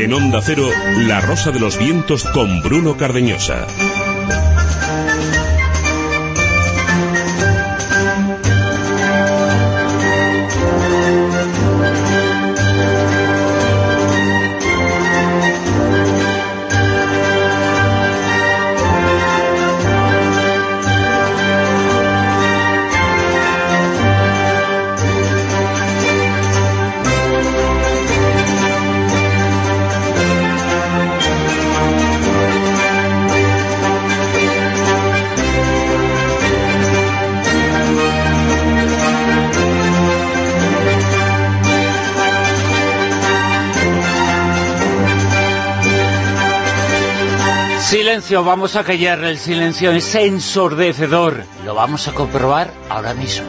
En Onda Cero, La Rosa de los Vientos con Bruno Cardeñosa. Silencio, vamos a callar. El silencio es ensordecedor. Lo vamos a comprobar ahora mismo.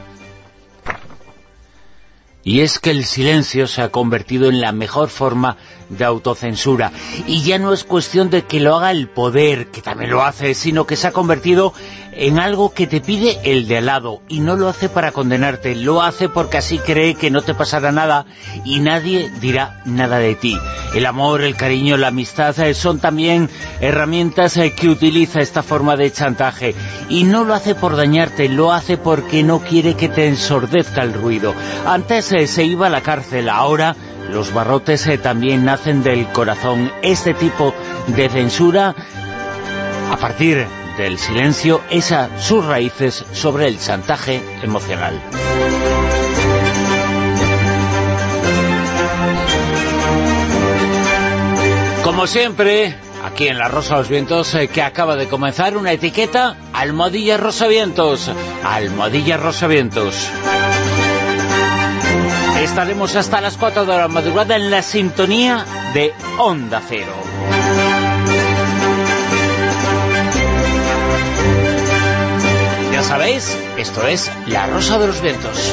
Y es que el silencio se ha convertido en la mejor forma de autocensura. Y ya no es cuestión de que lo haga el poder, que también lo hace, sino que se ha convertido en algo que te pide el de al lado. Y no lo hace para condenarte, lo hace porque así cree que no te pasará nada y nadie dirá nada de ti. El amor, el cariño, la amistad son también herramientas que utiliza esta forma de chantaje. Y no lo hace por dañarte, lo hace porque no quiere que te ensordezca el ruido. Antes se iba a la cárcel, ahora los barrotes también nacen del corazón. Este tipo de censura, a partir del silencio, echa sus raíces sobre el chantaje emocional. Como siempre, aquí en La Rosa de los Vientos, que acaba de comenzar una etiqueta, Almohadilla Rosavientos. Almohadilla Rosavientos. Estaremos hasta las 4 de la madrugada en la sintonía de Onda Cero. Ya sabéis, esto es La Rosa de los Vientos.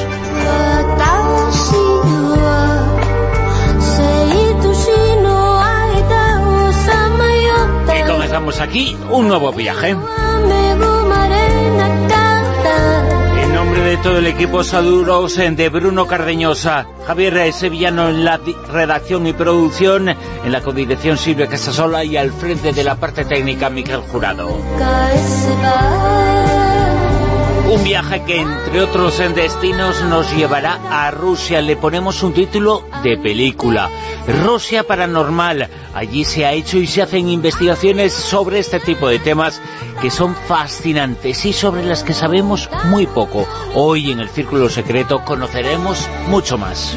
Y comenzamos aquí un nuevo viaje. En nombre de todo el equipo, saludos de Bruno Cardeñosa, Javier Sevillano en la redacción y producción, en la codirección Silvia Casasola y al frente de la parte técnica Miguel Jurado. Un viaje que, entre otros destinos, nos llevará a Rusia. Le ponemos un título de película, Rusia Paranormal. Allí se ha hecho y se hacen investigaciones sobre este tipo de temas que son fascinantes y sobre las que sabemos muy poco. Hoy, en el Círculo Secreto, conoceremos mucho más.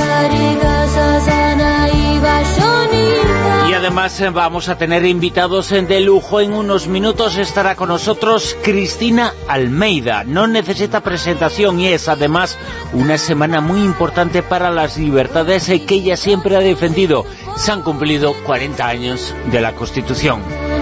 Y además vamos a tener invitados de lujo. En unos minutos estará con nosotros Cristina Almeida. No necesita presentación y es además una semana muy importante para las libertades que ella siempre ha defendido. Se han cumplido 40 años de la Constitución.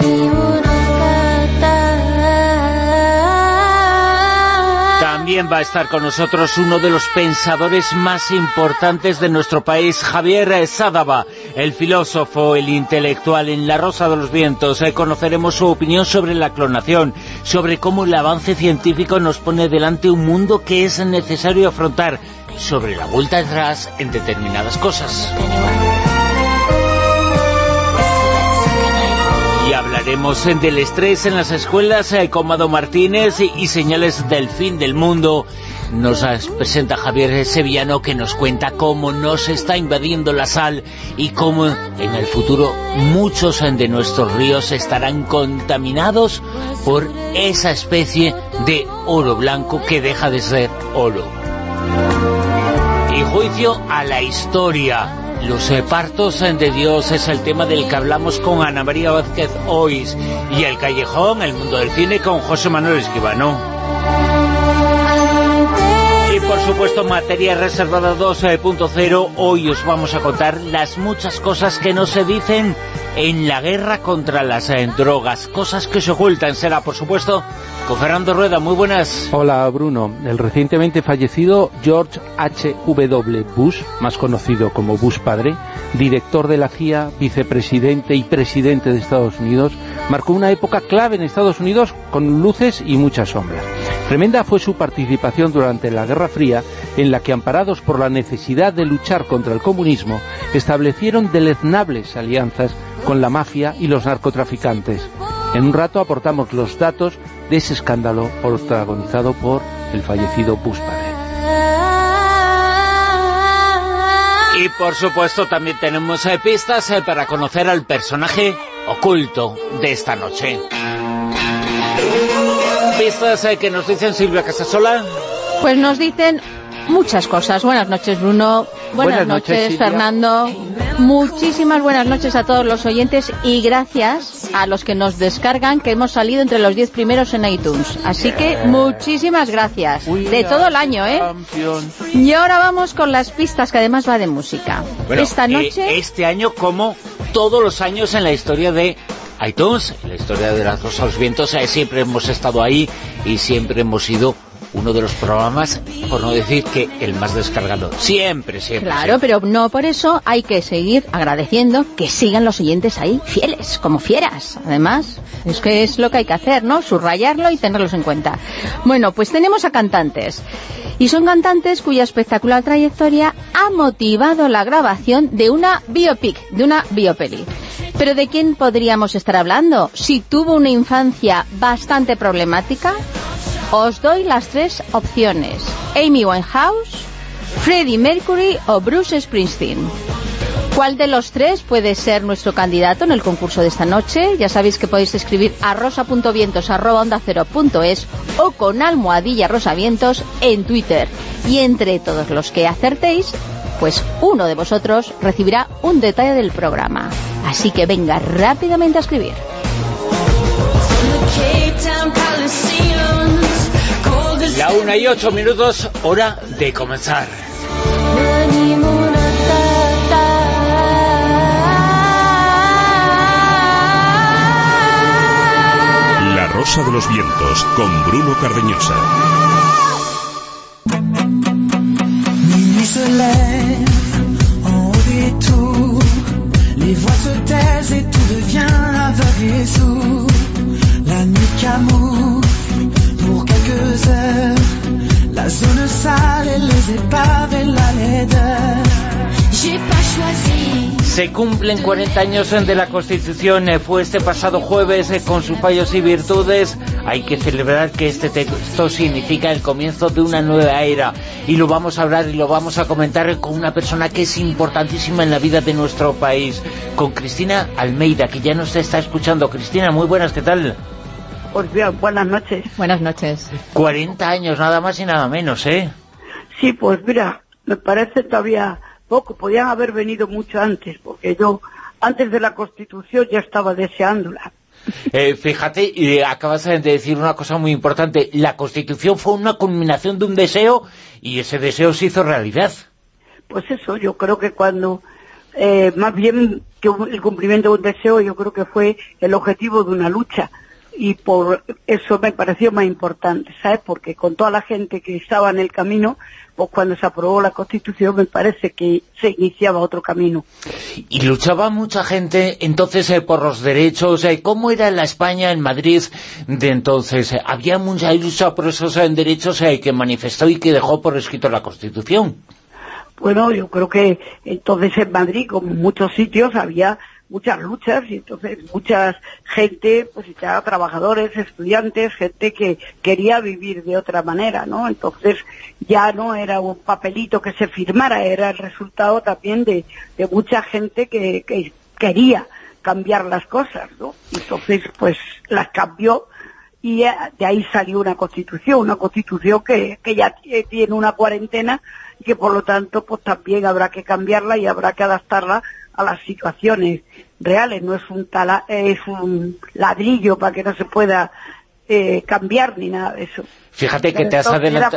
También va a estar con nosotros uno de los pensadores más importantes de nuestro país, Javier Sadava, el filósofo, el intelectual. En La Rosa de los Vientos conoceremos su opinión sobre la clonación, sobre cómo el avance científico nos pone delante un mundo que es necesario afrontar, sobre la vuelta atrás en determinadas cosas. Y hablaremos del estrés en las escuelas con Mado Martínez y señales del fin del mundo. Nos presenta Javier Sevillano, que nos cuenta cómo nos está invadiendo la sal y cómo en el futuro muchos de nuestros ríos estarán contaminados por esa especie de oro blanco que deja de ser oro. Y juicio a la historia. Los partos de Dios es el tema del que hablamos con Ana María Vázquez hoy. Y el callejón, el mundo del cine, con José Manuel Escribano. Y por supuesto, materia reservada 2.0. Hoy os vamos a contar las muchas cosas que no se dicen en la guerra contra las drogas. Cosas que se ocultan. Será, por supuesto, con Fernando Rueda. Muy buenas. Hola, Bruno. El recientemente fallecido George H.W. Bush, más conocido como Bush padre, director de la CIA, vicepresidente y presidente de Estados Unidos, marcó una época clave en Estados Unidos con luces y muchas sombras. Tremenda fue su participación durante la Guerra Fría en la que, amparados por la necesidad de luchar contra el comunismo, establecieron deleznables alianzas con la mafia y los narcotraficantes. En un rato aportamos los datos de ese escándalo protagonizado por el fallecido Bush padre. Y por supuesto también tenemos pistas para conocer al personaje oculto de esta noche. Pistas que nos dicen Silvia Casasola. Pues nos dicen muchas cosas. Buenas noches, Bruno. Buenas noches, Fernando. Muchísimas buenas noches a todos los oyentes y gracias a los que nos descargan, que hemos salido entre los 10 primeros en iTunes. Así que muchísimas gracias. De todo el año, ¿eh? Y ahora vamos con las pistas, que además va de música. Bueno, esta noche... este año, como todos los años en la historia de iTunes, en la historia de La Rosa de los Vientos, siempre hemos estado ahí y siempre hemos sido uno de los programas, por no decir que el más descargado. Siempre. Claro, pero no por eso hay que seguir agradeciendo que sigan los oyentes ahí, fieles, como fieras. Además, es que es lo que hay que hacer, ¿no? Subrayarlo y tenerlos en cuenta. Bueno, pues tenemos a cantantes. Y son cantantes cuya espectacular trayectoria ha motivado la grabación de una biopic, de una biopeli. ¿Pero de quién podríamos estar hablando? Si tuvo una infancia bastante problemática. Os doy las 3 opciones: Amy Winehouse, Freddie Mercury o Bruce Springsteen. ¿Cuál de los 3 puede ser nuestro candidato en el concurso de esta noche? Ya sabéis que podéis escribir a rosa.vientos@ondacero.es o con almohadilla rosavientos en Twitter. Y entre todos los que acertéis, pues uno de vosotros recibirá un detalle del programa. Así que venga rápidamente a escribir. La 1:08, hora de comenzar. La Rosa de los Vientos, con Bruno Cardeñosa. Minuit se lève en haut des tours, les voix se taisent et tout devient aveugle et sourd. La nuit camoufle pour quelques heures la zone sale et les épaves et la laideur. J'ai pas choisi. Se cumplen 40 años de la Constitución, fue este pasado jueves, con sus fallos y virtudes. Hay que celebrar que este texto significa el comienzo de una nueva era, y lo vamos a hablar y lo vamos a comentar con una persona que es importantísima en la vida de nuestro país, con Cristina Almeida, que ya nos está escuchando. Cristina, muy buenas, ¿qué tal? Pues bien, buenas noches. Buenas noches. 40 años, nada más y nada menos, ¿eh? Sí, pues mira, me parece todavía poco. Podían haber venido mucho antes, porque yo, antes de la Constitución, ya estaba deseándola. Fíjate, acabas de decir una cosa muy importante. La Constitución fue una culminación de un deseo, y ese deseo se hizo realidad. Pues eso, yo creo que cuando... más bien que el cumplimiento de un deseo, yo creo que fue el objetivo de una lucha. Y por eso me pareció más importante, ¿sabes? Porque con toda la gente que estaba en el camino, pues cuando se aprobó la Constitución me parece que se iniciaba otro camino. Y luchaba mucha gente entonces por los derechos. ¿Cómo era la España en Madrid de entonces? ¿Había mucha lucha por esos derechos que manifestó y que dejó por escrito la Constitución? Bueno, yo creo que entonces en Madrid, como en muchos sitios, había muchas luchas, y entonces mucha gente, pues ya trabajadores, estudiantes, gente que quería vivir de otra manera, ¿no? Entonces ya no era un papelito que se firmara, era el resultado también de mucha gente que quería cambiar las cosas, ¿no? Entonces pues las cambió, y de ahí salió una constitución que ya tiene una cuarentena, y que por lo tanto pues también habrá que cambiarla y habrá que adaptarla a las situaciones reales. No es es un ladrillo para que no se pueda cambiar ni nada de eso. Fíjate que te has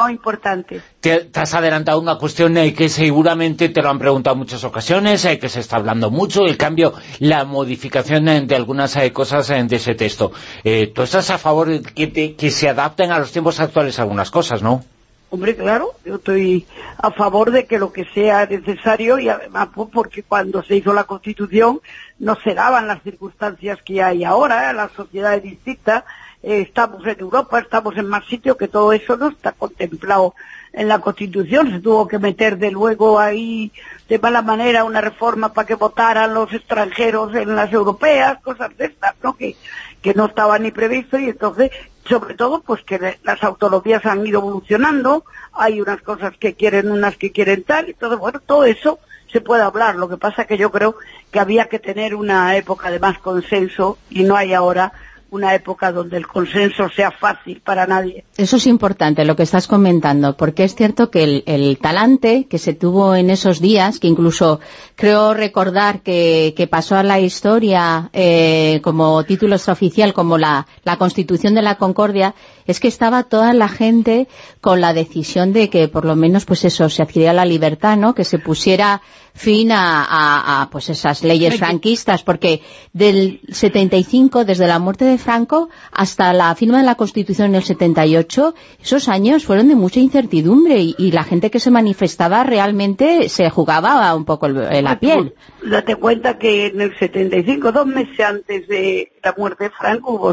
adelantado una cuestión que seguramente te lo han preguntado en muchas ocasiones, que se está hablando mucho, el cambio, la modificación de algunas cosas de ese texto. ¿Tú estás a favor de que se adapten a los tiempos actuales algunas cosas, no? Hombre, claro, yo estoy a favor de que lo que sea necesario, y además pues, porque cuando se hizo la Constitución no se daban las circunstancias que hay ahora, la sociedad es distinta, estamos en Europa, estamos en más sitios, que todo eso no está contemplado en la Constitución. Se tuvo que meter de luego ahí de mala manera una reforma para que votaran los extranjeros en las europeas, cosas de estas, ¿no? Que no estaba ni previsto, y entonces, sobre todo, pues que las autonomías han ido evolucionando, hay unas cosas que quieren, unas que quieren tal, y todo, bueno, todo eso se puede hablar. Lo que pasa es que yo creo que había que tener una época de más consenso, y no hay ahora una época donde el consenso sea fácil para nadie. Eso es importante lo que estás comentando, porque es cierto que el talante que se tuvo en esos días, que incluso creo recordar que pasó a la historia como título extraoficial, como la Constitución de la Concordia, es que estaba toda la gente con la decisión de que por lo menos pues eso, se adquiriera la libertad, ¿no? Que se pusiera fin a pues esas leyes franquistas, porque del 75, desde la muerte de Franco hasta la firma de la Constitución en el 78, esos años fueron de mucha incertidumbre, y la gente que se manifestaba realmente se jugaba un poco la piel. Date cuenta que en el 75, 2 meses antes de la muerte de Franco, hubo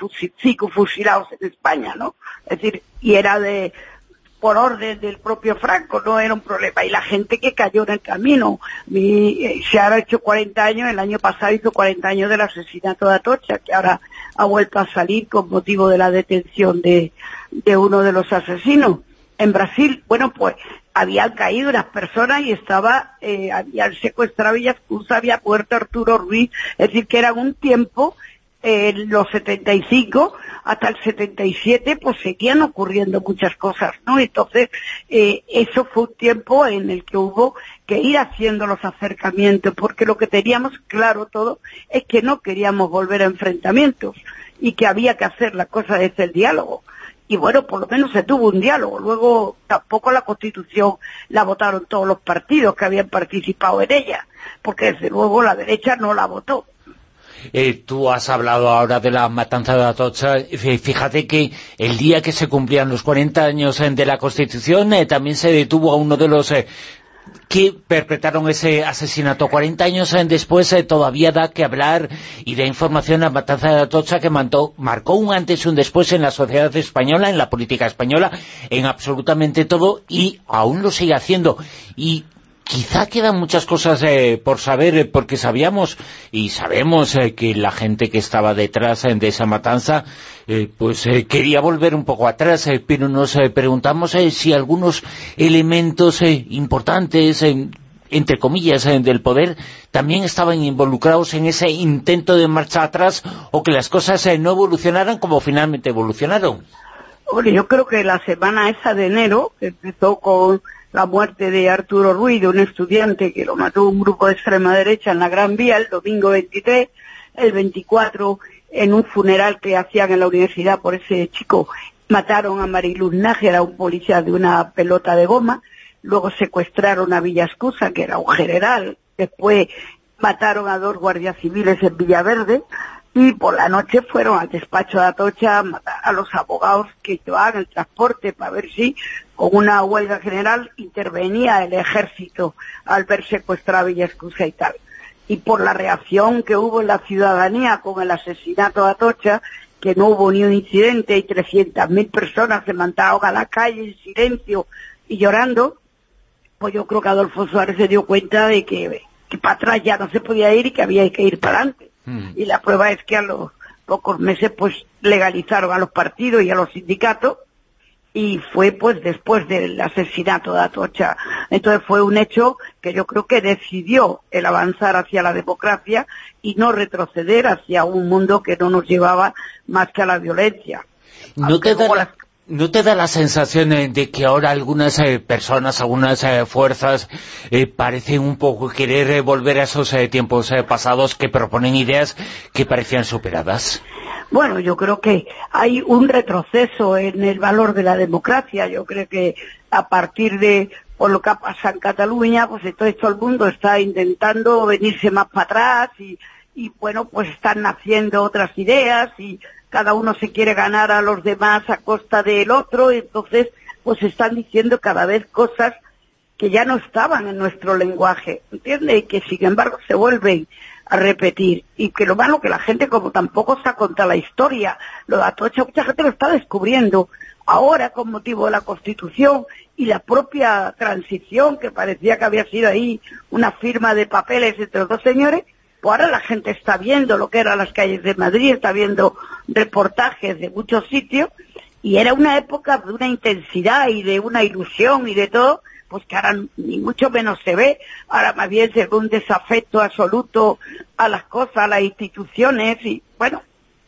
5 fusilados en España, ¿no? Es decir, y era por orden del propio Franco, no era un problema. Y la gente que cayó en el camino. Se ha hecho 40 años, el año pasado hizo 40 años del asesinato de Atocha, que ahora ha vuelto a salir con motivo de la detención de uno de los asesinos. En Brasil, bueno, pues habían caído unas personas y habían secuestrado Villascusa, había muerto Arturo Ruiz, es decir, que era un tiempo, los 75 hasta el 77, pues seguían ocurriendo muchas cosas, ¿no? Entonces, eso fue un tiempo en el que hubo que ir haciendo los acercamientos, porque lo que teníamos claro todo es que no queríamos volver a enfrentamientos, y que había que hacer la cosa desde el diálogo. Y bueno, por lo menos se tuvo un diálogo. Luego tampoco la Constitución la votaron todos los partidos que habían participado en ella, porque desde luego la derecha no la votó. Tú has hablado ahora de la matanza de Atocha. Fíjate que el día que se cumplían los 40 años de la Constitución, también se detuvo a uno de los que perpetraron ese asesinato. 40 años después todavía da que hablar, y da información la matanza de Atocha, que marcó un antes y un después en la sociedad española, en la política española, en absolutamente todo, y aún lo sigue haciendo. Y quizá quedan muchas cosas por saber, porque sabemos que la gente que estaba detrás de esa matanza quería volver un poco atrás, pero nos preguntamos si algunos elementos importantes, entre comillas, del poder, también estaban involucrados en ese intento de marcha atrás, o que las cosas no evolucionaran como finalmente evolucionaron. Bueno, yo creo que la semana esa de enero, que empezó con la muerte de Arturo Ruiz, de un estudiante que lo mató un grupo de extrema derecha en la Gran Vía, el domingo 23, el 24, en un funeral que hacían en la universidad por ese chico, mataron a Mariluz Nájera, un policía de una pelota de goma. Luego secuestraron a Villascusa, que era un general. Después mataron a 2 guardias civiles en Villaverde, y por la noche fueron al despacho de Atocha a matar a los abogados que llevaban el transporte, para ver si con una huelga general intervenía el ejército al ver secuestrado a Villascusa y tal. Y por la reacción que hubo en la ciudadanía con el asesinato de Atocha, que no hubo ni un incidente, y 300.000 personas se mandaron a la calle en silencio y llorando, pues yo creo que Adolfo Suárez se dio cuenta de que para atrás ya no se podía ir y que había que ir para adelante. Y la prueba es que a los pocos meses pues legalizaron a los partidos y a los sindicatos, y fue pues después del asesinato de Atocha. Entonces fue un hecho que yo creo que decidió el avanzar hacia la democracia y no retroceder hacia un mundo que no nos llevaba más que a la violencia. ¿No te da la sensación de que ahora algunas personas, algunas fuerzas parecen un poco querer volver a esos tiempos pasados, que proponen ideas que parecían superadas? Bueno, yo creo que hay un retroceso en el valor de la democracia. Yo creo que a partir de por lo que ha pasado en Cataluña, pues entonces todo el mundo está intentando venirse más para atrás, y bueno, pues están naciendo otras ideas, y cada uno se quiere ganar a los demás a costa del otro, y entonces pues están diciendo cada vez cosas que ya no estaban en nuestro lenguaje, ¿entiendes? Y que sin embargo se vuelven a repetir. Y que lo malo que la gente, como tampoco se ha contado la historia, lo atocha, mucha gente lo está descubriendo ahora con motivo de la Constitución y la propia transición, que parecía que había sido ahí una firma de papeles entre los dos señores. Pues ahora la gente está viendo lo que eran las calles de Madrid, está viendo reportajes de muchos sitios, y era una época de una intensidad y de una ilusión y de todo, pues que ahora ni mucho menos se ve. Ahora más bien se ve un desafecto absoluto a las cosas, a las instituciones, y bueno,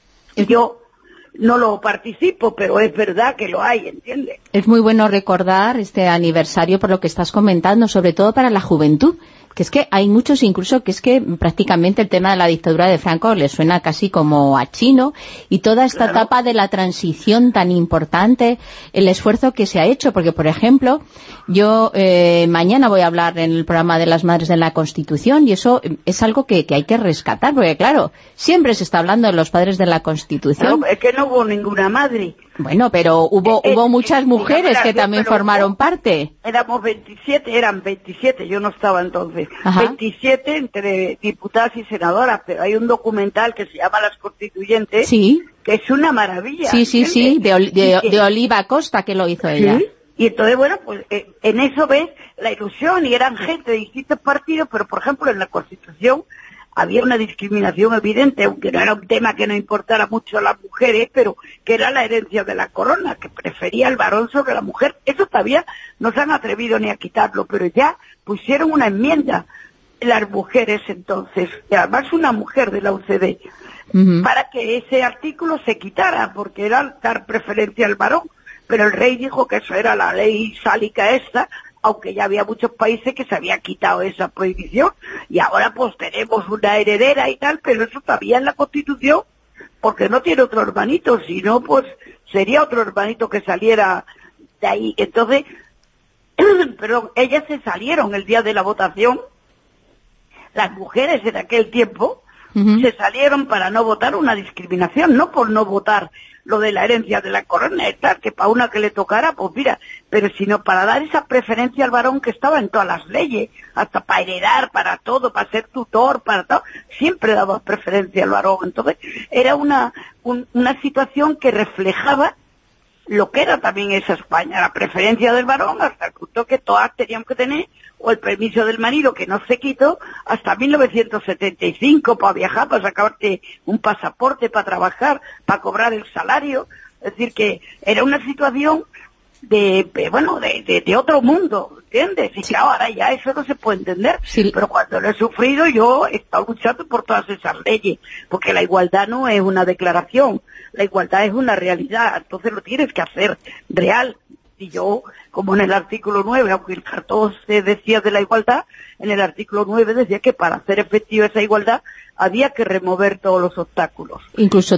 yo no lo participo, pero es verdad que lo hay, ¿entiendes? Es muy bueno recordar este aniversario por lo que estás comentando, sobre todo para la juventud, que es que hay muchos incluso que es que prácticamente el tema de la dictadura de Franco les suena casi como a chino, y toda esta etapa de la transición tan importante, el esfuerzo que se ha hecho, porque por ejemplo, yo mañana voy a hablar en el programa de las Madres de la Constitución, y eso es algo que hay que rescatar, porque claro, siempre se está hablando de los padres de la Constitución. No, es que no hubo ninguna madre. Bueno, pero hubo muchas mujeres que también formaron parte. Éramos 27, eran 27, yo no estaba entonces. Ajá. 27 entre diputadas y senadoras, pero hay un documental que se llama Las Constituyentes, sí, que es una maravilla. Sí, de Oliva Costa, que lo hizo ella. Sí. Y entonces, bueno, pues en eso ves la ilusión, y eran gente de distintos partidos, pero por ejemplo en la Constitución había una discriminación evidente, aunque no era un tema que no importara mucho a las mujeres, pero que era la herencia de la corona, que prefería el varón sobre la mujer. Eso todavía no se han atrevido ni a quitarlo, pero ya pusieron una enmienda las mujeres entonces, y además una mujer de la UCD, para que ese artículo se quitara, porque era dar preferencia al varón. Pero el rey dijo que eso era la ley sálica esta, aunque ya había muchos países que se había quitado esa prohibición, y ahora pues tenemos una heredera y tal, pero eso todavía en la Constitución, porque no tiene otro hermanito, sino pues sería otro hermanito que saliera de ahí. Entonces, perdón, ellas se salieron el día de la votación, las mujeres en aquel tiempo, se salieron para no votar una discriminación, no por no votar lo de la herencia de la corona y tal, que para una que le tocara, pues mira, pero sino para dar esa preferencia al varón que estaba en todas las leyes, hasta para heredar, para todo, para ser tutor, para todo, siempre daba preferencia al varón. Entonces era una situación que reflejaba lo que era también esa España, la preferencia del varón, hasta el punto que todas teníamos que tener, o el permiso del marido, que no se quitó, hasta 1975, para viajar, para sacarte un pasaporte, para trabajar, para cobrar el salario. Es decir, que era una situación de otro mundo, ¿entiendes? Y claro, ahora ya eso no se puede entender, pero cuando lo he sufrido yo he estado luchando por todas esas leyes, porque la igualdad no es una declaración, la igualdad es una realidad, entonces lo tienes que hacer real. Y yo, como en el artículo 9, aunque el cartón se decía de la igualdad, en el artículo 9 decía que para hacer efectiva esa igualdad había que remover todos los obstáculos. Incluso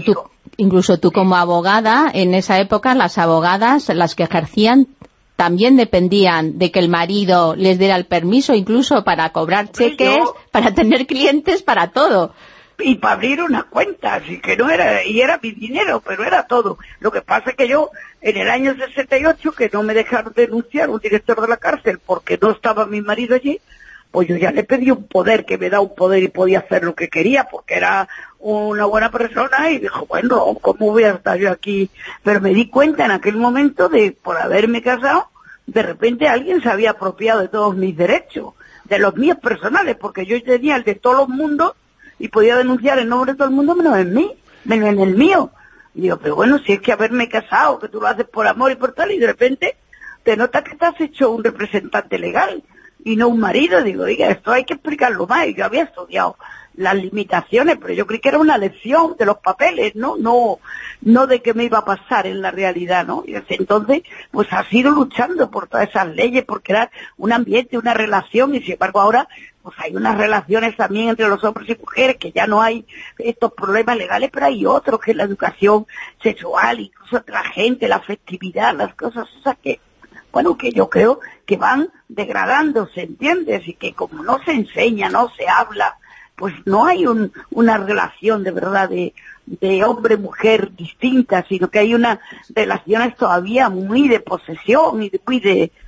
tú como abogada, en esa época las abogadas, las que ejercían, también dependían de que el marido les diera el permiso, incluso para cobrar cheques, para tener clientes, para todo. Y para abrir una cuenta, así que no era, y era mi dinero, pero era todo. Lo que pasa es que yo, en el año 68, que no me dejaron denunciar un director de la cárcel porque no estaba mi marido allí, pues yo ya le pedí un poder, que me da un poder y podía hacer lo que quería, porque era una buena persona, y dijo, bueno, ¿cómo voy a estar yo aquí? Pero me di cuenta en aquel momento de, por haberme casado, de repente alguien se había apropiado de todos mis derechos, de los míos personales, porque yo tenía el de todos los mundos, y podía denunciar en nombre de todo el mundo menos en mí, menos en el mío. Y digo, pero bueno, si es que haberme casado, que tú lo haces por amor y por tal, y de repente te notas que te has hecho un representante legal y no un marido. Digo, oiga, esto hay que explicarlo más. Y yo había estudiado las limitaciones, pero yo creí que era una lección de los papeles, no de qué me iba a pasar en la realidad, ¿no? Y desde entonces, pues ha sido luchando por todas esas leyes, por crear un ambiente, una relación, y sin embargo ahora pues hay unas relaciones también entre los hombres y mujeres, que ya no hay estos problemas legales, pero hay otros, que es la educación sexual, incluso entre la gente, la afectividad, las cosas esas que, bueno, que yo creo que van degradándose, ¿entiendes? Y que como no se enseña, no se habla, pues no hay una relación de verdad de hombre-mujer distinta, sino que hay unas relaciones todavía muy de posesión y muy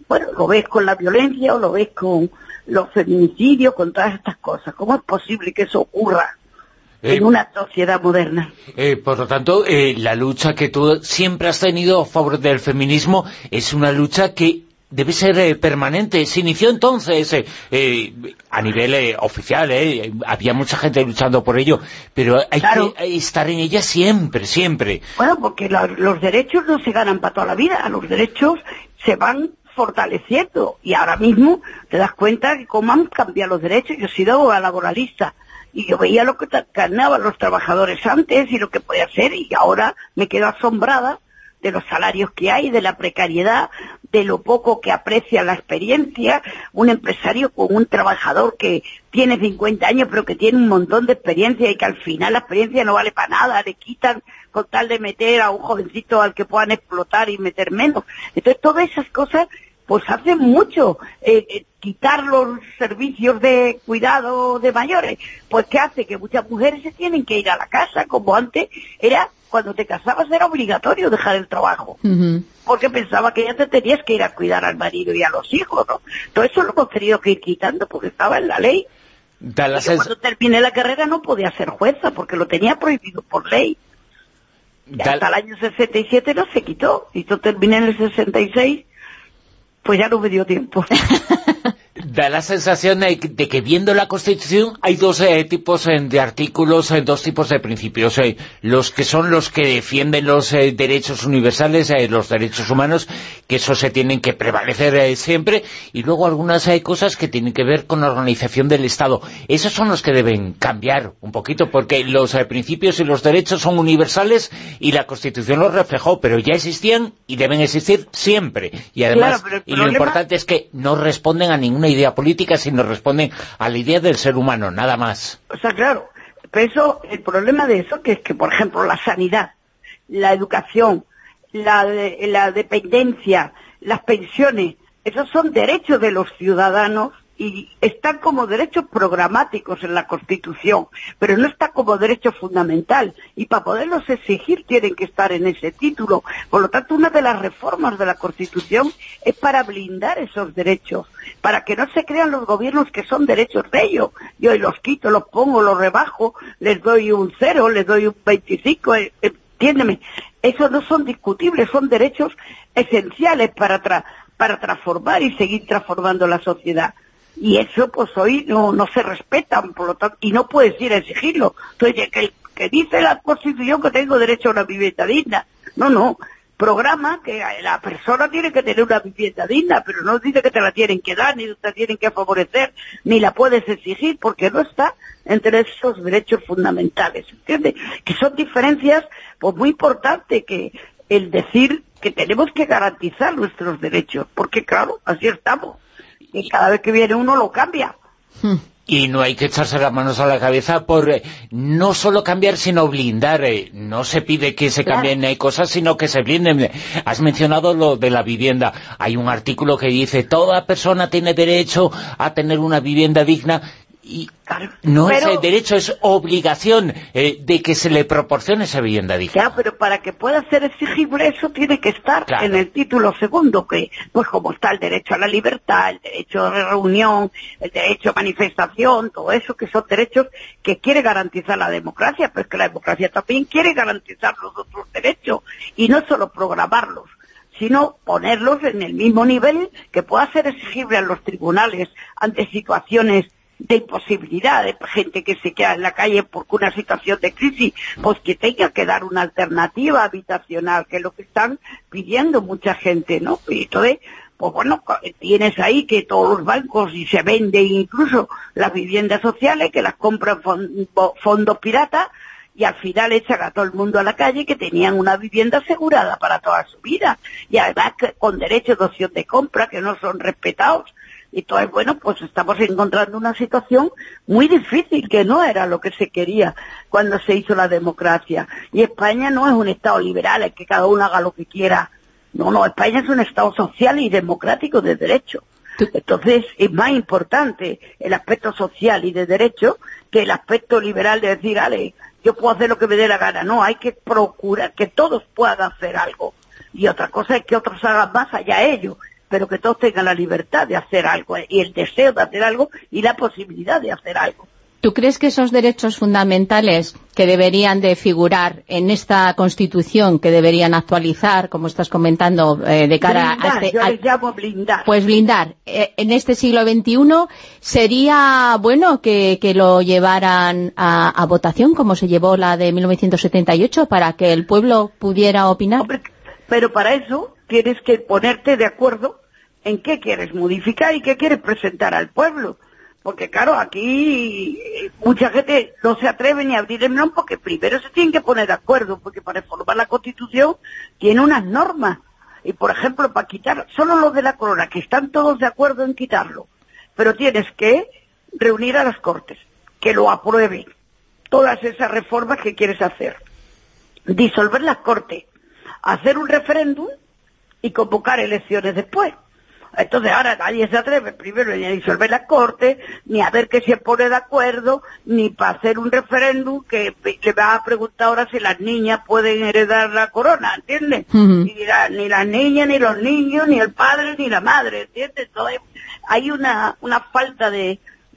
bueno, lo ves con la violencia o lo ves con los feminicidios, con todas estas cosas. ¿Cómo es posible que eso ocurra en una sociedad moderna? Por lo tanto, la lucha que tú siempre has tenido a favor del feminismo es una lucha que debe ser permanente. Se inició entonces a nivel oficial, había mucha gente luchando por ello, pero hay que estar en ella siempre, siempre. Bueno, porque los derechos no se ganan para toda la vida, los derechos se van fortaleciendo, y ahora mismo te das cuenta de cómo han cambiado los derechos. Yo he sido laboralista, y yo veía lo que ganaban los trabajadores antes y lo que podía hacer, y ahora me quedo asombrada de los salarios que hay, de la precariedad, de lo poco que aprecia la experiencia. Un empresario con un trabajador que tiene 50 años pero que tiene un montón de experiencia y que al final la experiencia no vale para nada, le quitan con tal de meter a un jovencito al que puedan explotar y meter menos. Entonces todas esas cosas pues hacen mucho. Quitar los servicios de cuidado de mayores, pues ¿qué hace? Que muchas mujeres se tienen que ir a la casa, como antes era. Cuando te casabas era obligatorio dejar el trabajo, porque pensaba que ya te tenías que ir a cuidar al marido y a los hijos, ¿no? Todo eso lo hemos tenido que ir quitando porque estaba en la ley. Cuando terminé la carrera no podía ser jueza porque lo tenía prohibido por ley. Y hasta el año 67 no se quitó, y yo terminé en el 66, pues ya no me dio tiempo. Da la sensación de que viendo la Constitución hay dos tipos de artículos, dos tipos de principios. Los que son los que defienden los derechos universales, los derechos humanos, que eso se tienen que prevalecer siempre, y luego algunas cosas que tienen que ver con la organización del Estado. Esos son los que deben cambiar un poquito, porque los principios y los derechos son universales y la Constitución los reflejó, pero ya existían y deben existir siempre. Y además, y lo importante es que no responden a ninguna idea política, sino responden a la idea del ser humano, nada más. O sea, claro, pero eso, el problema de eso que es que, por ejemplo, la sanidad, la educación, la dependencia, las pensiones, esos son derechos de los ciudadanos y están como derechos programáticos en la Constitución, pero no está como derecho fundamental, y para poderlos exigir tienen que estar en ese título. Por lo tanto, una de las reformas de la Constitución es para blindar esos derechos, para que no se crean los gobiernos que son derechos de ellos. Yo los quito, los pongo, los rebajo, les doy un 0, les doy un 25, entiéndeme. Esos no son discutibles, son derechos esenciales para transformar y seguir transformando la sociedad. Y eso pues hoy no se respetan, por lo tanto, y no puedes ir a exigirlo. Entonces, que dice la Constitución que tengo derecho a una vivienda digna. No, programa que la persona tiene que tener una vivienda digna, pero no dice que te la tienen que dar, ni te tienen que favorecer, ni la puedes exigir, porque no está entre esos derechos fundamentales, ¿entiendes? Que son diferencias pues muy importantes, que el decir que tenemos que garantizar nuestros derechos, porque claro, así estamos. Y cada vez que viene uno lo cambia. Y no hay que echarse las manos a la cabeza por no solo cambiar, sino blindar. No se pide que se cambien cosas, sino que se blinden. Has mencionado lo de la vivienda. Hay un artículo que dice, toda persona tiene derecho a tener una vivienda digna. Y no es derecho, es obligación de que se le proporcione esa vivienda digna. Ya, pero para que pueda ser exigible eso tiene que estar en el título segundo, que pues como está el derecho a la libertad, el derecho de reunión, el derecho a manifestación, todo eso que son derechos que quiere garantizar la democracia, pero es que la democracia también quiere garantizar los otros derechos, y no solo programarlos, sino ponerlos en el mismo nivel que pueda ser exigible a los tribunales ante situaciones de imposibilidad, de gente que se queda en la calle porque una situación de crisis, pues que tenga que dar una alternativa habitacional, que es lo que están pidiendo mucha gente, ¿no? Y entonces, pues bueno, tienes ahí que todos los bancos, y se venden incluso las viviendas sociales, que las compran fondos piratas, y al final echan a todo el mundo a la calle que tenían una vivienda asegurada para toda su vida, y además con derechos de opción de compra que no son respetados. Y entonces, bueno, pues estamos encontrando una situación muy difícil, que no era lo que se quería cuando se hizo la democracia. Y España no es un Estado liberal, es que cada uno haga lo que quiera. No, España es un Estado social y democrático de derecho. Entonces, es más importante el aspecto social y de derecho que el aspecto liberal de decir, ale, yo puedo hacer lo que me dé la gana. No, hay que procurar que todos puedan hacer algo. Y otra cosa es que otros hagan más, allá ellos. pero que todos tengan la libertad de hacer algo, y el deseo de hacer algo, y la posibilidad de hacer algo. ¿Tú crees que esos derechos fundamentales que deberían de figurar en esta Constitución, que deberían actualizar, como estás comentando, de cara blindar, a este... yo les llamo blindar. Pues blindar. En este siglo XXI, ¿sería bueno que lo llevaran a votación, como se llevó la de 1978, para que el pueblo pudiera opinar? Hombre, pero para eso tienes que ponerte de acuerdo en qué quieres modificar y qué quieres presentar al pueblo. Porque claro, aquí mucha gente no se atreve ni a abrir el melón porque primero se tienen que poner de acuerdo, porque para reformar la Constitución tiene unas normas. Y por ejemplo, para quitar, solo los de la corona, que están todos de acuerdo en quitarlo, pero tienes que reunir a las Cortes, que lo aprueben, todas esas reformas que quieres hacer. Disolver las Cortes, hacer un referéndum y convocar elecciones después. Entonces ahora nadie se atreve primero ni a disolver la Corte, ni a ver que se pone de acuerdo, ni para hacer un referéndum que le va a preguntar ahora si las niñas pueden heredar la corona, ¿entiendes? Ni las niñas, ni los niños, ni el padre, ni la madre, ¿entiendes? Entonces hay una falta de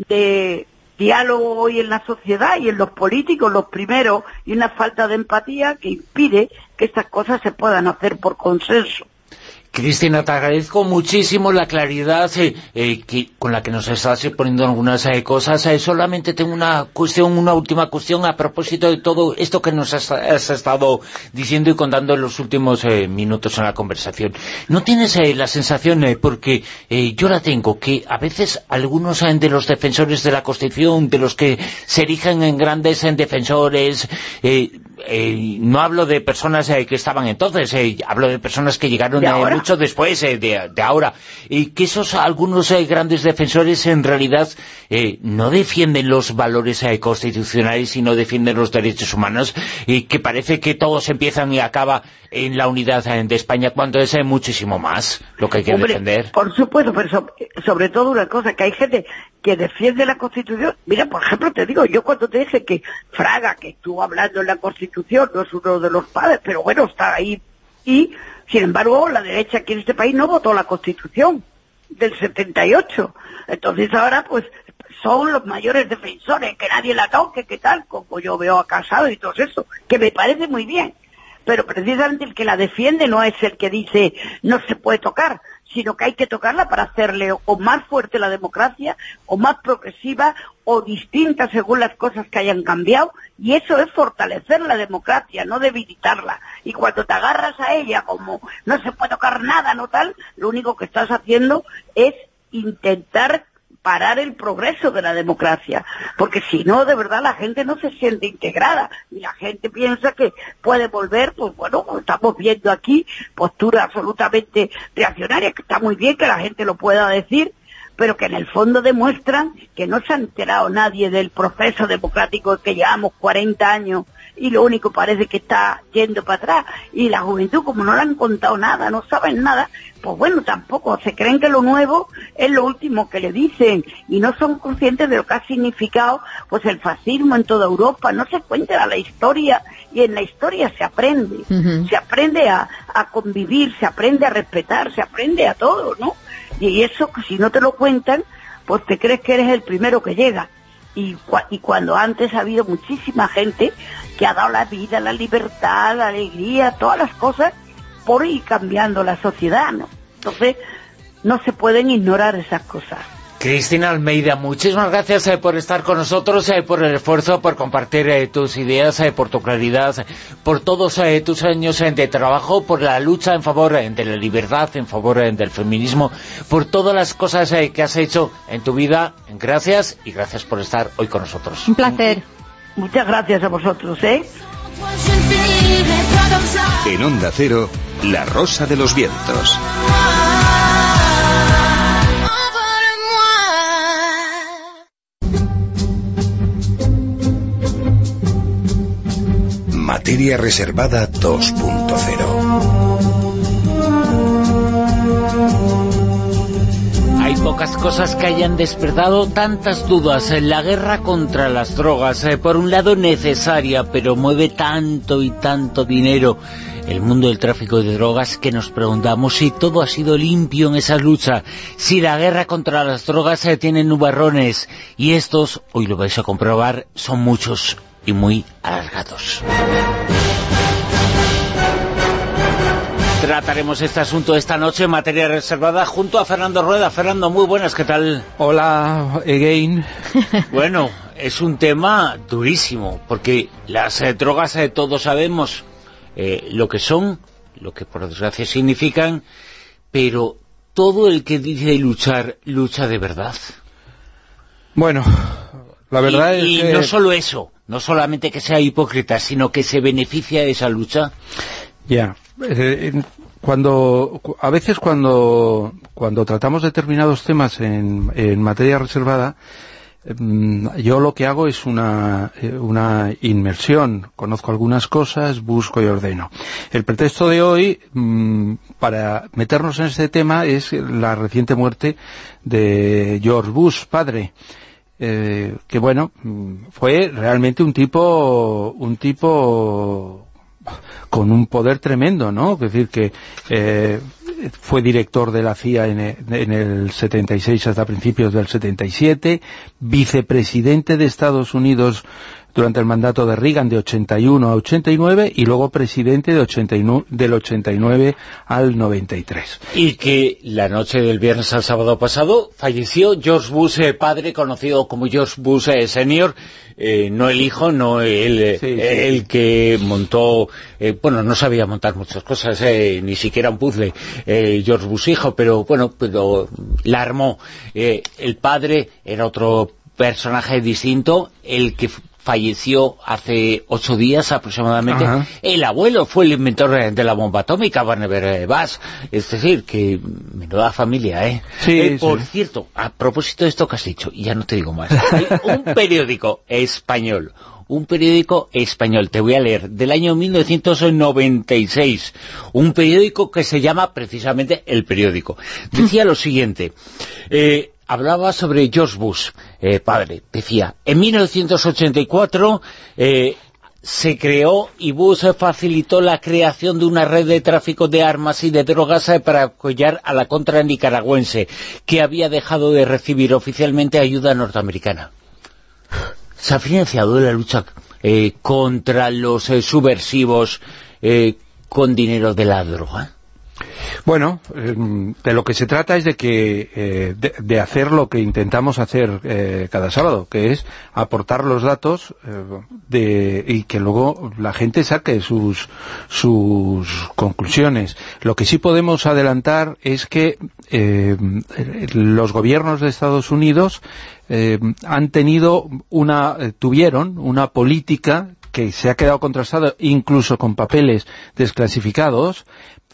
diálogo hoy en la sociedad y en los políticos, los primeros, y una falta de empatía que impide que estas cosas se puedan hacer por consenso. Cristina, te agradezco muchísimo la claridad con la que nos estás poniendo algunas cosas. Solamente tengo una última cuestión a propósito de todo esto que nos has estado diciendo y contando en los últimos minutos en la conversación. ¿No tienes la sensación, porque yo la tengo, que a veces algunos de los defensores de la Constitución, de los que se erigen en grandes defensores, no hablo de personas que estaban entonces, hablo de personas que llegaron mucho después de ahora, y que esos algunos grandes defensores en realidad no defienden los valores constitucionales, sino defienden los derechos humanos, y que parece que todos empiezan y acaba en la unidad de España, cuando es muchísimo más lo que hay que defender. Por supuesto, pero sobre todo una cosa, que hay gente que defiende la Constitución. Mira, por ejemplo, te digo, yo cuando te dije que Fraga, que estuvo hablando en la Constitución, no es uno de los padres, pero bueno, está ahí, y sin embargo la derecha aquí en este país no votó la Constitución del 78. Entonces ahora pues son los mayores defensores, que nadie la toque, que tal, como yo veo a Casado y todo eso, que me parece muy bien. Pero precisamente el que la defiende no es el que dice no se puede tocar, sino que hay que tocarla para hacerle o más fuerte la democracia, o más progresiva, o distinta según las cosas que hayan cambiado, y eso es fortalecer la democracia, no debilitarla. Y cuando te agarras a ella como no se puede tocar nada, no tal, lo único que estás haciendo es intentar parar el progreso de la democracia, porque si no, de verdad, la gente no se siente integrada, y la gente piensa que puede volver, pues bueno, estamos viendo aquí posturas absolutamente reaccionarias, que está muy bien que la gente lo pueda decir, pero que en el fondo demuestran que no se ha enterado nadie del proceso democrático que llevamos 40 años, y lo único parece que está yendo para atrás, y la juventud, como no le han contado nada, no saben nada, pues bueno, tampoco se creen que lo nuevo es lo último que le dicen, y no son conscientes de lo que ha significado pues el fascismo en toda Europa. No se cuenta la historia, y en la historia se aprende, se aprende a convivir, se aprende a respetar, se aprende a todo, ¿no? Y eso, si no te lo cuentan, pues te crees que eres el primero que llega. Y cuando antes ha habido muchísima gente que ha dado la vida, la libertad, la alegría, todas las cosas por ir cambiando la sociedad, ¿no? Entonces no se pueden ignorar esas cosas. Cristina Almeida, muchísimas gracias por estar con nosotros, por el esfuerzo, por compartir tus ideas, por tu claridad, por todos tus años de trabajo, por la lucha en favor de la libertad, en favor del feminismo, por todas las cosas que has hecho en tu vida. Gracias, y gracias por estar hoy con nosotros. Un placer. Muchas gracias a vosotros, ¿eh? En Onda Cero, La Rosa de los Vientos. Materia Reservada 2.0. Hay pocas pocas cosas que hayan despertado tantas dudas. La guerra contra las drogas, por un lado necesaria, pero mueve tanto y tanto dinero el mundo del tráfico de drogas, que nos preguntamos si todo ha sido limpio en esa lucha, si la guerra contra las drogas tiene nubarrones, y estos, hoy lo vais a comprobar, son muchos y muy alargados. Trataremos este asunto esta noche en Materia Reservada junto a Fernando Rueda. Fernando, muy buenas, ¿qué tal? Hola, again. Bueno, es un tema durísimo, porque las drogas todos sabemos lo que son, lo que por desgracia significan, pero todo el que dice luchar, lucha de verdad. Bueno, la verdad es que... Y no solo eso, no solamente que sea hipócrita, sino que se beneficia de esa lucha. Ya, a veces cuando tratamos determinados temas en materia reservada, yo lo que hago es una inmersión, conozco algunas cosas, busco y ordeno. El pretexto de hoy, para meternos en este tema, es la reciente muerte de George Bush, padre, que bueno, fue realmente un tipo con un poder tremendo, ¿no? Es decir, que fue director de la CIA en el 76 hasta principios del 77, vicepresidente de Estados Unidos durante el mandato de Reagan de 81 a 89 y luego presidente del 89 al 93. Y que la noche del viernes al sábado pasado falleció George Bush padre, conocido como George Bush senior, no el hijo, no el que montó, bueno, no sabía montar muchas cosas, ni siquiera un puzzle, George Bush hijo, pero bueno, pero la armó. El padre era otro personaje distinto, el que falleció hace 8 días aproximadamente. Ajá. El abuelo fue el inventor de la bomba atómica, Vannevar Bush. Es decir, que menuda familia, ¿eh? Sí, por cierto, a propósito de esto que has dicho, y ya no te digo más, hay un periódico español, te voy a leer, del año 1996, un periódico que se llama precisamente El Periódico. Decía lo siguiente, hablaba sobre George Bush, padre, decía, en 1984 se creó y Bush facilitó la creación de una red de tráfico de armas y de drogas para apoyar a la contra nicaragüense, que había dejado de recibir oficialmente ayuda norteamericana. Se ha financiado la lucha contra los subversivos con dinero de la droga. Bueno, de lo que se trata es de que de hacer lo que intentamos hacer cada sábado, que es aportar los datos y que luego la gente saque sus conclusiones. Lo que sí podemos adelantar es que los gobiernos de Estados Unidos tuvieron una política que se ha quedado contrastada incluso con papeles desclasificados,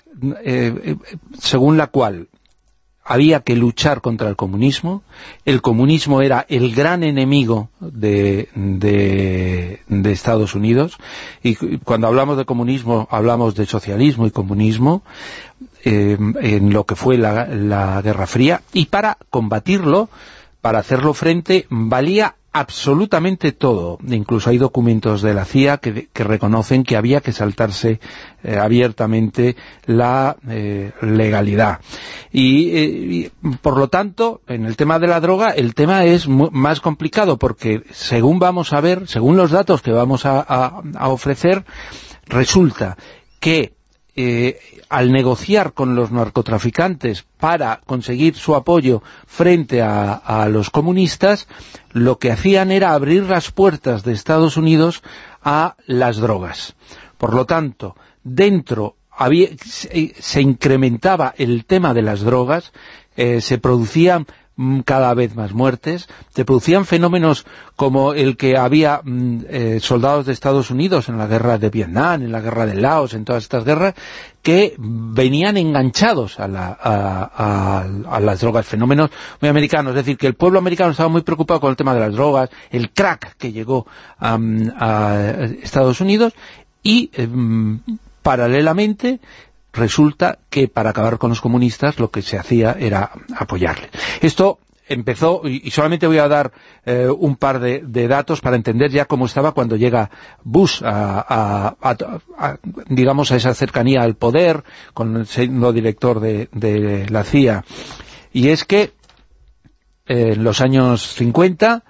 según la cual había que luchar contra el comunismo era el gran enemigo de Estados Unidos, y cuando hablamos de comunismo hablamos de socialismo y comunismo, en lo que fue la Guerra Fría, y para combatirlo, para hacerlo frente, valía absolutamente todo. Incluso hay documentos de la CIA que reconocen que había que saltarse abiertamente la legalidad. Y por lo tanto, en el tema de la droga, el tema es más complicado, porque según vamos a ver, según los datos que vamos a ofrecer, resulta que al negociar con los narcotraficantes para conseguir su apoyo frente a los comunistas, lo que hacían era abrir las puertas de Estados Unidos a las drogas. Por lo tanto, dentro se incrementaba el tema de las drogas, se producían cada vez más muertes, se producían fenómenos como el que había soldados de Estados Unidos en la guerra de Vietnam, en la guerra de Laos, en todas estas guerras, que venían enganchados a las drogas, fenómenos muy americanos. Es decir, que el pueblo americano estaba muy preocupado con el tema de las drogas, el crack que llegó a Estados Unidos, y paralelamente resulta que para acabar con los comunistas lo que se hacía era apoyarles. Esto empezó, y solamente voy a dar un par de datos para entender ya cómo estaba cuando llega Bush digamos, a esa cercanía al poder, con el siendo director de la CIA. Y es que en los años 50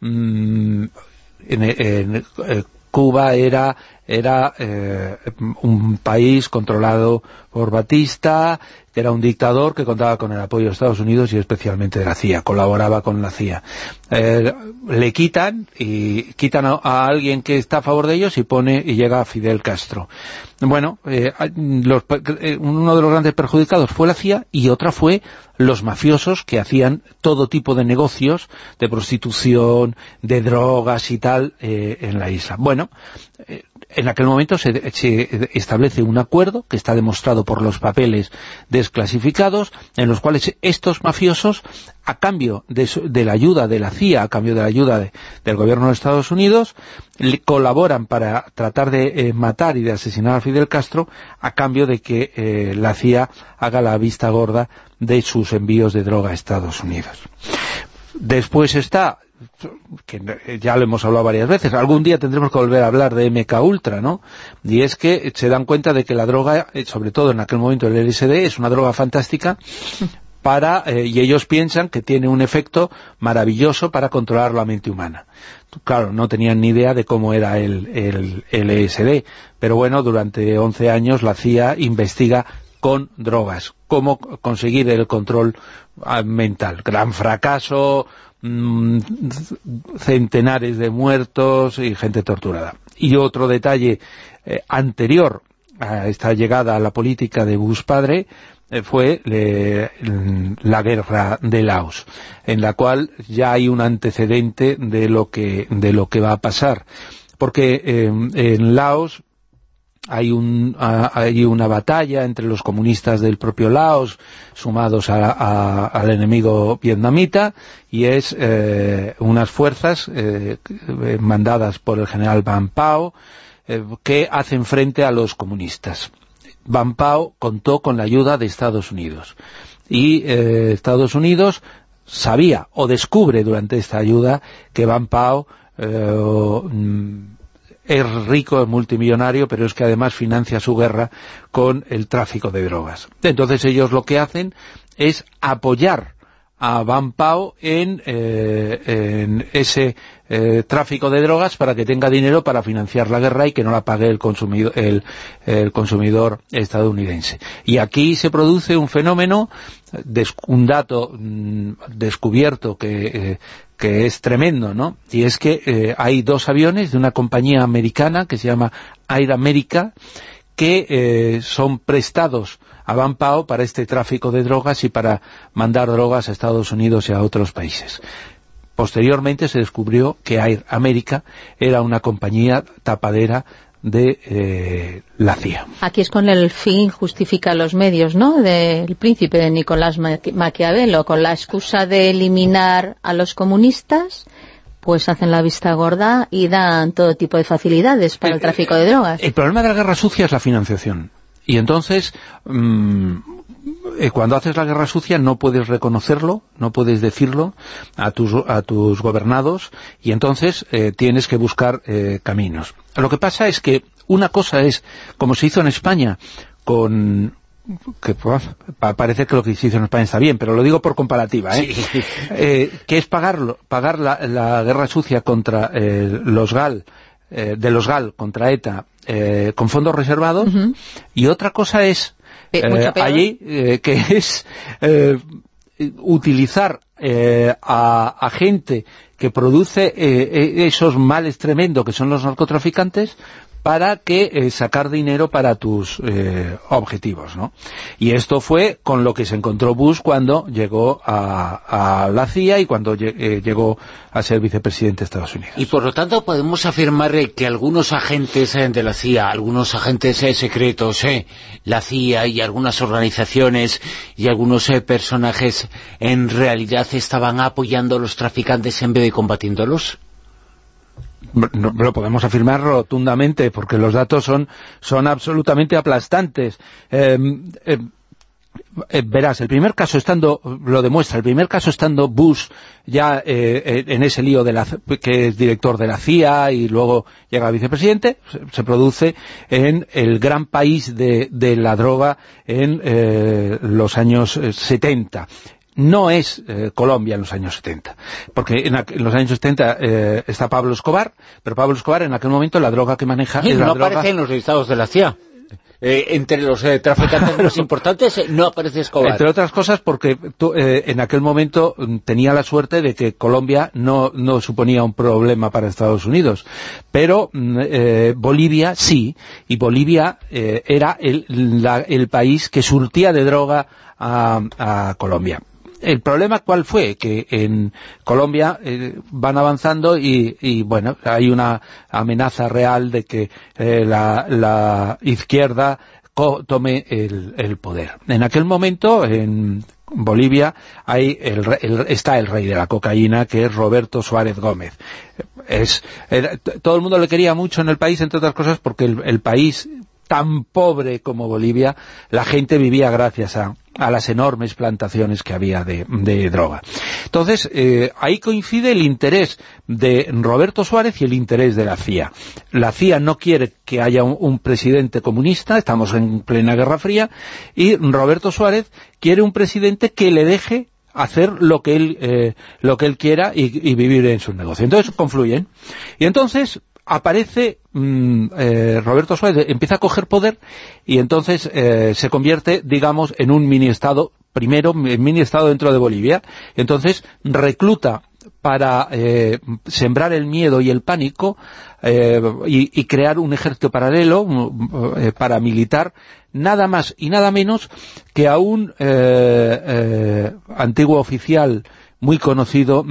Cuba era un país controlado por Batista, que era un dictador que contaba con el apoyo de Estados Unidos y especialmente de la CIA, colaboraba con la CIA. Le quitan a alguien que está a favor de ellos y llega Fidel Castro. Bueno, uno de los grandes perjudicados fue la CIA y otra fue los mafiosos que hacían todo tipo de negocios, de prostitución, de drogas y tal, en la isla. Bueno, en aquel momento se establece un acuerdo que está demostrado por los papeles desclasificados, en los cuales estos mafiosos, a cambio de la ayuda de la CIA, a cambio de la ayuda del gobierno de Estados Unidos, colaboran para tratar de matar y de asesinar a Fidel Castro, a cambio de que la CIA haga la vista gorda de sus envíos de droga a Estados Unidos. Después está, que ya lo hemos hablado varias veces, algún día tendremos que volver a hablar de MK Ultra, ¿no? Y es que se dan cuenta de que la droga, sobre todo en aquel momento el LSD, es una droga fantástica y ellos piensan que tiene un efecto maravilloso para controlar la mente humana. Claro, no tenían ni idea de cómo era el LSD, pero bueno, durante 11 años la CIA investiga con drogas, cómo conseguir el control mental. Gran fracaso, centenares de muertos y gente torturada. Y otro detalle anterior a esta llegada a la política de Bush padre fue la guerra de Laos, en la cual ya hay un antecedente de lo que va a pasar, porque en Laos hay una batalla entre los comunistas del propio Laos sumados al enemigo vietnamita, y es unas fuerzas mandadas por el general Van Pao que hacen frente a los comunistas. Van Pao contó con la ayuda de Estados Unidos y Estados Unidos sabía o descubre durante esta ayuda que Van Pao es rico, es multimillonario, pero es que además financia su guerra con el tráfico de drogas. Entonces ellos lo que hacen es apoyar a Van Pao en ese tráfico de drogas para que tenga dinero para financiar la guerra y que no la pague el consumidor estadounidense. Y aquí se produce un fenómeno, un dato descubierto que es tremendo, ¿no? Y es que hay dos aviones de una compañía americana que se llama Air America que son prestados a Van Pao para este tráfico de drogas y para mandar drogas a Estados Unidos y a otros países. Posteriormente se descubrió que Air America era una compañía tapadera de la CIA. Aquí es con el fin justifica los medios, ¿no?, del príncipe de Nicolás Maquiavelo, con la excusa de eliminar a los comunistas, pues hacen la vista gorda y dan todo tipo de facilidades para el tráfico de drogas. El problema de la guerra sucia es la financiación. Y entonces, cuando haces la guerra sucia no puedes reconocerlo, no puedes decirlo a tus gobernados, y entonces tienes que buscar caminos. Lo que pasa es que una cosa es, como se hizo en España, parece que lo que se hizo en España está bien, pero lo digo por comparativa, sí. Que es pagar la guerra sucia contra los GAL, contra ETA, con fondos reservados, y otra cosa es allí que es utilizar a gente que produce esos males tremendos que son los narcotraficantes para que sacar dinero para tus objetivos, ¿no? Y esto fue con lo que se encontró Bush cuando llegó a la CIA y cuando llegó a ser vicepresidente de Estados Unidos. Y por lo tanto podemos afirmar que algunos agentes de la CIA, algunos agentes secretos, la CIA y algunas organizaciones y algunos personajes en realidad estaban apoyando a los traficantes en vez de combatiéndolos. Lo podemos afirmar rotundamente, porque los datos son absolutamente aplastantes. Verás, el primer caso lo demuestra, el primer caso estando Bush ya en ese lío que es director de la CIA y luego llega a vicepresidente, se produce en el gran país de la droga en los años 70. No es Colombia en los años 70, porque en los años 70 está Pablo Escobar, pero Pablo Escobar en aquel momento la droga que maneja es la droga... aparece en los listados de la CIA. Entre los traficantes más importantes no aparece Escobar. Entre otras cosas porque en aquel momento tenía la suerte de que Colombia no suponía un problema para Estados Unidos, pero Bolivia sí, y Bolivia era el país que surtía de droga a Colombia. El problema, ¿cuál fue? Que en Colombia van avanzando y bueno, hay una amenaza real de que la izquierda tome el poder. En aquel momento, en Bolivia, está el rey de la cocaína, que es Roberto Suárez Gómez. Todo el mundo le quería mucho en el país, entre otras cosas, porque el país tan pobre como Bolivia, la gente vivía gracias a las enormes plantaciones que había de droga. Entonces, ahí coincide el interés de Roberto Suárez y el interés de la CIA. La CIA no quiere que haya un presidente comunista, estamos en plena Guerra Fría, y Roberto Suárez quiere un presidente que le deje hacer lo que él quiera y vivir en sus negocios. Entonces confluyen. Y entonces aparece Roberto Suárez, empieza a coger poder y entonces se convierte, digamos, en un mini-estado, primero mini-estado dentro de Bolivia. Entonces recluta para sembrar el miedo y el pánico y crear un ejército paralelo, paramilitar, nada más y nada menos que a un antiguo oficial muy conocido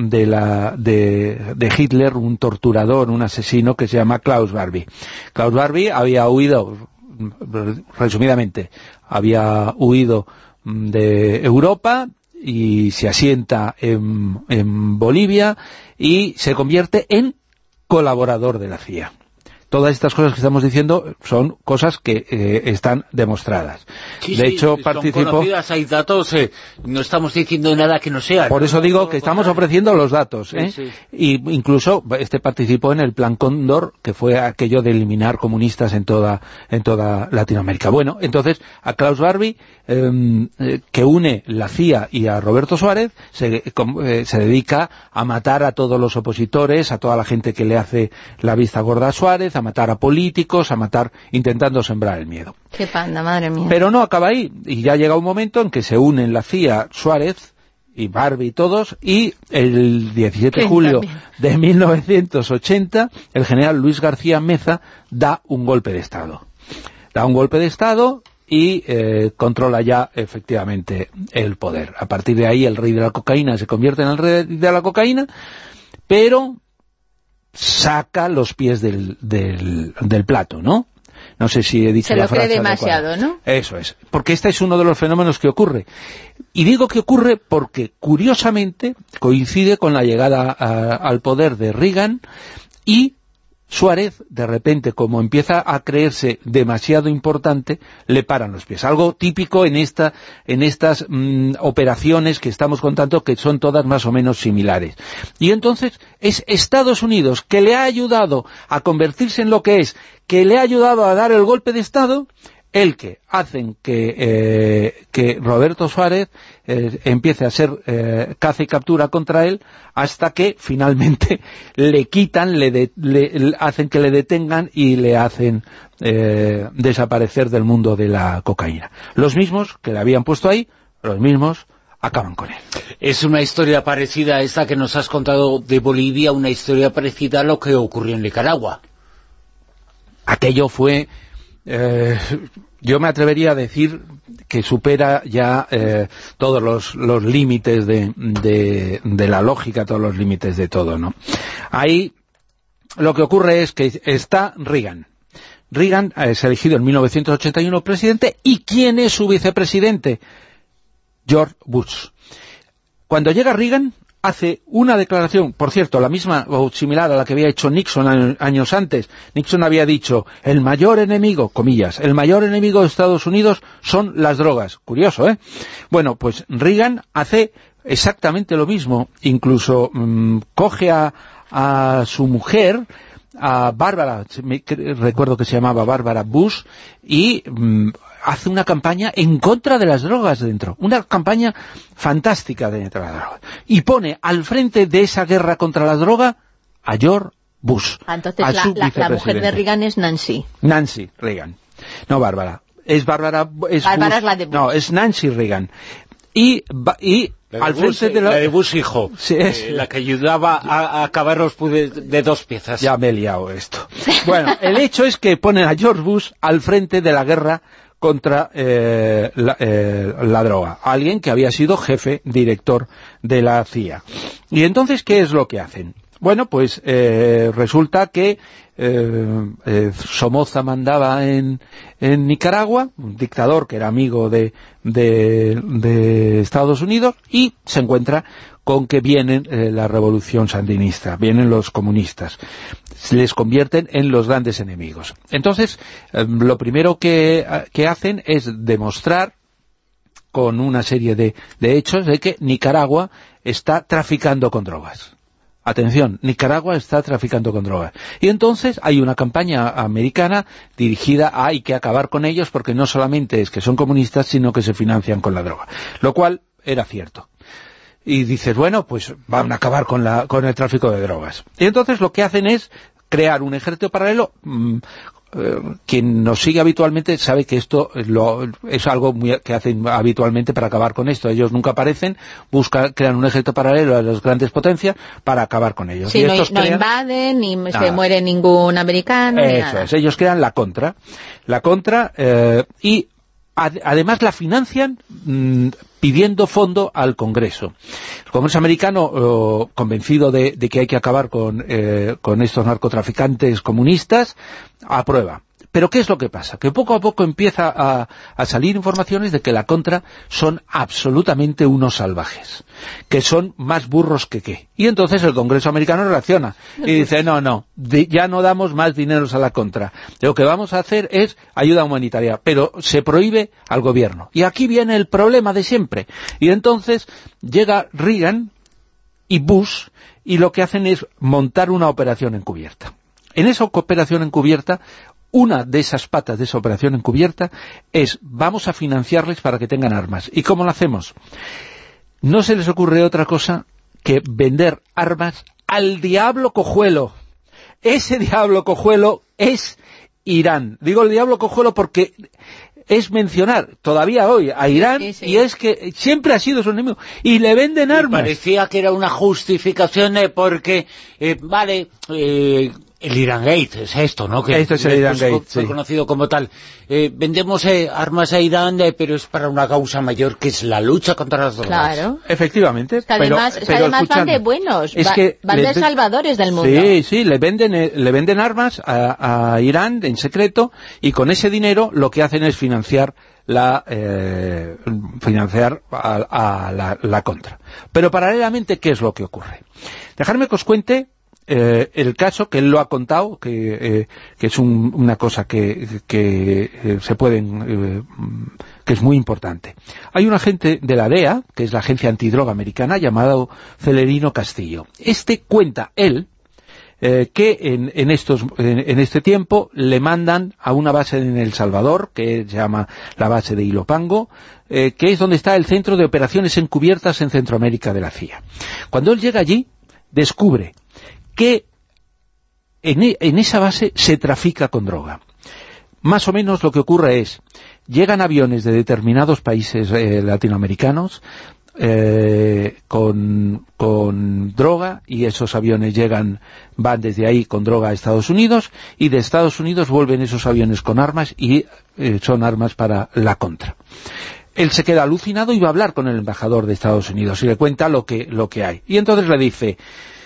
de Hitler, un torturador, un asesino que se llama Klaus Barbie. Klaus Barbie había huido, resumidamente, había huido de Europa y se asienta en Bolivia y se convierte en colaborador de la CIA. Todas estas cosas que estamos diciendo son cosas que están demostradas. Sí, de hecho, son conocidas, hay datos, no estamos diciendo nada que no sea. Por eso digo que estamos ofreciendo los datos. Sí. Y incluso participó en el Plan Cóndor, que fue aquello de eliminar comunistas en toda Latinoamérica. Bueno, entonces, a Klaus Barbie, que une la CIA y a Roberto Suárez, se dedica a matar a todos los opositores, a toda la gente que le hace la vista gorda a Suárez, a matar a políticos, intentando sembrar el miedo. Qué panda, madre mía. Pero no acaba ahí, y ya llega un momento en que se unen la CIA, Suárez y Barbie y todos, y el 17 de julio de 1980, el general Luis García Meza da un golpe de Estado. Y controla ya efectivamente el poder. A partir de ahí el rey de la cocaína se convierte en el rey de la cocaína, pero saca los pies del plato, ¿no? No sé si he dicho la frase. Se lo cree demasiado, ¿no? Eso es, porque este es uno de los fenómenos que ocurre. Y digo que ocurre porque, curiosamente, coincide con la llegada al poder de Reagan y Suárez, de repente, como empieza a creerse demasiado importante, le paran los pies. Algo típico en estas operaciones que estamos contando, que son todas más o menos similares. Y entonces es Estados Unidos, que le ha ayudado a convertirse en lo que es, que le ha ayudado a dar el golpe de Estado, el que hacen que Roberto Suárez empiece a ser caza y captura contra él, hasta que finalmente le quitan, le hacen que le detengan y le hacen desaparecer del mundo de la cocaína. Los mismos que le habían puesto ahí, los mismos acaban con él. Es una historia parecida a esta que nos has contado de Bolivia, una historia parecida a lo que ocurrió en Nicaragua. Aquello fue... yo me atrevería a decir que supera ya todos los límites de la lógica, todos los límites de todo, ¿no? Ahí lo que ocurre es que está Reagan. Reagan es elegido en 1981 presidente, ¿y quién es su vicepresidente? George Bush. Cuando llega Reagan, hace una declaración, por cierto, la misma o similar a la que había hecho Nixon años antes. Nixon había dicho, el mayor enemigo, comillas, el mayor enemigo de Estados Unidos son las drogas. Curioso, ¿eh? Bueno, pues Reagan hace exactamente lo mismo, incluso coge a su mujer, a Bárbara, recuerdo que se llamaba Bárbara Bush, y hace una campaña en contra de las drogas dentro, una campaña fantástica dentro de las drogas, y pone al frente de esa guerra contra la droga a George Bush. Entonces la mujer de Reagan es Nancy. Nancy Reagan, no Bárbara. Bárbara es la de Bush. No, es Nancy Reagan. Y al frente de la de Bush hijo, sí, la que ayudaba a acabar los puzzles de dos piezas. Ya me he liado esto. Bueno, el hecho es que ponen a George Bush al frente de la guerra contra la droga. Alguien que había sido jefe, director de la CIA. Y entonces, ¿qué es lo que hacen? Bueno, pues resulta que Somoza mandaba en Nicaragua, un dictador que era amigo de Estados Unidos, y se encuentra con que vienen la revolución sandinista, vienen los comunistas, les convierten en los grandes enemigos. Entonces, lo primero que hacen es demostrar con una serie de hechos de que Nicaragua está traficando con drogas. Atención, Nicaragua está traficando con drogas. Y entonces hay una campaña americana dirigida a hay que acabar con ellos porque no solamente es que son comunistas, sino que se financian con la droga. Lo cual era cierto. Y dices, bueno, pues van a acabar con el tráfico de drogas. Y entonces lo que hacen es crear un ejército paralelo. Quien nos sigue habitualmente sabe que esto es algo que hacen habitualmente para acabar con esto. Ellos nunca aparecen, crean un ejército paralelo a las grandes potencias para acabar con ellos. Sí, y no invaden, ni se muere ningún americano, ni eso nada. Es, ellos crean la contra, y además la financian pidiendo fondo al Congreso. El Congreso americano, convencido de que hay que acabar con estos narcotraficantes comunistas, aprueba. Pero ¿qué es lo que pasa? Que poco a poco empieza a salir informaciones de que la contra son absolutamente unos salvajes, que son más burros que qué. Y entonces el Congreso americano reacciona y dice, no, ya no damos más dineros a la contra. Lo que vamos a hacer es ayuda humanitaria, pero se prohíbe al gobierno. Y aquí viene el problema de siempre. Y entonces llega Reagan y Bush y lo que hacen es montar una operación encubierta. En esa operación encubierta, una de esas patas de esa operación encubierta es, vamos a financiarles para que tengan armas. ¿Y cómo lo hacemos? No se les ocurre otra cosa que vender armas al diablo cojuelo. Ese diablo cojuelo es Irán. Digo el diablo cojuelo porque es mencionar todavía hoy a Irán, sí. Y es que siempre ha sido su enemigo. Y le venden armas. Parecía que era una justificación porque, el Irán Gate es esto, ¿no? Que esto es el Irán Gate, fue conocido como tal. Vendemos armas a Irán, pero es para una causa mayor, que es la lucha contra las drogas. Claro. Efectivamente. Que además van de buenos, van de salvadores del mundo. Sí, le venden armas a Irán en secreto, y con ese dinero lo que hacen es financiar a la contra. Pero paralelamente, ¿qué es lo que ocurre? Dejadme que os cuente el caso que él lo ha contado, que es una cosa que se pueden que es muy importante. Hay un agente de la DEA, que es la agencia antidroga americana, llamado Celerino Castillo. Cuenta él que en este tiempo le mandan a una base en El Salvador, que se llama la base de Ilopango, que es donde está el centro de operaciones encubiertas en Centroamérica de la CIA. Cuando él llega allí, descubre que en esa base se trafica con droga. Más o menos lo que ocurre es, llegan aviones de determinados países latinoamericanos con droga, y esos aviones van desde ahí con droga a Estados Unidos, y de Estados Unidos vuelven esos aviones con armas, y son armas para la contra. Él se queda alucinado y va a hablar con el embajador de Estados Unidos y le cuenta lo que hay. Y entonces le dice,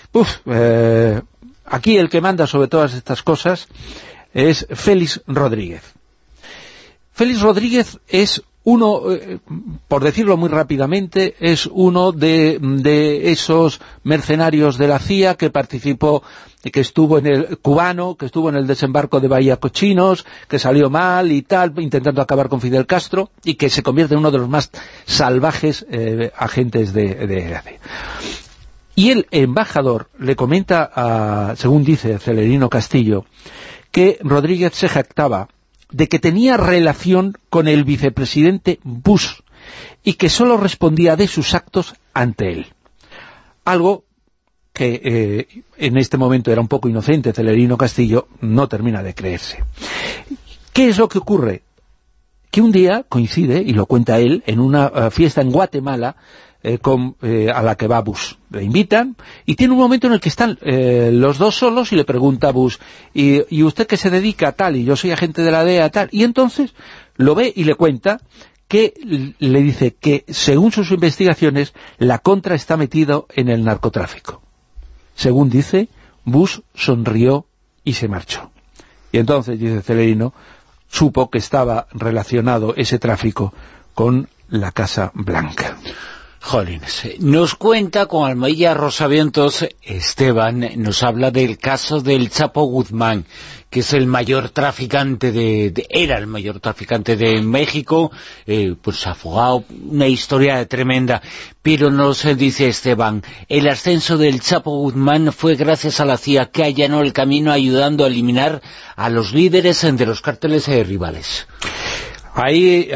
aquí el que manda sobre todas estas cosas es Félix Rodríguez. Félix Rodríguez es Uno, por decirlo muy rápidamente, es uno de esos mercenarios de la CIA que participó, que estuvo en el cubano, que estuvo en el desembarco de Bahía Cochinos, que salió mal y tal, intentando acabar con Fidel Castro, y que se convierte en uno de los más salvajes agentes de la CIA. Y el embajador le comenta, según dice Celerino Castillo, que Rodríguez se jactaba de que tenía relación con el vicepresidente Bush y que solo respondía de sus actos ante él. Algo que en este momento era un poco inocente. Celerino Castillo no termina de creerse. ¿Qué es lo que ocurre? Que un día coincide, y lo cuenta él, en una fiesta en Guatemala, a la que va Bush. Le invitan y tiene un momento en el que están los dos solos y le pregunta a Bush, ¿y usted qué se dedica a tal? Y yo soy agente de la DEA tal. Y entonces lo ve y le cuenta que le dice que según sus investigaciones la Contra está metido en el narcotráfico. Según dice, Bush sonrió y se marchó. Y entonces, dice Celerino, supo que estaba relacionado ese tráfico con la Casa Blanca. Jolines, nos cuenta con Almailla Rosavientos, Esteban, nos habla del caso del Chapo Guzmán, que es el mayor traficante era el mayor traficante de México, pues afogado, una historia tremenda, pero nos dice Esteban, el ascenso del Chapo Guzmán fue gracias a la CIA, que allanó el camino ayudando a eliminar a los líderes de los cárteles rivales. Hay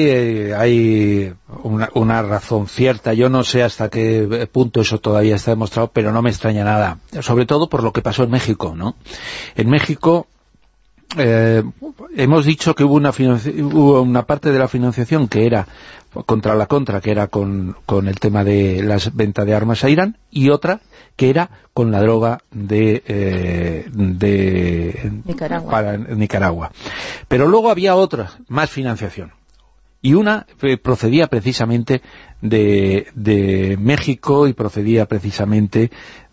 una razón cierta. Yo no sé hasta qué punto eso todavía está demostrado, pero no me extraña nada. Sobre todo por lo que pasó en México, ¿no? En México hemos dicho que hubo una parte de la financiación que era contra la Contra, que era con el tema de la venta de armas a Irán, y otra que era con la droga de Nicaragua. Para Nicaragua. Pero luego había otra, más financiación. Y una procedía precisamente de México y procedía precisamente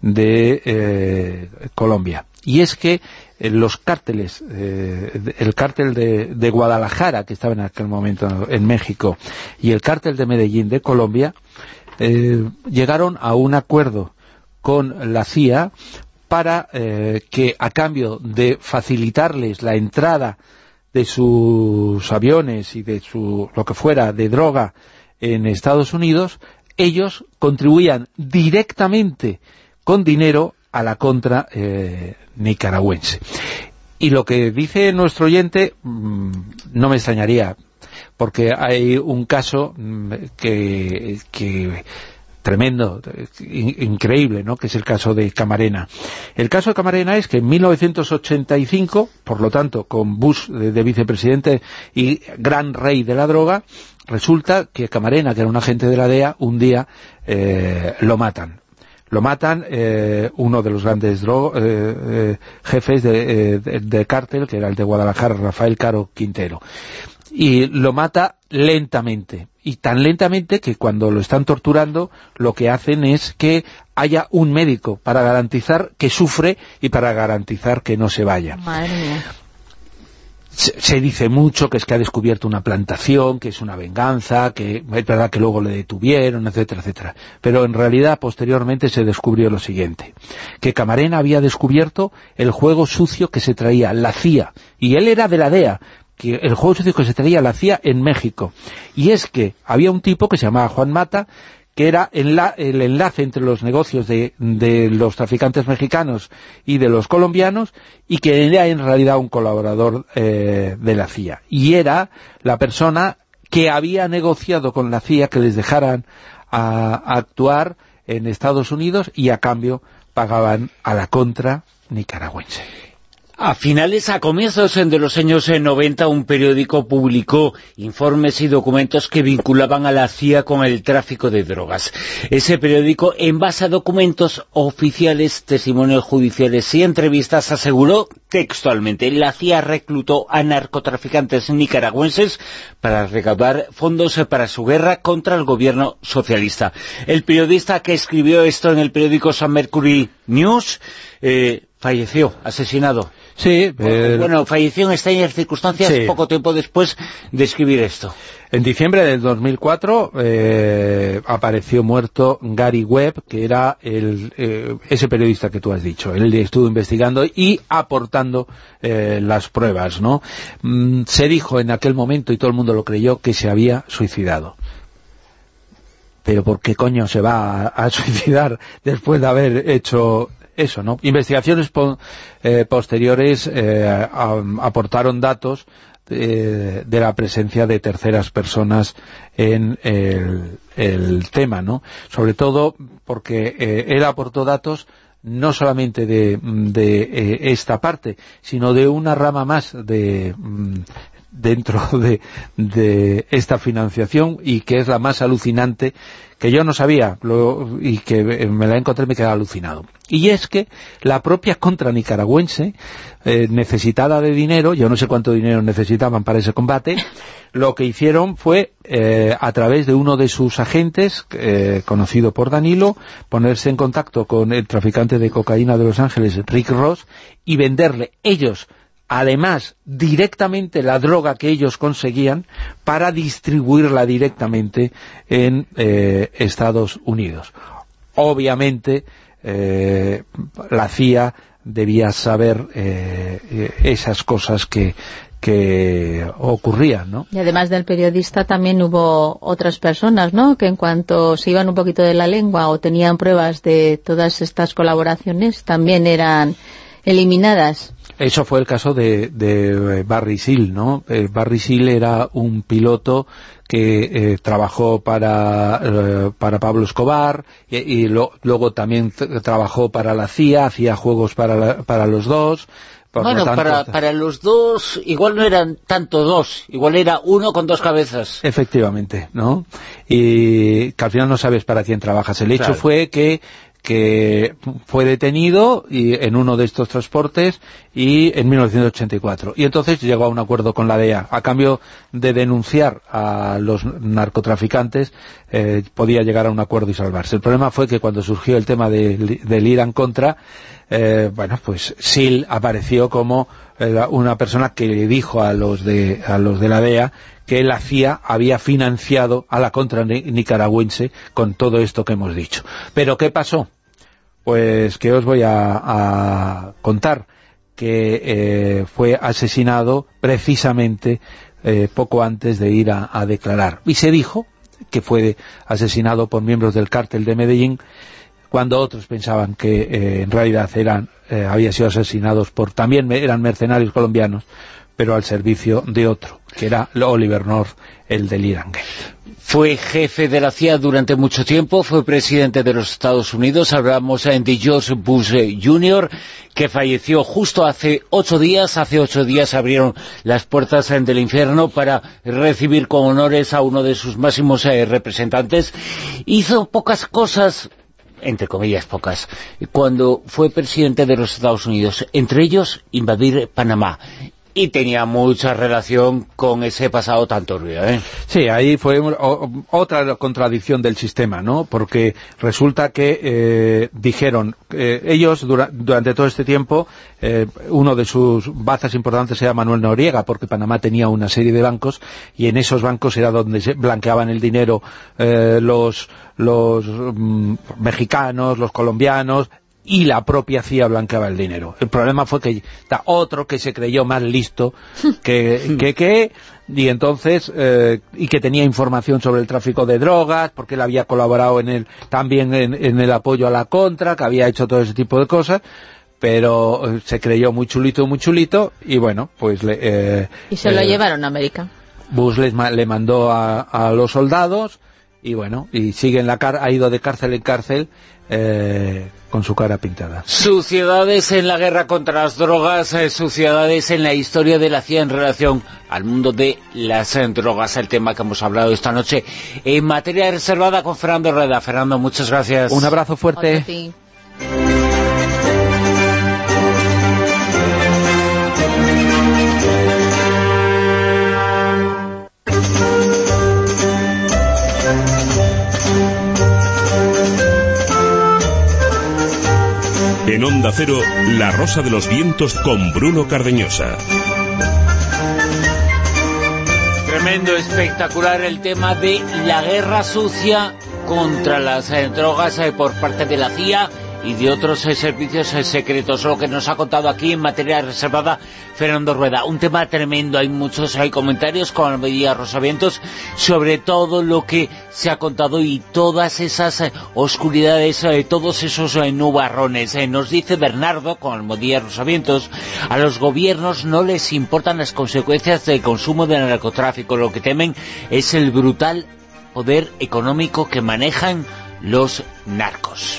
de Colombia. Y es que los cárteles, el cártel de Guadalajara, que estaba en aquel momento en México, y el cártel de Medellín de Colombia, llegaron a un acuerdo con la CIA para que, a cambio de facilitarles la entrada de sus aviones y de lo que fuera de droga en Estados Unidos, ellos contribuían directamente con dinero a la Contra nicaragüense. Y lo que dice nuestro oyente no me extrañaría, porque hay un caso que tremendo, increíble, ¿no?, que es el caso de Camarena. El caso de Camarena es que en 1985, por lo tanto, con Bush de vicepresidente y gran rey de la droga, resulta que Camarena, que era un agente de la DEA, un día lo matan. Lo matan uno de los grandes jefes de cártel, que era el de Guadalajara, Rafael Caro Quintero. Y lo mata lentamente, y tan lentamente que cuando lo están torturando lo que hacen es que haya un médico para garantizar que sufre y para garantizar que no se vaya. Madre mía. Se dice mucho que es que ha descubierto una plantación, que es una venganza, que es verdad que luego le detuvieron, etcétera, etcétera. Pero en realidad posteriormente se descubrió lo siguiente, que Camarena había descubierto el juego sucio que se traía la CIA, y él era de la DEA, que el juego sucio que se traía la CIA en México. Y es que había un tipo que se llamaba Juan Mata, que era el enlace entre los negocios de los traficantes mexicanos y de los colombianos, y que era en realidad un colaborador de la CIA. Y era la persona que había negociado con la CIA que les dejaran a actuar en Estados Unidos, y a cambio pagaban a la Contra nicaragüense. A comienzos de los años 90, un periódico publicó informes y documentos que vinculaban a la CIA con el tráfico de drogas. Ese periódico, en base a documentos oficiales, testimonios judiciales y entrevistas, aseguró textualmente: la CIA reclutó a narcotraficantes nicaragüenses para recaudar fondos para su guerra contra el gobierno socialista. El periodista que escribió esto en el periódico Sun Mercury News falleció, asesinado. Sí. Bueno, falleció en extrañas circunstancias poco tiempo después de escribir esto. En diciembre del 2004 apareció muerto Gary Webb, que era ese periodista que tú has dicho. Él estuvo investigando y aportando las pruebas, ¿no? Se dijo en aquel momento, y todo el mundo lo creyó, que se había suicidado. Pero ¿por qué coño se va a suicidar después de haber hecho eso, ¿no? Investigaciones posteriores aportaron datos de la presencia de terceras personas en el tema, ¿no? Sobre todo porque él aportó datos no solamente de esta parte, sino de una rama más dentro de esta financiación, y que es la más alucinante, que yo no sabía y que me la encontré y me quedé alucinado. Y es que la propia contra nicaragüense, necesitada de dinero, yo no sé cuánto dinero necesitaban para ese combate, lo que hicieron fue, a través de uno de sus agentes, conocido por Danilo, ponerse en contacto con el traficante de cocaína de Los Ángeles, Rick Ross, y venderle ellos, además, directamente la droga que ellos conseguían, para distribuirla directamente en Estados Unidos. Obviamente, la CIA debía saber esas cosas que ocurrían, ¿no? Y además del periodista también hubo otras personas, ¿no?, que en cuanto se iban un poquito de la lengua o tenían pruebas de todas estas colaboraciones, también eran eliminadas. Eso fue el caso de Barry Seal, ¿no? Barry Seal era un piloto que trabajó para Pablo Escobar y luego también trabajó para la CIA, hacía juegos para los dos. Bueno, para los dos, igual no eran tanto dos, igual era uno con dos cabezas. Efectivamente, ¿no? Y que al final no sabes para quién trabajas. El hecho fue que fue detenido en uno de estos transportes en 1984. Y entonces llegó a un acuerdo con la DEA. A cambio de denunciar a los narcotraficantes, podía llegar a un acuerdo y salvarse. El problema fue que cuando surgió el tema del Irán-Contra, bueno, pues Seal apareció como una persona que le dijo a los de la DEA que la CIA había financiado a la contra nicaragüense con todo esto que hemos dicho. ¿Pero qué pasó? Pues que os voy a contar, que fue asesinado precisamente poco antes de ir a declarar. Y se dijo que fue asesinado por miembros del cártel de Medellín, cuando otros pensaban que en realidad habían sido asesinados también eran mercenarios colombianos, pero al servicio de otro, que era Oliver North, el del Irangate. Fue jefe de la CIA durante mucho tiempo, fue presidente de los Estados Unidos. Hablamos de George Bush Jr., que falleció justo hace 8 días. Hace 8 días abrieron las puertas del infierno para recibir con honores a uno de sus máximos representantes. Hizo pocas cosas, entre comillas pocas, cuando fue presidente de los Estados Unidos, entre ellos invadir Panamá. Y tenía mucha relación con ese pasado tan turbio, ¿eh? Sí, ahí fue otra contradicción del sistema, ¿no? Porque resulta que dijeron, ellos durante todo este tiempo, uno de sus bazas importantes era Manuel Noriega, porque Panamá tenía una serie de bancos, y en esos bancos era donde se blanqueaban el dinero los mexicanos, los colombianos, y la propia CIA blanqueaba el dinero. El problema fue que otro que se creyó más listo y entonces y que tenía información sobre el tráfico de drogas, porque él había colaborado también en el apoyo a la contra, que había hecho todo ese tipo de cosas, pero se creyó muy chulito, y bueno, pues y se lo llevaron a América. Bush le mandó a los soldados, y bueno, y sigue ha ido de cárcel en cárcel con su cara pintada. Suciedades en la guerra contra las drogas, suciedades en la historia de la CIA en relación al mundo de las drogas, el tema que hemos hablado esta noche en materia reservada con Fernando Rueda. Fernando, muchas gracias. Un abrazo fuerte. En Onda Cero, La Rosa de los Vientos con Bruno Cardeñosa. Tremendo, espectacular el tema de la guerra sucia contra las drogas por parte de la CIA y de otros servicios secretos, lo que nos ha contado aquí en materia reservada Fernando Rueda. Un tema tremendo, hay muchos comentarios con Almeida Rosavientos sobre todo lo que se ha contado y todas esas oscuridades, todos esos nubarrones. Nos dice Bernardo, con Almeida Rosavientos, a los gobiernos no les importan las consecuencias del consumo del narcotráfico, lo que temen es el brutal poder económico que manejan los narcos.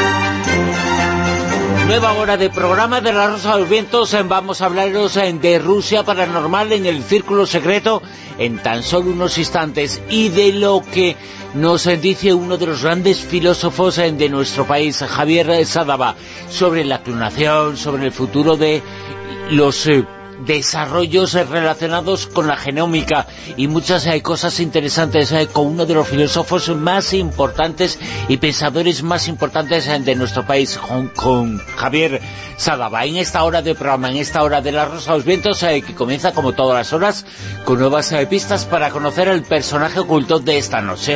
Nueva hora de programa de La Rosa de los Vientos. Vamos a hablaros de Rusia paranormal en el Círculo Secreto en tan solo unos instantes, y de lo que nos dice uno de los grandes filósofos de nuestro país, Javier Sadava, sobre la clonación, sobre el futuro de los desarrollos relacionados con la genómica y muchas cosas interesantes con uno de los filósofos más importantes y pensadores más importantes de nuestro país, con Javier Sadava, en esta hora de programa, en esta hora de La Rosa de los Vientos, que comienza como todas las horas con nuevas pistas para conocer al personaje oculto de esta noche.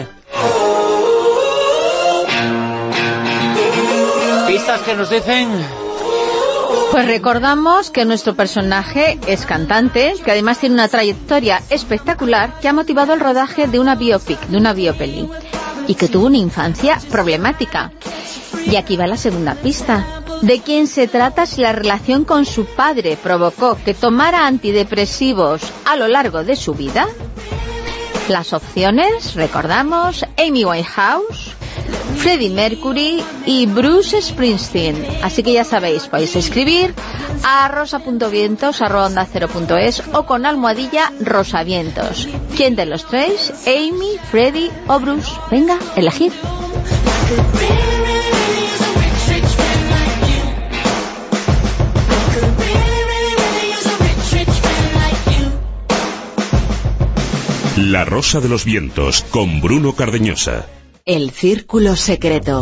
Pistas que nos dicen... Pues recordamos que nuestro personaje es cantante, que además tiene una trayectoria espectacular que ha motivado el rodaje de una biopic, de una biopeli, y que tuvo una infancia problemática. Y aquí va la segunda pista. ¿De quién se trata si la relación con su padre provocó que tomara antidepresivos a lo largo de su vida? Las opciones, recordamos, Amy Winehouse, Freddie Mercury y Bruce Springsteen. Así que ya sabéis, podéis escribir a rosa.vientos@ondacero.es o con almohadilla rosavientos. ¿Quién de los tres? Amy, Freddie o Bruce. Venga, elegid. La Rosa de los Vientos con Bruno Cardeñosa. El Círculo Secreto.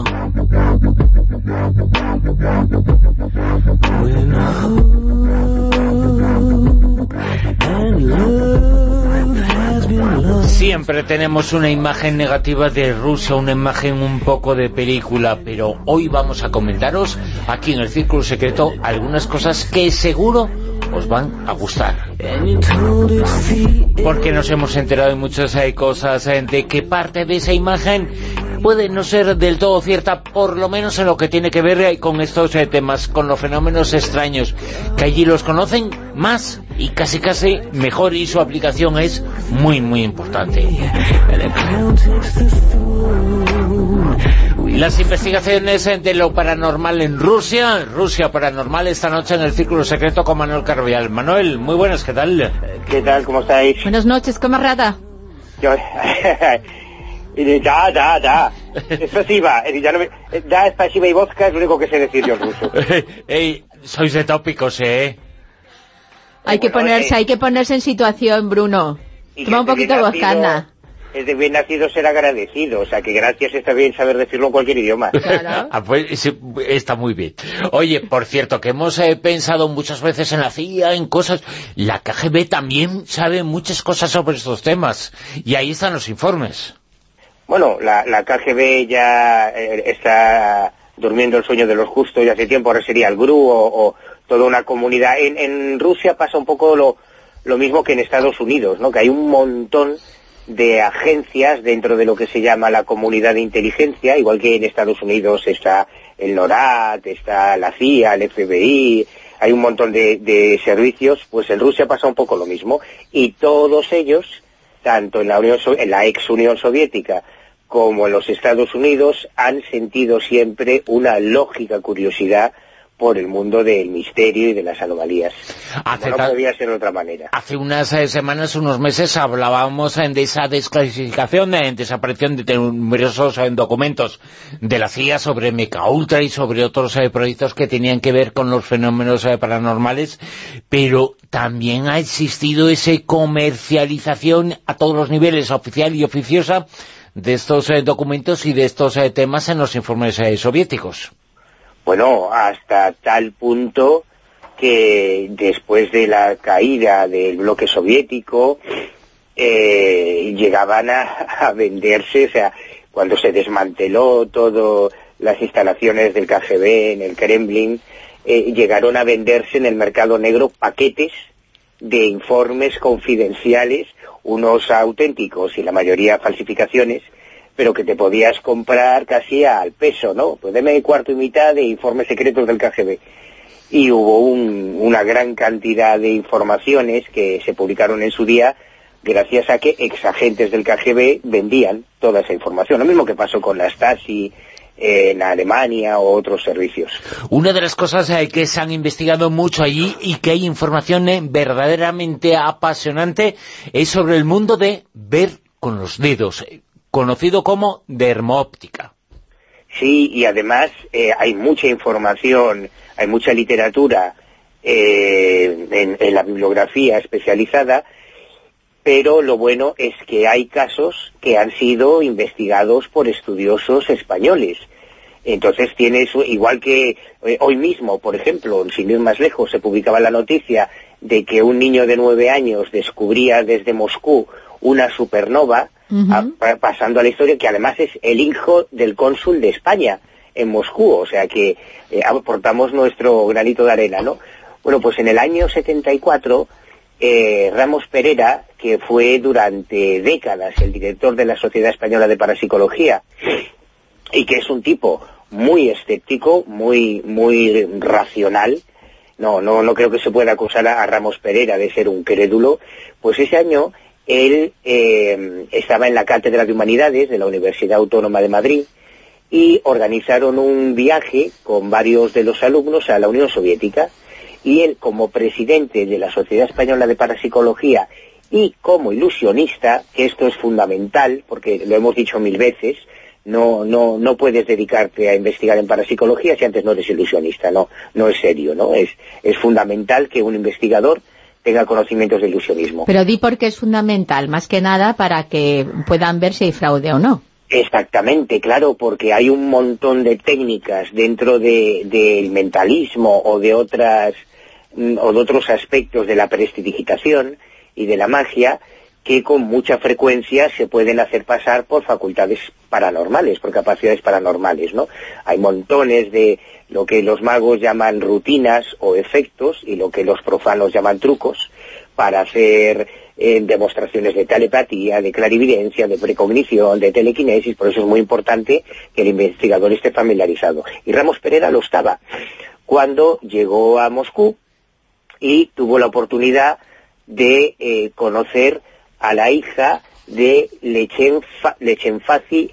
Siempre tenemos una imagen negativa de Rusia, una imagen un poco de película, pero hoy vamos a comentaros aquí en el Círculo Secreto algunas cosas que seguro os van a gustar, porque nos hemos enterado de muchas cosas, de que parte de esa imagen puede no ser del todo cierta, por lo menos en lo que tiene que ver con estos temas, con los fenómenos extraños, que allí los conocen más y casi mejor, y su aplicación es muy muy importante. Las investigaciones de lo paranormal en Rusia paranormal, esta noche en el Círculo Secreto con Manuel Carvial. Manuel, muy buenas, ¿qué tal? ¿Qué tal? ¿Cómo estáis? Buenas noches, camarada. Da. Спасибо. Da, спасибо y vodka es lo único que sé decir yo en ruso. Sois de tópicos, Hay que ponerse en situación, Bruno. Toma un poquito de vodka, anda. Es de bien nacido ser agradecido, o sea que gracias está bien saber decirlo en cualquier idioma. Claro. Pues sí, está muy bien. Oye, por cierto, que hemos pensado muchas veces en la CIA, en cosas... La KGB también sabe muchas cosas sobre estos temas, y ahí están los informes. Bueno, la KGB ya está durmiendo el sueño de los justos ya hace tiempo, ahora sería el GRU o toda una comunidad. En Rusia pasa un poco lo mismo que en Estados Unidos, ¿no? Que hay un montón de agencias dentro de lo que se llama la comunidad de inteligencia, igual que en Estados Unidos está el NORAD, está la CIA, el FBI, hay un montón de servicios. Pues en Rusia pasa un poco lo mismo, y todos ellos, tanto en la ex Unión Soviética como en los Estados Unidos, han sentido siempre una lógica curiosidad por el mundo del misterio y de las anomalías. No podía ser de otra manera. Hace unas semanas, unos meses, hablábamos de esa desclasificación, desaparición de numerosos documentos de la CIA sobre MKUltra y sobre otros proyectos que tenían que ver con los fenómenos paranormales, pero también ha existido esa comercialización a todos los niveles, oficial y oficiosa, de estos documentos y de estos temas en los informes soviéticos. Bueno, hasta tal punto que después de la caída del bloque soviético llegaban a venderse, o sea, cuando se desmanteló todo las instalaciones del KGB en el Kremlin, llegaron a venderse en el mercado negro paquetes de informes confidenciales, unos auténticos y la mayoría falsificaciones, pero que te podías comprar casi al peso, ¿no? Pues deme cuarto y mitad de informes secretos del KGB. Y hubo una gran cantidad de informaciones que se publicaron en su día gracias a que exagentes del KGB vendían toda esa información. Lo mismo que pasó con la Stasi en Alemania o otros servicios. Una de las cosas que se han investigado mucho allí y que hay información verdaderamente apasionante es sobre el mundo de ver con los dedos, conocido como dermoóptica. Sí, y además hay mucha información, hay mucha literatura en la bibliografía especializada, pero lo bueno es que hay casos que han sido investigados por estudiosos españoles. Entonces tienes, igual que hoy mismo, por ejemplo, sin ir más lejos, se publicaba la noticia de que un niño de 9 años descubría desde Moscú una supernova, pasando a la historia, que además es el hijo del cónsul de España en Moscú, o sea que aportamos nuestro granito de arena, ¿no? Bueno, pues en el año 74... Ramos Perera, que fue durante décadas el director de la Sociedad Española de Parapsicología y que es un tipo muy escéptico, muy racional, no creo que se pueda acusar a Ramos Perera de ser un crédulo, pues ese año él estaba en la Cátedra de Humanidades de la Universidad Autónoma de Madrid y organizaron un viaje con varios de los alumnos a la Unión Soviética. Y él, como presidente de la Sociedad Española de Parapsicología y como ilusionista, que esto es fundamental, porque lo hemos dicho 1000 veces, no puedes dedicarte a investigar en parapsicología si antes no eres ilusionista, no es serio, ¿no? Es fundamental que un investigador tenga conocimientos de ilusionismo. Pero di por qué es fundamental, más que nada para que puedan ver si hay fraude o no. Exactamente, claro, porque hay un montón de técnicas dentro del mentalismo o de otros aspectos de la prestidigitación y de la magia que con mucha frecuencia se pueden hacer pasar por facultades paranormales, por capacidades paranormales, ¿no? Hay montones de lo que los magos llaman rutinas o efectos y lo que los profanos llaman trucos para hacer demostraciones de telepatía, de clarividencia, de precognición, de telequinesis. Por eso es muy importante que el investigador esté familiarizado. Y Ramos Perera lo estaba cuando llegó a Moscú y tuvo la oportunidad de conocer a la hija de Lechenfazi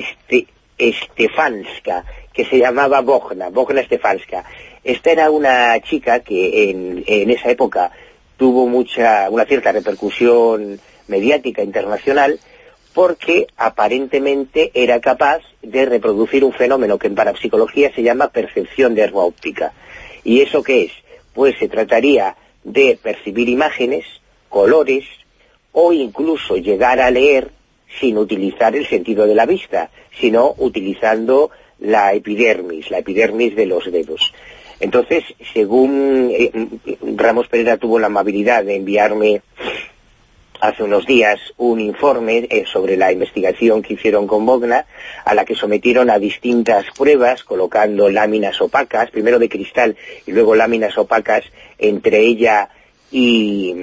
Stefanska, que se llamaba Bogna Stefanska. Esta era una chica que en esa época tuvo una cierta repercusión mediática internacional porque aparentemente era capaz de reproducir un fenómeno que en parapsicología se llama percepción dermoóptica. ¿Y eso qué es? Pues se trataría de percibir imágenes, colores o incluso llegar a leer sin utilizar el sentido de la vista, sino utilizando la epidermis de los dedos. Entonces, según Ramos Perera tuvo la amabilidad de enviarme hace unos días un informe sobre la investigación que hicieron con Bogna, a la que sometieron a distintas pruebas, colocando láminas opacas, primero de cristal y luego láminas opacas entre ella y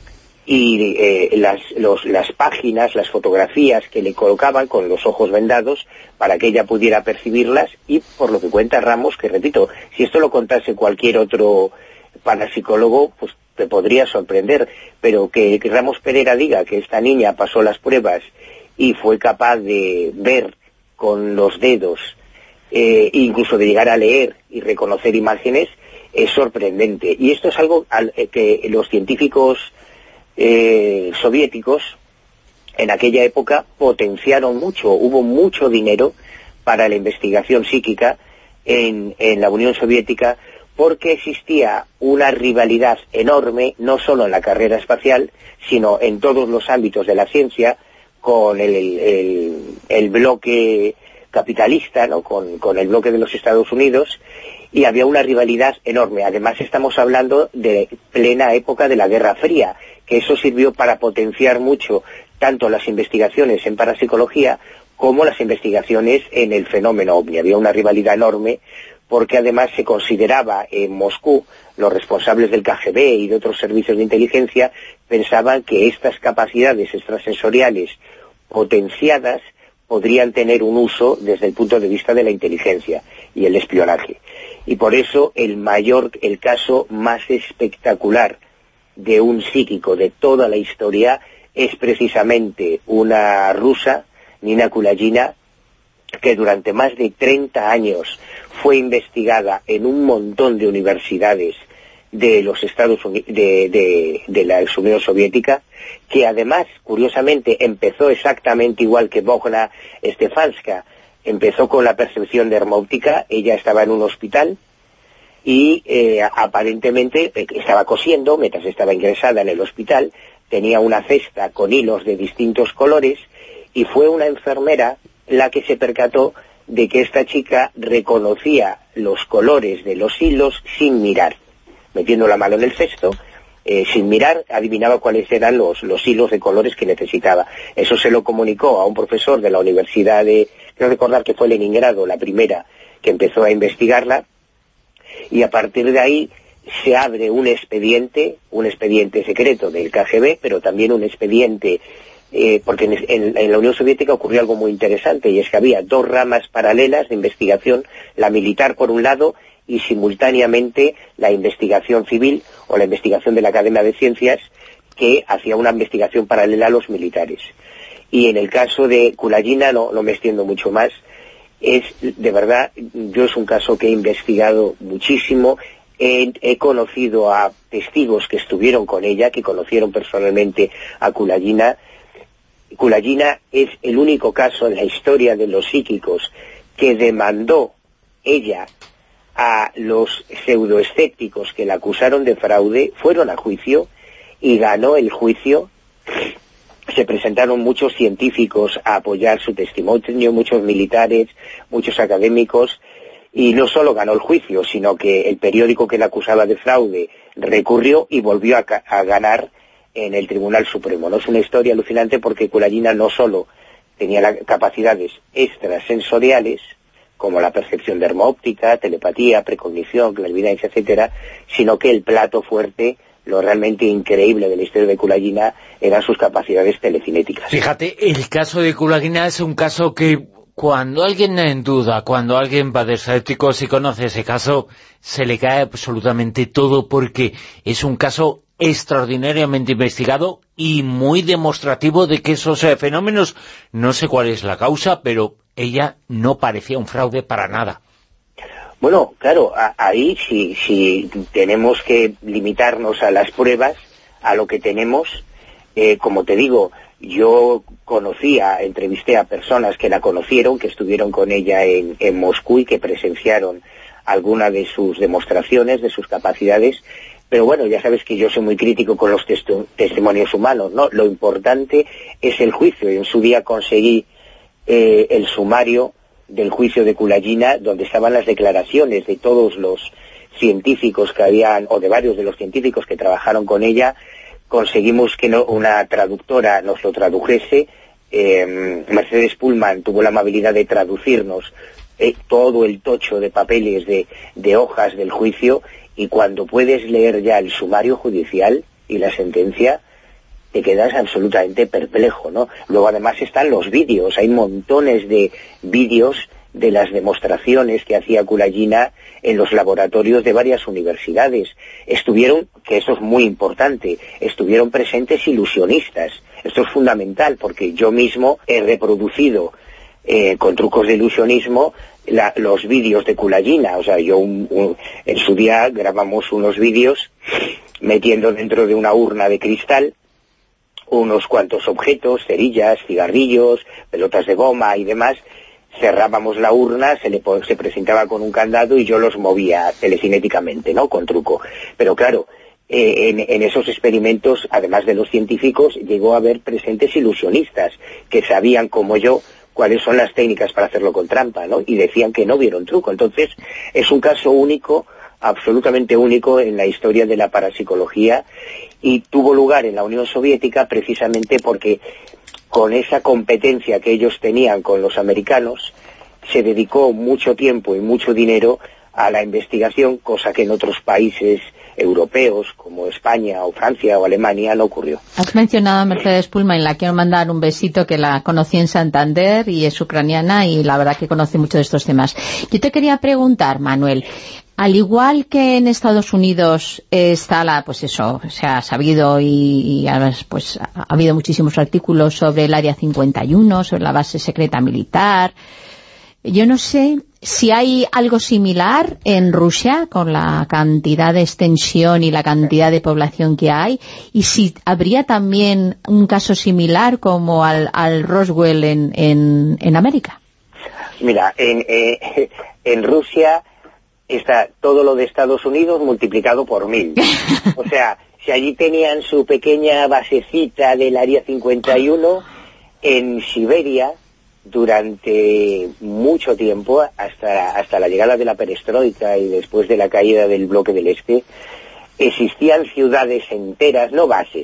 las páginas, las fotografías que le colocaban con los ojos vendados para que ella pudiera percibirlas, y por lo que cuenta Ramos, que repito, si esto lo contase cualquier otro parapsicólogo, pues te podría sorprender, pero que Ramos Perera diga que esta niña pasó las pruebas y fue capaz de ver con los dedos, incluso de llegar a leer y reconocer imágenes, es sorprendente. Y esto es algo que los científicos soviéticos en aquella época potenciaron mucho. Hubo mucho dinero para la investigación psíquica en la Unión Soviética, porque existía una rivalidad enorme, no solo en la carrera espacial, sino en todos los ámbitos de la ciencia, con el bloque capitalista, ¿no?, con el bloque de los Estados Unidos, y había una rivalidad enorme. Además estamos hablando de plena época de la Guerra Fría, que eso sirvió para potenciar mucho tanto las investigaciones en parapsicología como las investigaciones en el fenómeno ovni. Había una rivalidad enorme porque además se consideraba en Moscú, los responsables del KGB y de otros servicios de inteligencia pensaban que estas capacidades extrasensoriales potenciadas podrían tener un uso desde el punto de vista de la inteligencia y el espionaje. Y por eso el caso más espectacular de un psíquico de toda la historia es precisamente una rusa, Nina Kulagina, que durante más de 30 años fue investigada en un montón de universidades de los Estados Unidos, de la Unión Soviética, que además, curiosamente, empezó exactamente igual que Bogna Stefanska, empezó con la percepción de hermóptica. Ella estaba en un hospital y aparentemente estaba cosiendo mientras estaba ingresada en el hospital, tenía una cesta con hilos de distintos colores y fue una enfermera la que se percató de que esta chica reconocía los colores de los hilos sin mirar. Metiendo la mano en el cesto, sin mirar, adivinaba cuáles eran los hilos de colores que necesitaba. Eso se lo comunicó a un profesor de la Universidad creo recordar que fue Leningrado, la primera que empezó a investigarla, y a partir de ahí se abre un expediente secreto del KGB, pero también un expediente, porque en la Unión Soviética ocurrió algo muy interesante, y es que había dos ramas paralelas de investigación, la militar por un lado, y simultáneamente la investigación civil o la investigación de la Academia de Ciencias, que hacía una investigación paralela a los militares. Y en el caso de Kulagina, no me extiendo mucho más, de verdad, yo es un caso que he investigado muchísimo, he conocido a testigos que estuvieron con ella, que conocieron personalmente a Kulagina. Kulagina es el único caso en la historia de los psíquicos que demandó ella a los pseudoescépticos que la acusaron de fraude, fueron a juicio y ganó el juicio. Se presentaron muchos científicos a apoyar su testimonio, muchos militares, muchos académicos, y no solo ganó el juicio, sino que el periódico que la acusaba de fraude recurrió y volvió a ganar en el Tribunal Supremo. No es una historia alucinante porque Kulagina no solo tenía las capacidades extrasensoriales, como la percepción de hermóptica, telepatía, precognición, clarividencia, etcétera, sino que el plato fuerte, lo realmente increíble de la historia de Kulagina, eran sus capacidades telecinéticas. Fíjate, el caso de Kulagina es un caso que cuando alguien en duda, cuando alguien va de escéptico, si conoce ese caso, se le cae absolutamente todo, porque es un caso extraordinariamente investigado y muy demostrativo de que esos fenómenos, no sé cuál es la causa, pero ella no parecía un fraude para nada. Bueno, claro, ahí si tenemos que limitarnos a las pruebas, a lo que tenemos, como te digo, yo entrevisté a personas que la conocieron, que estuvieron con ella en Moscú y que presenciaron alguna de sus demostraciones, de sus capacidades, pero bueno, ya sabes que yo soy muy crítico con los testimonios humanos, ¿no? Lo importante es el juicio, y en su día conseguí el sumario del juicio de Kulagina, donde estaban las declaraciones de todos los científicos que habían, o de varios de los científicos que trabajaron con ella. Conseguimos que una traductora nos lo tradujese. Mercedes Pullman tuvo la amabilidad de traducirnos todo el tocho de papeles de hojas del juicio, y cuando puedes leer ya el sumario judicial y la sentencia, te quedas absolutamente perplejo, ¿no? Luego además están los vídeos, hay montones de vídeos de las demostraciones que hacía Kulagina en los laboratorios de varias universidades. Estuvieron, que eso es muy importante, estuvieron presentes ilusionistas. Esto es fundamental porque yo mismo he reproducido con trucos de ilusionismo los vídeos de Kulagina. O sea, yo en su día grabamos unos vídeos metiendo dentro de una urna de cristal unos cuantos objetos, cerillas, cigarrillos, pelotas de goma y demás. Cerrábamos la urna, se presentaba con un candado y yo los movía telecinéticamente, ¿no?, con truco. Pero claro, en esos experimentos, además de los científicos, llegó a haber presentes ilusionistas que sabían, como yo, cuáles son las técnicas para hacerlo con trampa, ¿no? Y decían que no vieron truco. Entonces, es un caso único, absolutamente único en la historia de la parapsicología, y tuvo lugar en la Unión Soviética precisamente porque con esa competencia que ellos tenían con los americanos, se dedicó mucho tiempo y mucho dinero a la investigación, cosa que en otros países europeos como España o Francia o Alemania no ocurrió. Has mencionado a Mercedes Pullman, la quiero mandar un besito, que la conocí en Santander y es ucraniana y la verdad que conoce mucho de estos temas. Yo te quería preguntar, Manuel, al igual que en Estados Unidos está pues eso, se ha sabido y además pues ha habido muchísimos artículos sobre el Área 51, sobre la base secreta militar. Yo no sé si hay algo similar en Rusia con la cantidad de extensión y la cantidad de población que hay, y si habría también un caso similar como al Roswell en América. Mira, en Rusia está todo lo de Estados Unidos multiplicado por 1000. O sea, si allí tenían su pequeña basecita del Área 51, en Siberia, durante mucho tiempo, hasta la llegada de la perestroika y después de la caída del bloque del Este, existían ciudades enteras, no bases,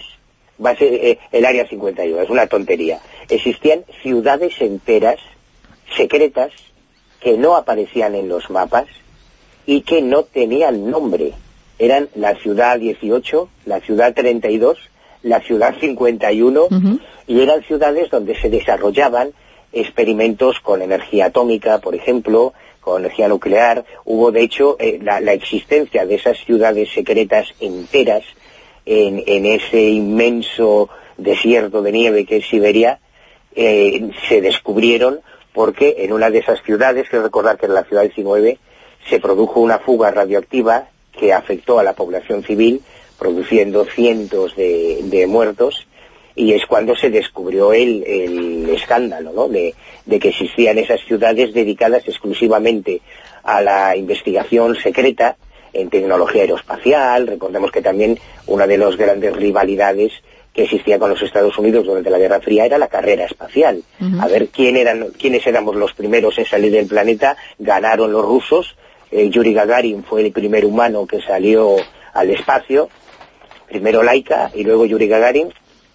el Área 51, es una tontería, existían ciudades enteras, secretas, que no aparecían en los mapas y que no tenían nombre. Eran la ciudad 18, la ciudad 32, la ciudad 51, y eran ciudades donde se desarrollaban experimentos con energía atómica, por ejemplo, con energía nuclear. Hubo, de hecho, la existencia de esas ciudades secretas enteras en ese inmenso desierto de nieve que es Siberia, se descubrieron porque en una de esas ciudades, quiero recordar que era la ciudad 19, se produjo una fuga radioactiva que afectó a la población civil, produciendo cientos de muertos, y es cuando se descubrió el escándalo, ¿no?, de que existían esas ciudades dedicadas exclusivamente a la investigación secreta en tecnología aeroespacial. Recordemos que también una de las grandes rivalidades que existía con los Estados Unidos durante la Guerra Fría era la carrera espacial. A ver quiénes éramos los primeros en salir del planeta. Ganaron los rusos. Yuri Gagarin fue el primer humano que salió al espacio, primero Laika y luego Yuri Gagarin.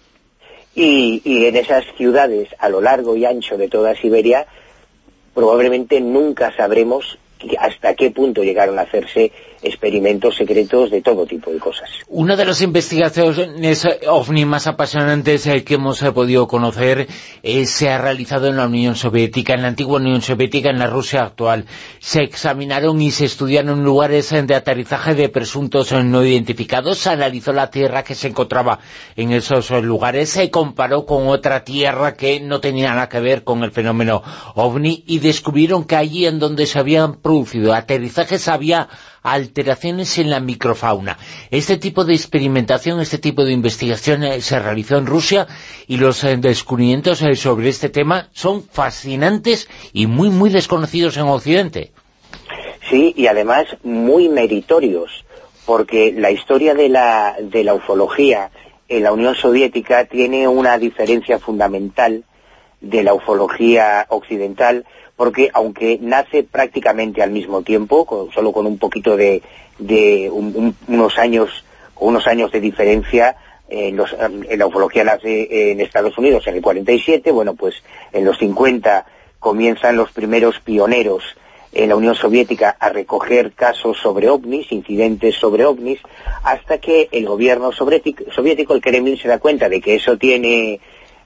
Y en esas ciudades, a lo largo y ancho de toda Siberia, probablemente nunca sabremos hasta qué punto llegaron a hacerse experimentos secretos de todo tipo de cosas. Una de las investigaciones OVNI más apasionantes que hemos podido conocer se ha realizado en la Unión Soviética, en la antigua Unión Soviética, en la Rusia actual. Se examinaron y se estudiaron lugares de aterrizaje de presuntos no identificados, se analizó la tierra que se encontraba en esos lugares, se comparó con otra tierra que no tenía nada que ver con el fenómeno OVNI y descubrieron que allí en donde se habían producido aterrizajes había alteraciones en la microfauna. Este tipo de experimentación, este tipo de investigación se realizó en Rusia y los descubrimientos sobre este tema son fascinantes y muy, muy desconocidos en Occidente. Sí, y además muy meritorios, porque la historia de la ufología en la Unión Soviética tiene una diferencia fundamental de la ufología occidental, porque aunque nace prácticamente al mismo tiempo, solo con un poquito unos años de diferencia, en la ufología nace en Estados Unidos en el 47, bueno, pues en los 50 comienzan los primeros pioneros en la Unión Soviética a recoger casos sobre ovnis, incidentes sobre ovnis, hasta que el gobierno soviético, el Kremlin, se da cuenta de que eso tiene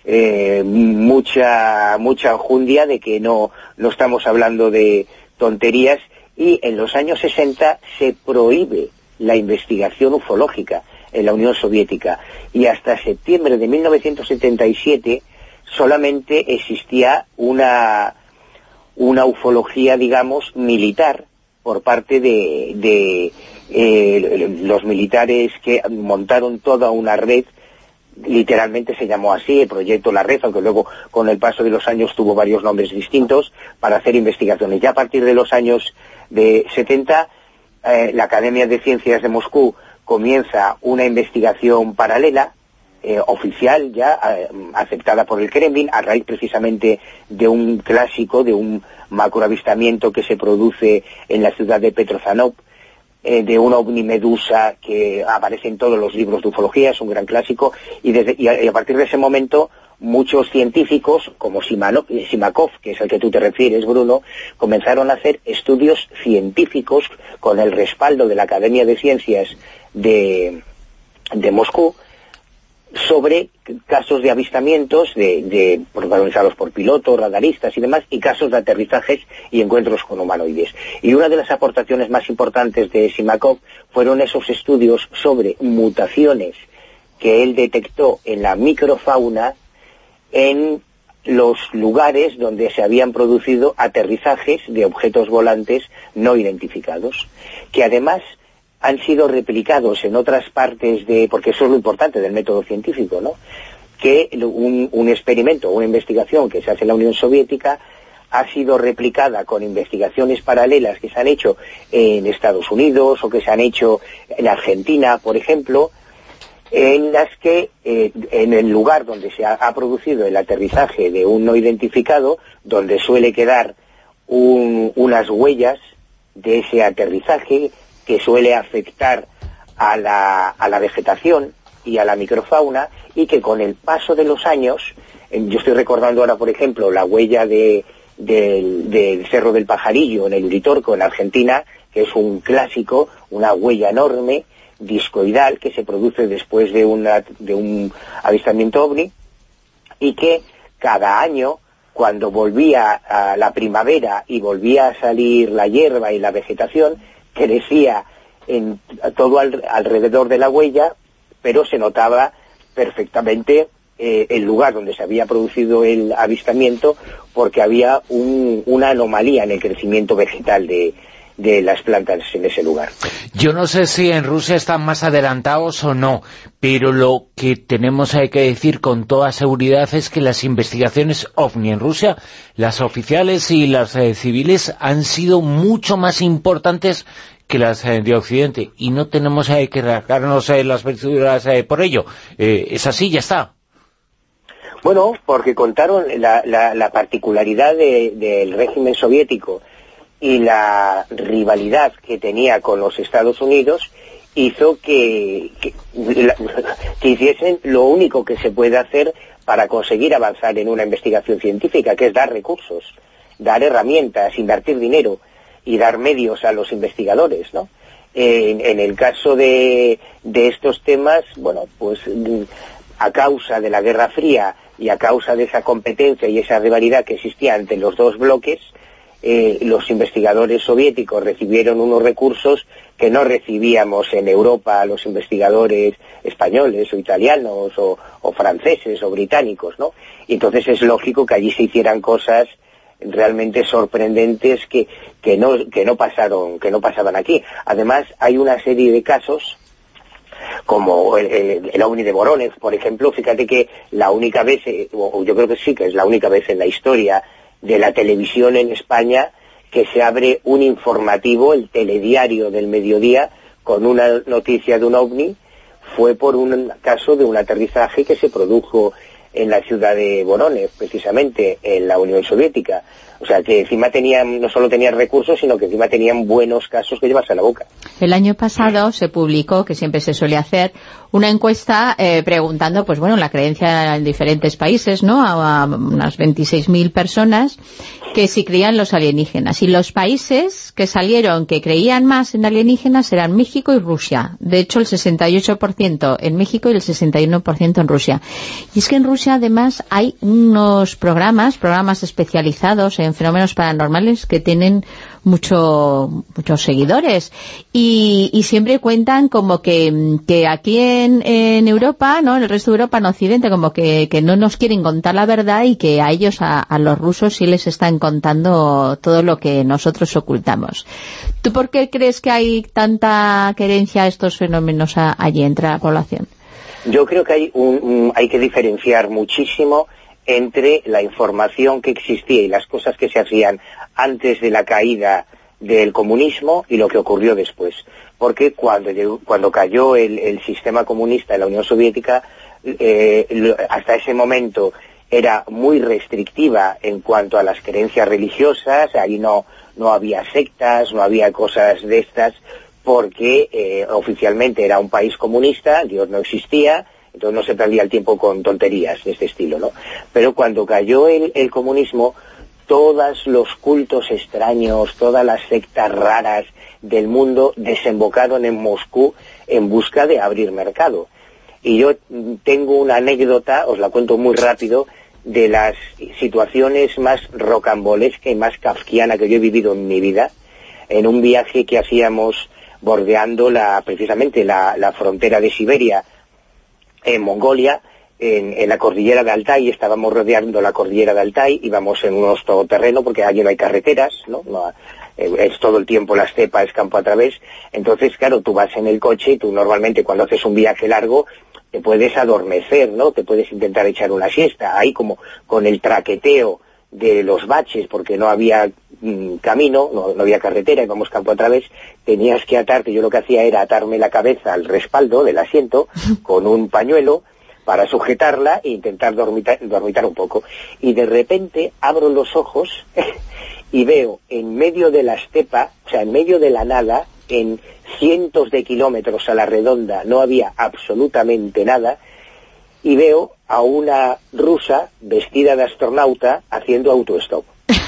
mucha enjundia, de que no estamos hablando de tonterías, y en los años 60 se prohíbe la investigación ufológica en la Unión Soviética, y hasta septiembre de 1977 solamente existía una ufología, digamos, militar, por parte de los militares que montaron toda una red. Literalmente se llamó así, el proyecto La Red, aunque luego con el paso de los años tuvo varios nombres distintos, para hacer investigaciones. Ya a partir de los años de 70, la Academia de Ciencias de Moscú comienza una investigación paralela, oficial ya, aceptada por el Kremlin, a raíz precisamente de un clásico, de un macroavistamiento que se produce en la ciudad de Petrozavodsk, de una ovni medusa que aparece en todos los libros de ufología, es un gran clásico, y a partir de ese momento muchos científicos, como Simakov, que es al que tú te refieres, Bruno, comenzaron a hacer estudios científicos con el respaldo de la Academia de Ciencias de Moscú, sobre casos de avistamientos protagonizados por pilotos, radaristas y demás, y casos de aterrizajes y encuentros con humanoides. Y una de las aportaciones más importantes de Simakov fueron esos estudios sobre mutaciones que él detectó en la microfauna en los lugares donde se habían producido aterrizajes de objetos volantes no identificados, que además han sido replicados en otras partes porque eso es lo importante del método científico, ¿no? Que un experimento, una investigación que se hace en la Unión Soviética ha sido replicada con investigaciones paralelas que se han hecho en Estados Unidos o que se han hecho en Argentina, por ejemplo, en las que en el lugar donde se ha producido el aterrizaje de un no identificado, donde suele quedar unas huellas de ese aterrizaje que suele afectar a la vegetación y a la microfauna, y que con el paso de los años, yo estoy recordando ahora, por ejemplo, la huella del Cerro del Pajarillo en el Uritorco, en Argentina, que es un clásico, una huella enorme, discoidal, que se produce después de un avistamiento ovni, y que cada año, cuando volvía a la primavera y volvía a salir la hierba y la vegetación, crecía en todo alrededor de la huella, pero se notaba perfectamente el lugar donde se había producido el avistamiento, porque había una anomalía en el crecimiento vegetal de las plantas en ese lugar. Yo no sé si en Rusia están más adelantados o no, pero lo que tenemos que decir con toda seguridad es que las investigaciones OVNI en Rusia, las oficiales y las civiles, han sido mucho más importantes que las de Occidente, y no tenemos que rasgarnos las vestiduras por ello. Es así, ya está. Bueno, porque contaron la particularidad del régimen soviético y la rivalidad que tenía con los Estados Unidos, hizo que hiciesen lo único que se puede hacer para conseguir avanzar en una investigación científica, que es dar recursos, dar herramientas, invertir dinero y dar medios a los investigadores, ¿no? En el caso de estos temas, bueno, pues a causa de la Guerra Fría y a causa de esa competencia y esa rivalidad que existía entre los dos bloques, los investigadores soviéticos recibieron unos recursos que no recibíamos en Europa los investigadores españoles o italianos o franceses o británicos, ¿no? Y entonces es lógico que allí se hicieran cosas realmente sorprendentes que no pasaban aquí. Además, hay una serie de casos, como el ovni de Voronezh, por ejemplo. Fíjate que la única vez, o yo creo que sí que es la única vez en la historia de la televisión en España que se abre un informativo, el telediario del mediodía, con una noticia de un ovni, fue por un caso de un aterrizaje que se produjo en la ciudad de Voronezh, precisamente en la Unión Soviética. O sea, que encima no solo tenían recursos, sino que encima tenían buenos casos que llevarse a la boca. El año pasado se publicó, que siempre se suele hacer, una encuesta preguntando, pues bueno, la creencia en diferentes países, ¿no?, a unas 26.000 personas, que si creían los alienígenas. Y los países que salieron que creían más en alienígenas eran México y Rusia. De hecho, el 68% en México y el 61% en Rusia. Y es que en Rusia, además, hay unos programas especializados en fenómenos paranormales que tienen muchos seguidores, y siempre cuentan como que aquí en Europa, ¿no?, en el resto de Europa, en Occidente, como que no nos quieren contar la verdad, y que a ellos, a los rusos, sí les están contando todo lo que nosotros ocultamos. ¿Tú por qué crees que hay tanta querencia a estos fenómenos allí entre la población? Yo creo que hay que diferenciar muchísimo entre la información que existía y las cosas que se hacían antes de la caída del comunismo y lo que ocurrió después. Porque cuando cayó el sistema comunista en la Unión Soviética, hasta ese momento era muy restrictiva en cuanto a las creencias religiosas, ahí no había sectas, no había cosas de estas, porque oficialmente era un país comunista, Dios no existía, entonces no se perdía el tiempo con tonterías de este estilo, ¿no? Pero cuando cayó el comunismo, todos los cultos extraños, todas las sectas raras del mundo desembocaron en Moscú en busca de abrir mercado. Y yo tengo una anécdota, os la cuento muy rápido, de las situaciones más rocambolesca y más kafkiana que yo he vivido en mi vida, en un viaje que hacíamos bordeando precisamente la frontera de Siberia en Mongolia, en la cordillera de Altai. Estábamos rodeando la cordillera de Altai, íbamos en unos todoterreno porque allí no hay carreteras, ¿no? Es todo el tiempo la estepa, es campo a través. Entonces, claro, tú vas en el coche y tú normalmente cuando haces un viaje largo te puedes adormecer, ¿no? Te puedes intentar echar una siesta. Ahí como con el traqueteo de los baches, porque no había camino, no había carretera, íbamos campo a través, tenías que atarte. Yo lo que hacía era atarme la cabeza al respaldo del asiento con un pañuelo para sujetarla e intentar dormitar un poco. Y de repente abro los ojos y veo en medio de la estepa, o sea, en medio de la nada, en cientos de kilómetros a la redonda, no había absolutamente nada, y veo a una rusa vestida de astronauta haciendo autostop.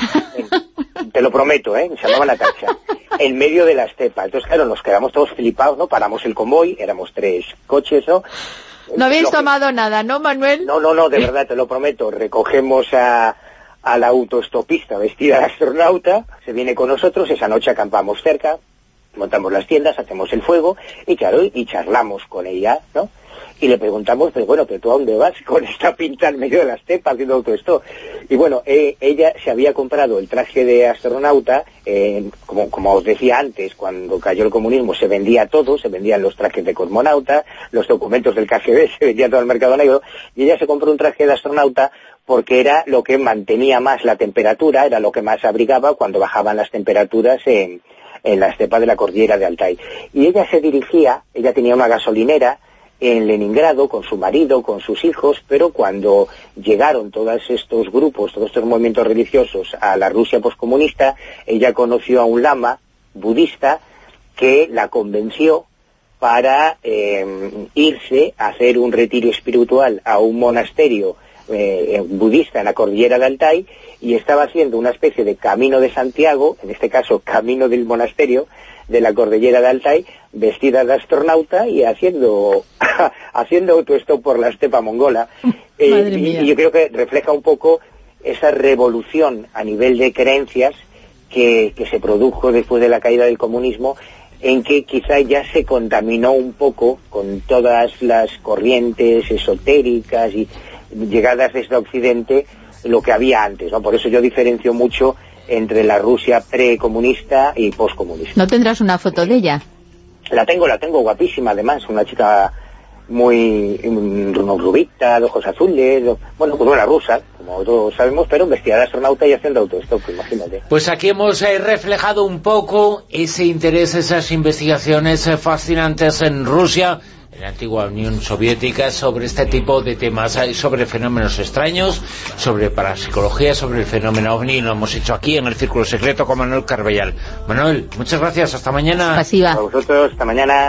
Te lo prometo, se llamaba Natasha, en medio de la estepa. Entonces, claro, nos quedamos todos flipados, ¿no? Paramos el convoy, éramos 3 coches, ¿no? No habéis tomado nada, ¿no, Manuel? No, de verdad, te lo prometo. Recogemos a la autoestopista vestida de astronauta, se viene con nosotros, esa noche acampamos cerca, montamos las tiendas, hacemos el fuego, y claro, y charlamos con ella, ¿no? Y le preguntamos, pero bueno, ¿pero tú a dónde vas con esta pinta en medio de la estepa haciendo todo esto? Y bueno, ella se había comprado el traje de astronauta, como os decía antes, cuando cayó el comunismo se vendía todo, se vendían los trajes de cosmonauta, los documentos del KGB, se vendía todo el mercado negro, y ella se compró un traje de astronauta porque era lo que mantenía más la temperatura, era lo que más abrigaba cuando bajaban las temperaturas en la estepa de la cordillera de Altai. Y ella tenía una gasolinera en Leningrado con su marido, con sus hijos, pero cuando llegaron todos estos grupos, todos estos movimientos religiosos a la Rusia poscomunista, ella conoció a un lama budista que la convenció para irse a hacer un retiro espiritual a un monasterio budista en la cordillera de Altai, y estaba haciendo una especie de camino de Santiago, en este caso camino del monasterio de la cordillera de Altai, vestida de astronauta y haciendo autostop por la estepa mongola. Y yo creo que refleja un poco esa revolución a nivel de creencias que se produjo después de la caída del comunismo, en que quizá ya se contaminó un poco con todas las corrientes esotéricas y llegadas desde Occidente lo que había antes, ¿no? Por eso yo diferencio mucho entre la Rusia precomunista y poscomunista. ¿No tendrás una foto de ella? La tengo guapísima, además, una chica muy rubita, de ojos azules, bueno, pues una rusa, como todos sabemos, pero vestida de astronauta y haciendo autostop, imagínate. Pues aquí hemos reflejado un poco ese interés, esas investigaciones fascinantes en Rusia, en la antigua Unión Soviética, sobre este tipo de temas, sobre fenómenos extraños, sobre parapsicología, sobre el fenómeno OVNI. Lo hemos hecho aquí en el Círculo Secreto con Manuel Carballal. Manuel, muchas gracias, hasta mañana. Pasiva. A vosotros, hasta mañana.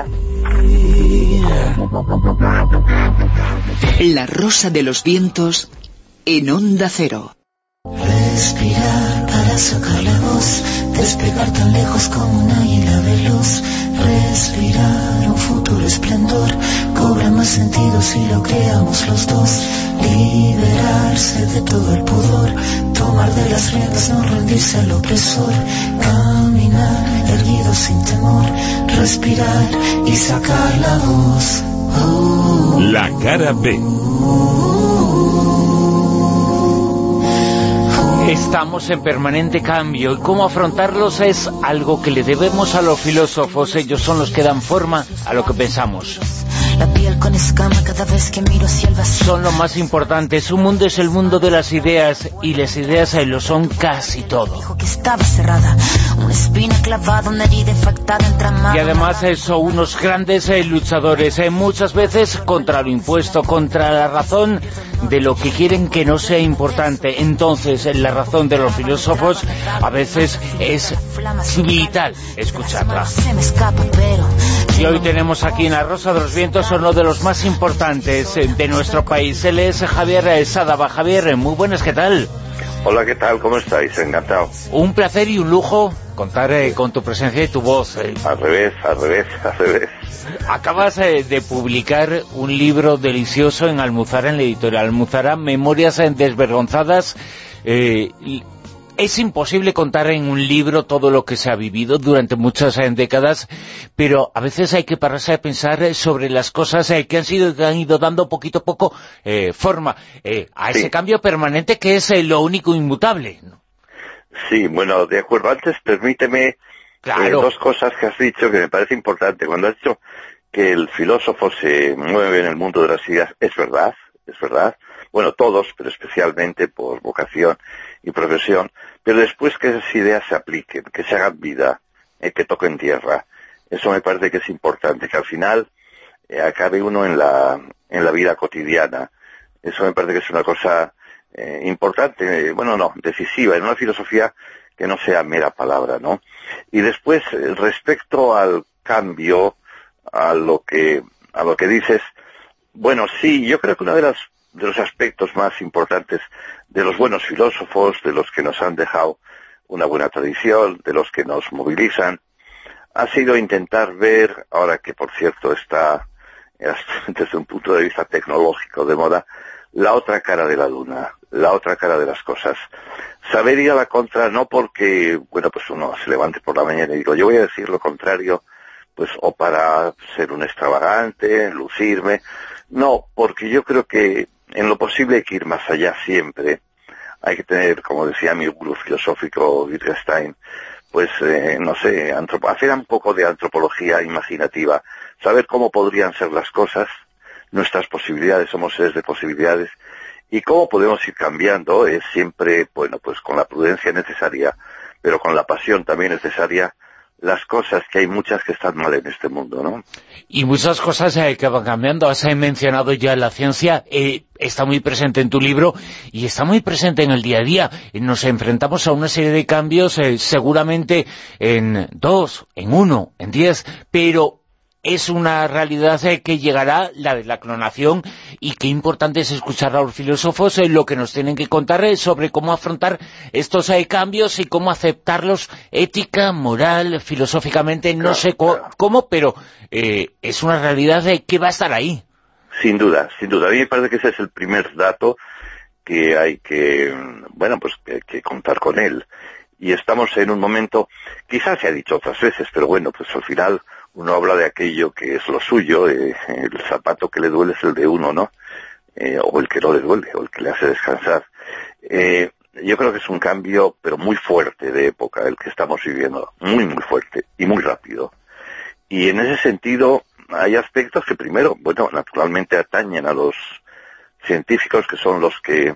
La Rosa de los Vientos en Onda Cero. Respirar para sacar la voz, despegar tan lejos como un águila veloz. Respirar un futuro esplendor, cobra más sentido si lo creamos los dos. Liberarse de todo el pudor, tomar de las riendas, no rendirse al opresor. Caminar erguido sin temor, respirar y sacar la voz. La cara B. Estamos en permanente cambio y cómo afrontarlos es algo que le debemos a los filósofos. Ellos son los que dan forma a lo que pensamos. la piel con escama cada vez que miro hacia el vacío. Son lo más importante. Su mundo es el mundo de las ideas, y las ideas lo son casi todo. Dijo que estaba cerrada, una espina clavada, una herida infectada, entramada. Y además son unos grandes luchadores, muchas veces contra lo impuesto, contra la razón de lo que quieren que no sea importante. Entonces, la razón de los filósofos a veces es vital escucharla. Y hoy tenemos aquí en La Rosa de los Vientos uno de los más importantes de nuestro país. Él es Javier Sadaba. Javier, muy buenas, ¿qué tal? Hola, ¿qué tal? ¿Cómo estáis? Encantado. Un placer y un lujo contar con tu presencia y tu voz. Al revés. Acabas de publicar un libro delicioso en Almuzara, en la editorial Almuzara, Memorias desvergonzadas. Es imposible contar en un libro todo lo que se ha vivido durante muchas décadas, pero a veces hay que pararse a pensar sobre las cosas que han ido dando poquito a poco forma a ese cambio permanente que es lo único inmutable, ¿no? Sí, bueno, de acuerdo. Antes, permíteme dos cosas que has dicho que me parece importante. Cuando has dicho que el filósofo se mueve en el mundo de las ideas, es verdad. Bueno, todos, pero especialmente por vocación y profesión, pero después que esas ideas se apliquen, que se hagan vida, que toquen tierra. Eso me parece que es importante, que al final acabe uno en la vida cotidiana. Eso me parece que es una cosa importante, decisiva, en una filosofía que no sea mera palabra, ¿no? Y después, respecto al cambio, a lo que dices, bueno, sí, yo creo que uno de los aspectos más importantes de los buenos filósofos, de los que nos han dejado una buena tradición, de los que nos movilizan, ha sido intentar ver, ahora que por cierto está desde un punto de vista tecnológico de moda, la otra cara de la luna, la otra cara de las cosas. Saber ir a la contra, no porque, pues uno se levante por la mañana y digo, yo voy a decir lo contrario, pues o para ser un extravagante, lucirme. No, porque yo creo que en lo posible hay que ir más allá siempre. Hay que tener, como decía mi gurú filosófico Wittgenstein, pues, hacer un poco de antropología imaginativa, saber cómo podrían ser las cosas, nuestras posibilidades, somos seres de posibilidades, y cómo podemos ir cambiando, es siempre, pues con la prudencia necesaria, pero con la pasión también necesaria, las cosas, que hay muchas que están mal en este mundo, ¿no? Y muchas cosas que van cambiando. Has mencionado ya la ciencia, está muy presente en tu libro y está muy presente en el día a día. Nos enfrentamos a una serie de cambios, seguramente en 2, en 1, en 10, pero es una realidad que llegará, la de la clonación, y qué importante es escuchar a los filósofos lo que nos tienen que contar sobre cómo afrontar estos cambios y cómo aceptarlos ética, moral, filosóficamente, no sé cómo, pero es una realidad que va a estar ahí. Sin duda. A mí me parece que ese es el primer dato que hay que, que contar con él. Y estamos en un momento, quizás se ha dicho otras veces, pero pues al final uno habla de aquello que es lo suyo, el zapato que le duele es el de uno, ¿no? O el que no le duele, o el que le hace descansar. Yo creo que es un cambio, pero muy fuerte de época, el que estamos viviendo, muy, muy fuerte y muy rápido. Y en ese sentido hay aspectos que primero, naturalmente atañen a los científicos, que son los que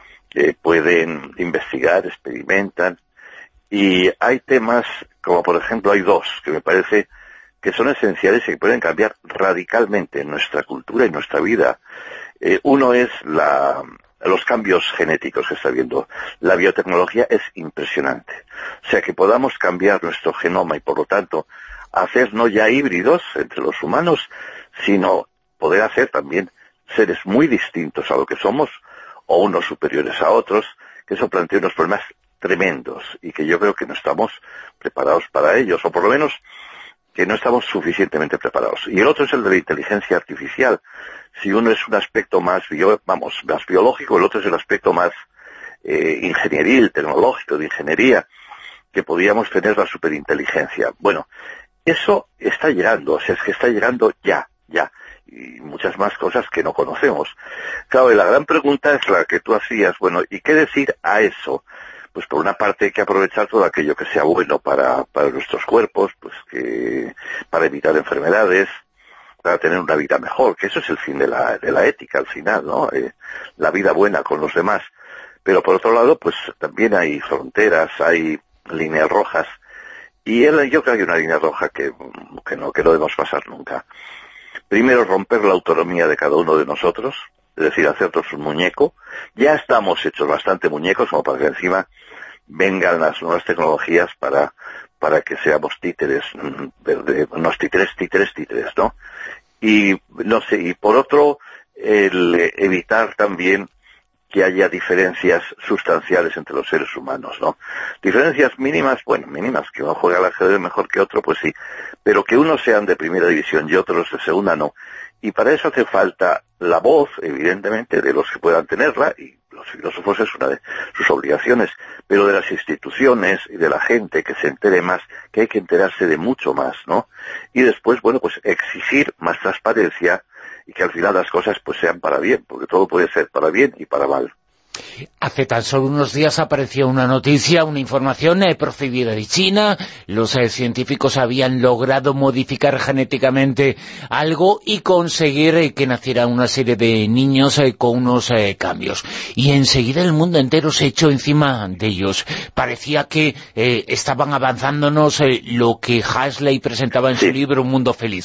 pueden investigar, experimentan, y hay temas, como por ejemplo hay dos, que me parece que son esenciales y que pueden cambiar radicalmente nuestra cultura y nuestra vida. Uno es los cambios genéticos que está habiendo. La biotecnología es impresionante. O sea, que podamos cambiar nuestro genoma y por lo tanto hacer no ya híbridos entre los humanos, sino poder hacer también seres muy distintos a lo que somos, o unos superiores a otros, que eso plantea unos problemas tremendos y que yo creo que no estamos preparados para ellos, o por lo menos que no estamos suficientemente preparados. Y el otro es el de la inteligencia artificial. Si uno es un aspecto más biológico, el otro es el aspecto más ingenieril, tecnológico, de ingeniería, que podríamos tener la superinteligencia. Bueno, eso está llegando, o sea, es que está llegando ya, y muchas más cosas que no conocemos. Claro, y la gran pregunta es la que tú hacías, ¿y qué decir a eso? Pues por una parte hay que aprovechar todo aquello que sea bueno para nuestros cuerpos, pues que para evitar enfermedades, para tener una vida mejor, que eso es el fin de la ética al final, ¿no? La vida buena con los demás. Pero por otro lado, pues también hay fronteras, hay líneas rojas, y yo creo que hay una línea roja que no debemos pasar nunca. Primero, romper la autonomía de cada uno de nosotros, es decir, hacernos un muñeco. Ya estamos hechos bastante muñecos, como para que encima vengan las nuevas tecnologías para que seamos títeres, unos títeres, ¿no? Y no sé, y por otro, el evitar también que haya diferencias sustanciales entre los seres humanos, ¿no? Diferencias mínimas, que uno juega al ajedrez mejor que otro, pues sí, pero que unos sean de primera división y otros de segunda, no. Y para eso hace falta la voz, evidentemente, de los que puedan tenerla, y los filósofos es una de sus obligaciones, pero de las instituciones y de la gente que se entere más, que hay que enterarse de mucho más, ¿no? Y después, pues exigir más transparencia y que al final las cosas pues sean para bien, porque todo puede ser para bien y para mal. Hace tan solo unos días apareció una noticia, una información procedida de China. Los científicos habían logrado modificar genéticamente algo y conseguir que naciera una serie de niños con unos cambios. Y enseguida el mundo entero se echó encima de ellos. Parecía que estaban avanzándonos lo que Huxley presentaba en su libro Un mundo feliz.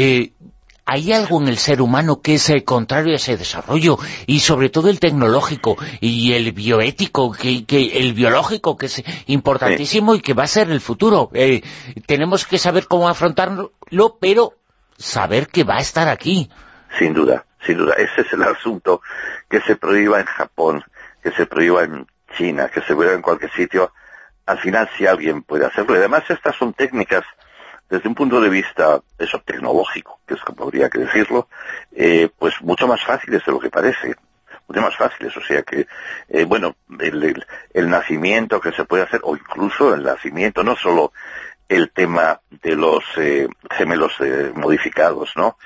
¿Hay algo en el ser humano que es contrario a ese desarrollo? Y sobre todo el tecnológico y el bioético, que el biológico, que es importantísimo y que va a ser el futuro. Tenemos que saber cómo afrontarlo, pero saber que va a estar aquí. Sin duda. Ese es el asunto, que se prohíba en Japón, que se prohíba en China, que se prohíba en cualquier sitio. Al final, si alguien puede hacerlo. Y además, estas son técnicas desde un punto de vista, eso, tecnológico, que es como habría que decirlo, pues mucho más fáciles de lo que parece, mucho más fáciles, o sea que, el nacimiento que se puede hacer, o incluso el nacimiento, no solo el tema de los gemelos modificados, ¿no?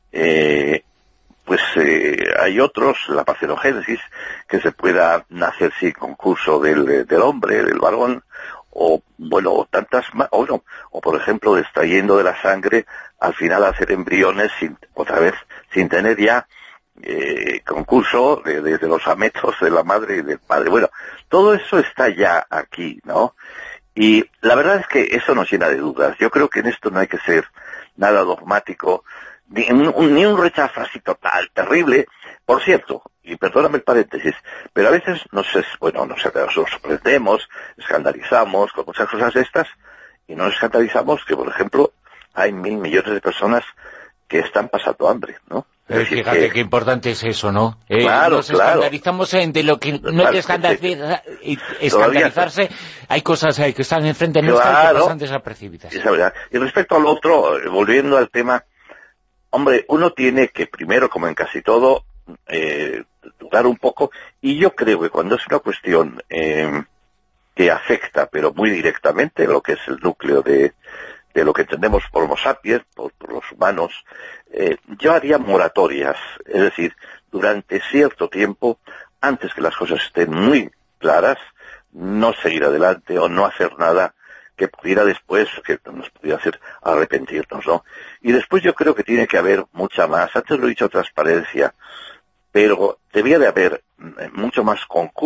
Hay otros, la parcenogénesis, que se pueda nacer sin concurso del hombre, del varón, o tantas más, o por ejemplo, extrayendo de la sangre, al final hacer embriones sin tener ya concurso de los ametos de la madre y del padre. Bueno, todo eso está ya aquí, ¿no? Y la verdad es que eso nos llena de dudas. Yo creo que en esto no hay que ser nada dogmático, ni un rechazo así total, terrible. Por cierto, y perdóname el paréntesis, pero a veces nos sorprendemos, escandalizamos con muchas cosas de estas, y no escandalizamos que, por ejemplo, hay 1.000 millones de personas que están pasando hambre, ¿no? Fíjate qué importante es eso, ¿no? Claro, nos escandalizamos de lo que no hay que escandalizarse. Hay cosas que están enfrente nuestra y que pasan desapercibidas. Esa verdad. Y respecto al otro, volviendo al tema, hombre, uno tiene que primero, como en casi todo, dudar un poco, y yo creo que cuando es una cuestión que afecta, pero muy directamente, lo que es el núcleo de lo que entendemos por Homo sapiens, por los humanos, yo haría moratorias, es decir, durante cierto tiempo, antes que las cosas estén muy claras, no seguir adelante o no hacer nada que pudiera después, que nos pudiera hacer arrepentirnos, ¿no? Y después yo creo que tiene que haber mucha más, antes lo he dicho, transparencia, pero debía de haber mucho más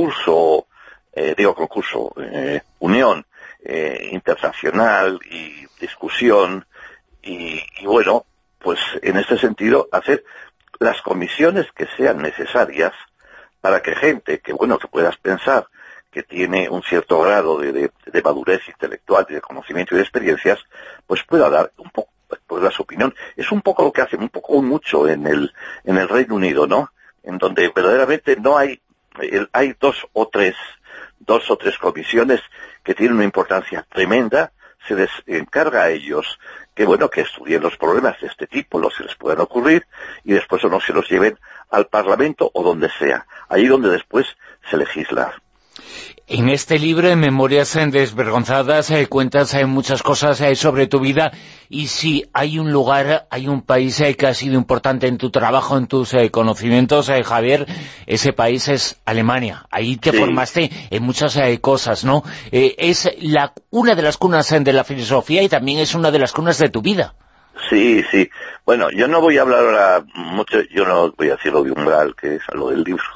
unión internacional y discusión, y pues en este sentido hacer las comisiones que sean necesarias para que gente que puedas pensar que tiene un cierto grado de madurez intelectual y de conocimiento y de experiencias, pues pueda dar un poco, pues dar su opinión. Es un poco lo que hacen, mucho en el Reino Unido, ¿no? En donde verdaderamente no hay dos o tres comisiones que tienen una importancia tremenda. Se les encarga a ellos que estudien los problemas de este tipo, los que les puedan ocurrir, y después o no se los lleven al Parlamento o donde sea, allí donde después se legisla. En este libro, en Memorias Desvergonzadas, cuentas muchas cosas sobre tu vida, y si hay un lugar, hay un país que ha sido importante en tu trabajo, en tus conocimientos, Javier, ese país es Alemania. Ahí te formaste en muchas cosas, ¿no? Es una de las cunas de la filosofía y también es una de las cunas de tu vida. Sí, sí. Bueno, yo no voy a hablar ahora mucho, yo no voy a decir lo de Umbral, que es lo del libro.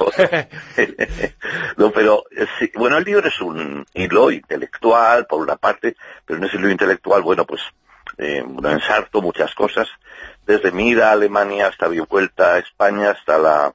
No, pero sí, bueno, el libro es un hilo intelectual, por una parte, pero en ese hilo intelectual, bueno, pues ensarto muchas cosas, desde mi ida a Alemania hasta mi vuelta a España, hasta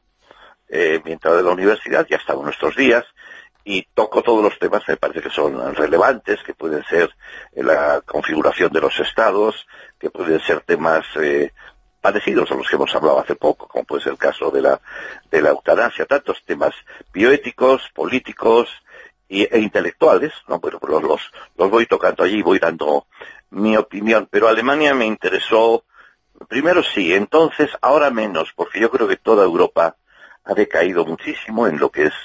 mi entrada de la universidad y hasta nuestros días, y toco todos los temas que me parece que son relevantes, que pueden ser la configuración de los estados, que pueden ser temas parecidos a los que hemos hablado hace poco, como puede ser el caso de la eutanasia, tantos temas bioéticos, políticos e intelectuales, ¿no? Bueno, pues los voy tocando allí, voy dando mi opinión, pero Alemania me interesó, primero sí, entonces, ahora menos, porque yo creo que toda Europa ha decaído muchísimo en lo que es,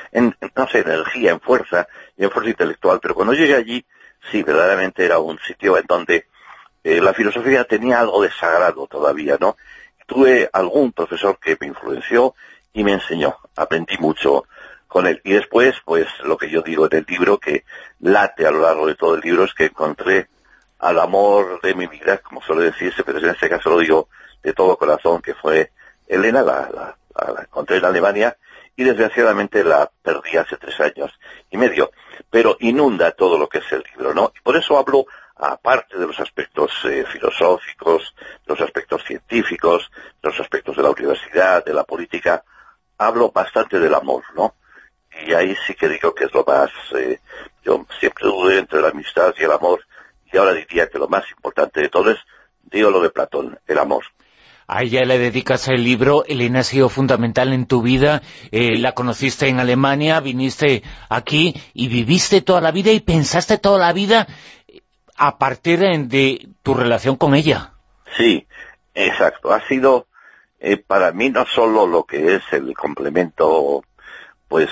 no sé, energía, en fuerza intelectual, pero cuando llegué allí, sí, verdaderamente era un sitio en donde la filosofía tenía algo de sagrado todavía, ¿no? Tuve algún profesor que me influenció y me enseñó, aprendí mucho con él. Y después, pues, lo que yo digo en el libro, que late a lo largo de todo el libro, es que encontré al amor de mi vida, como suele decirse, pero en este caso lo digo de todo corazón, que fue Elena, la encontré en Alemania, y desgraciadamente la perdí hace 3 años y medio, pero inunda todo lo que es el libro, ¿no? Y por eso hablo, aparte de los aspectos filosóficos, de los aspectos científicos, de los aspectos de la universidad, de la política, hablo bastante del amor, ¿no? Y ahí sí que digo que es lo más, yo siempre dudé entre la amistad y el amor, y ahora diría que lo más importante de todo es, digo lo de Platón, el amor. A ella le dedicas el libro. Elena ha sido fundamental en tu vida, la conociste en Alemania, viniste aquí y viviste toda la vida y pensaste toda la vida a partir de tu relación con ella. Sí, exacto. Ha sido para mí no solo lo que es el complemento, pues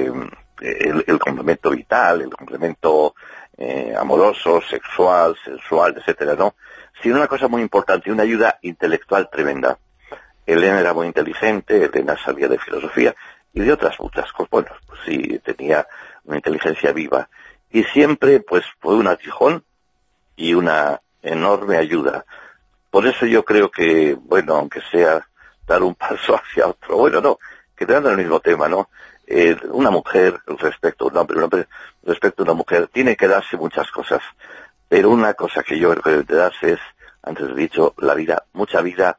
el complemento vital, el complemento amoroso, sexual, sensual, etcétera, ¿no? Sino una cosa muy importante, una ayuda intelectual tremenda. Elena era muy inteligente, Elena sabía de filosofía y de otras muchas cosas. Bueno, pues sí, tenía una inteligencia viva. Y siempre, pues, fue un atijón y una enorme ayuda. Por eso yo creo que, bueno, aunque sea dar un paso hacia otro, bueno, no, quedando en el mismo tema, ¿no? Una mujer respecto a un hombre respecto a una mujer, tiene que darse muchas cosas. Pero una cosa que yo creo que debe darse es, antes he dicho, la vida, mucha vida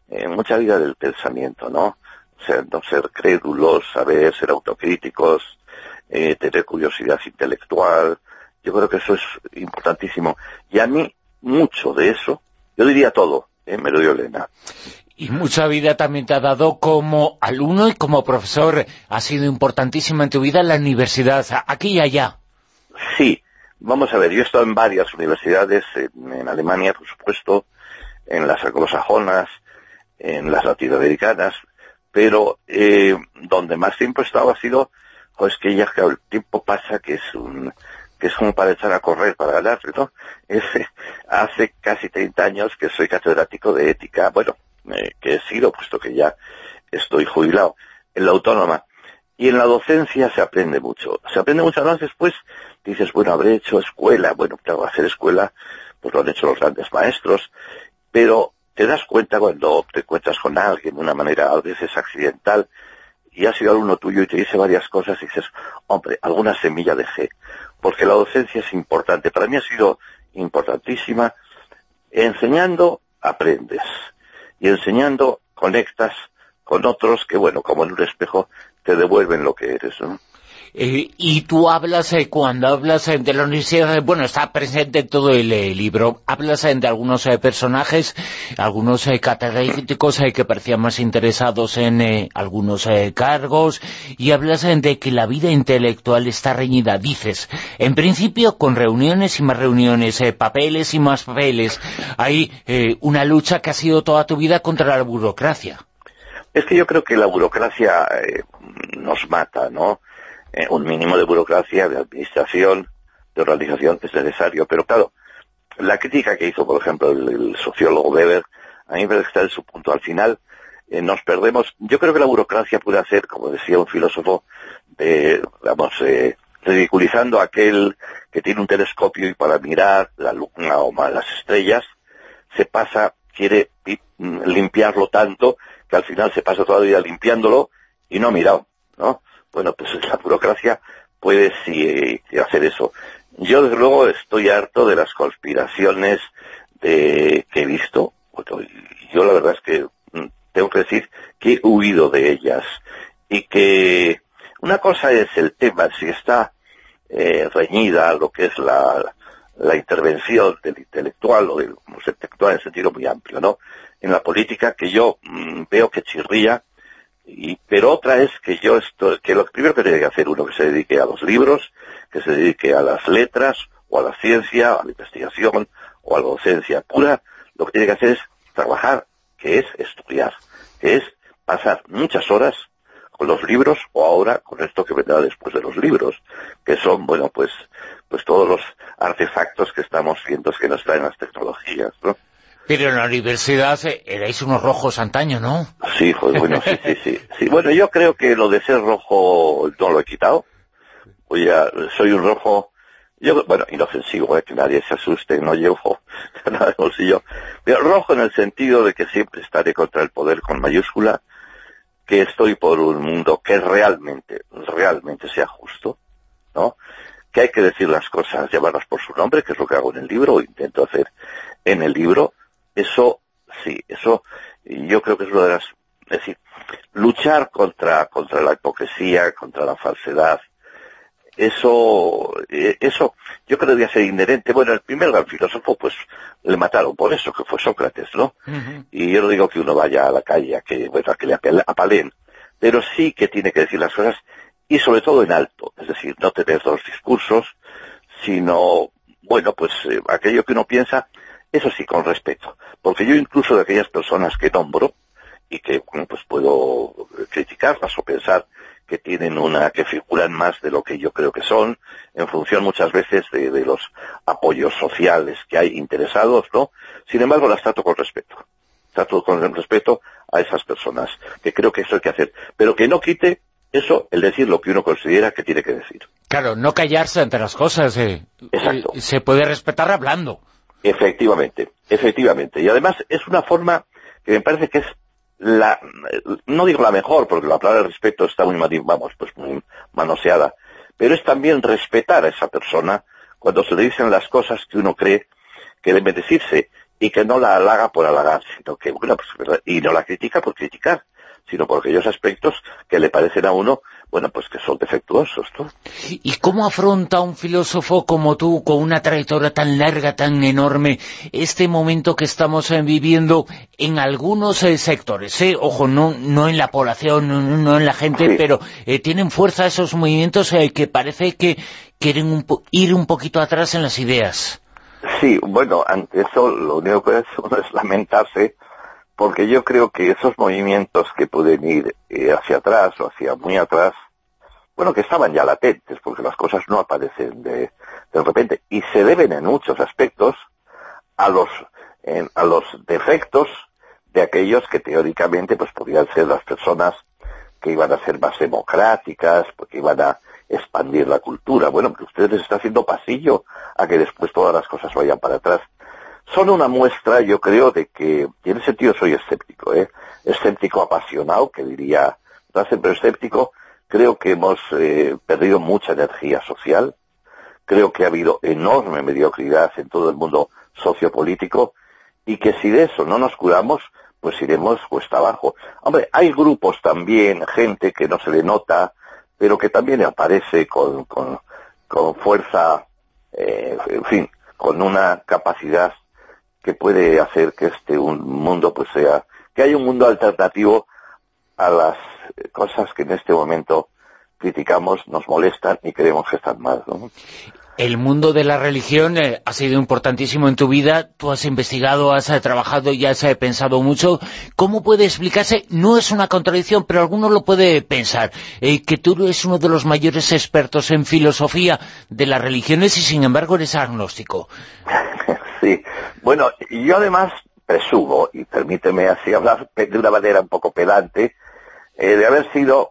del pensamiento, ¿no? O sea, no ser crédulos, saber ser autocríticos, tener curiosidad intelectual. Yo creo que eso es importantísimo. Y a mí, mucho de eso, yo diría todo, me lo dio Elena. Y mucha vida también te ha dado como alumno y como profesor. Ha sido importantísima en tu vida en la universidad, aquí y allá. Sí. Vamos a ver, yo he estado en varias universidades, en Alemania, por supuesto, en las anglosajonas, en las latinoamericanas, pero donde más tiempo he estado ha sido, pues que ya el tiempo pasa, que es como para echar a correr, para ganar, ¿no? Hace casi 30 años que soy catedrático de ética, bueno, que he sido, puesto que ya estoy jubilado, en la Autónoma. Y en la docencia se aprende mucho. Se aprende mucho más después. Dices, bueno, habré hecho escuela. Bueno, claro, hacer escuela, pues lo han hecho los grandes maestros. Pero te das cuenta cuando te encuentras con alguien de una manera a veces accidental y ha sido alumno tuyo y te dice varias cosas y dices, hombre, alguna semilla dejé. Porque la docencia es importante. Para mí ha sido importantísima. Enseñando, aprendes. Y enseñando, conectas con otros que, bueno, como en un espejo, te devuelven lo que eres, ¿no? Y tú hablas, cuando hablas de la universidad, bueno, está presente en todo el libro, hablas de algunos personajes, algunos catedráticos que parecían más interesados en algunos cargos, y hablas de que la vida intelectual está reñida, dices, en principio con reuniones y más reuniones, papeles y más papeles, hay una lucha que ha sido toda tu vida contra la burocracia. Es que yo creo que la burocracia nos mata, ¿no? Un mínimo de burocracia, de administración, de organización es necesario. Pero claro, la crítica que hizo, por ejemplo, el sociólogo Weber, a mí me parece que está en su punto. Al final nos perdemos. Yo creo que la burocracia puede hacer, como decía un filósofo, ridiculizando a aquel que tiene un telescopio y para mirar la luna o las estrellas se pasa, quiere limpiarlo tanto, que al final se pasa toda la vida limpiándolo y no ha mirado, ¿no? Bueno, pues la burocracia puede sí hacer eso. Yo, desde luego, estoy harto de las conspiraciones que he visto. Yo la verdad es que tengo que decir que he huido de ellas. Y que una cosa es el tema, si está reñida lo que es la intervención del intelectual o del intelectual en sentido muy amplio, ¿no? En la política, que yo veo que chirría, pero otra es que que lo primero que tiene que hacer uno, que se dedique a los libros, que se dedique a las letras, o a la ciencia, a la investigación, o a la docencia pura, lo que tiene que hacer es trabajar, que es estudiar, que es pasar muchas horas con los libros, o ahora con esto que vendrá después de los libros, que son, bueno, pues todos los artefactos que estamos viendo que nos traen las tecnologías, ¿no? Pero en la universidad erais unos rojos antaño, ¿no? Sí, pues bueno, sí. Bueno, yo creo que lo de ser rojo no lo he quitado. Soy un rojo, inofensivo, que nadie se asuste, no llevo nada de bolsillo. Pero rojo en el sentido de que siempre estaré contra el poder con mayúscula, que estoy por un mundo que realmente sea justo, ¿no? Que hay que decir las cosas, llamarlas por su nombre, que es lo que hago en el libro, o intento hacer en el libro. Eso, yo creo que es una de las... Es decir, luchar contra la hipocresía, contra la falsedad, eso yo creo que debía ser inherente. Bueno, el primer gran filósofo, pues, le mataron por eso, que fue Sócrates, ¿no? Uh-huh. Y yo no digo que uno vaya a la calle a que le apalen, pero sí que tiene que decir las cosas, y sobre todo en alto, es decir, no tener dos discursos, sino, aquello que uno piensa, eso sí, con respeto. Porque yo incluso de aquellas personas que nombro, y que, pues puedo criticarlas o pensar que que figuran más de lo que yo creo que son, en función muchas veces de los apoyos sociales que hay interesados, ¿no? Sin embargo, las trato con respeto. Trato con respeto a esas personas, que creo que eso hay que hacer. Pero que no quite eso, el decir lo que uno considera que tiene que decir. Claro, no callarse ante las cosas. Exacto. Se puede respetar hablando. Efectivamente. Y además es una forma que me parece que es no digo la mejor, porque la palabra respeto está muy manoseada, pero es también respetar a esa persona cuando se le dicen las cosas que uno cree que deben decirse, y que no la halaga por halagar, sino que, y no la critica por criticar, sino por aquellos aspectos que le parecen a uno, que son defectuosos, ¿no? ¿Y cómo afronta un filósofo como tú, con una trayectoria tan larga, tan enorme, este momento que estamos viviendo en algunos sectores? Ojo, no en la población, no en la gente, sí. Pero tienen fuerza esos movimientos que parece que quieren ir un poquito atrás en las ideas. Sí, ante eso lo único que uno es lamentarse, porque yo creo que esos movimientos que pueden ir hacia atrás o hacia muy atrás, que estaban ya latentes, porque las cosas no aparecen de repente, y se deben en muchos aspectos a los defectos de aquellos que teóricamente pues podían ser las personas que iban a ser más democráticas, porque iban a expandir la cultura. Que ustedes les está haciendo pasillo a que después todas las cosas vayan para atrás. Son una muestra, yo creo, de que, y en ese sentido soy escéptico, escéptico apasionado, que diría Russell, pero escéptico. Creo que hemos perdido mucha energía social, creo que ha habido enorme mediocridad en todo el mundo sociopolítico, y que si de eso no nos curamos, pues iremos cuesta abajo. Hombre, hay grupos también, gente que no se le nota, pero que también aparece con fuerza, con una capacidad que puede hacer que un mundo que haya un mundo alternativo a las cosas que en este momento criticamos, nos molestan y creemos que están mal, ¿no? El mundo de la religión ha sido importantísimo en tu vida. Tú has investigado, has trabajado y has pensado mucho. ¿Cómo puede explicarse? No es una contradicción, pero alguno lo puede pensar, que tú eres uno de los mayores expertos en filosofía de las religiones y sin embargo eres agnóstico. Sí. Yo además presumo, y permíteme así hablar de una manera un poco pedante, de haber sido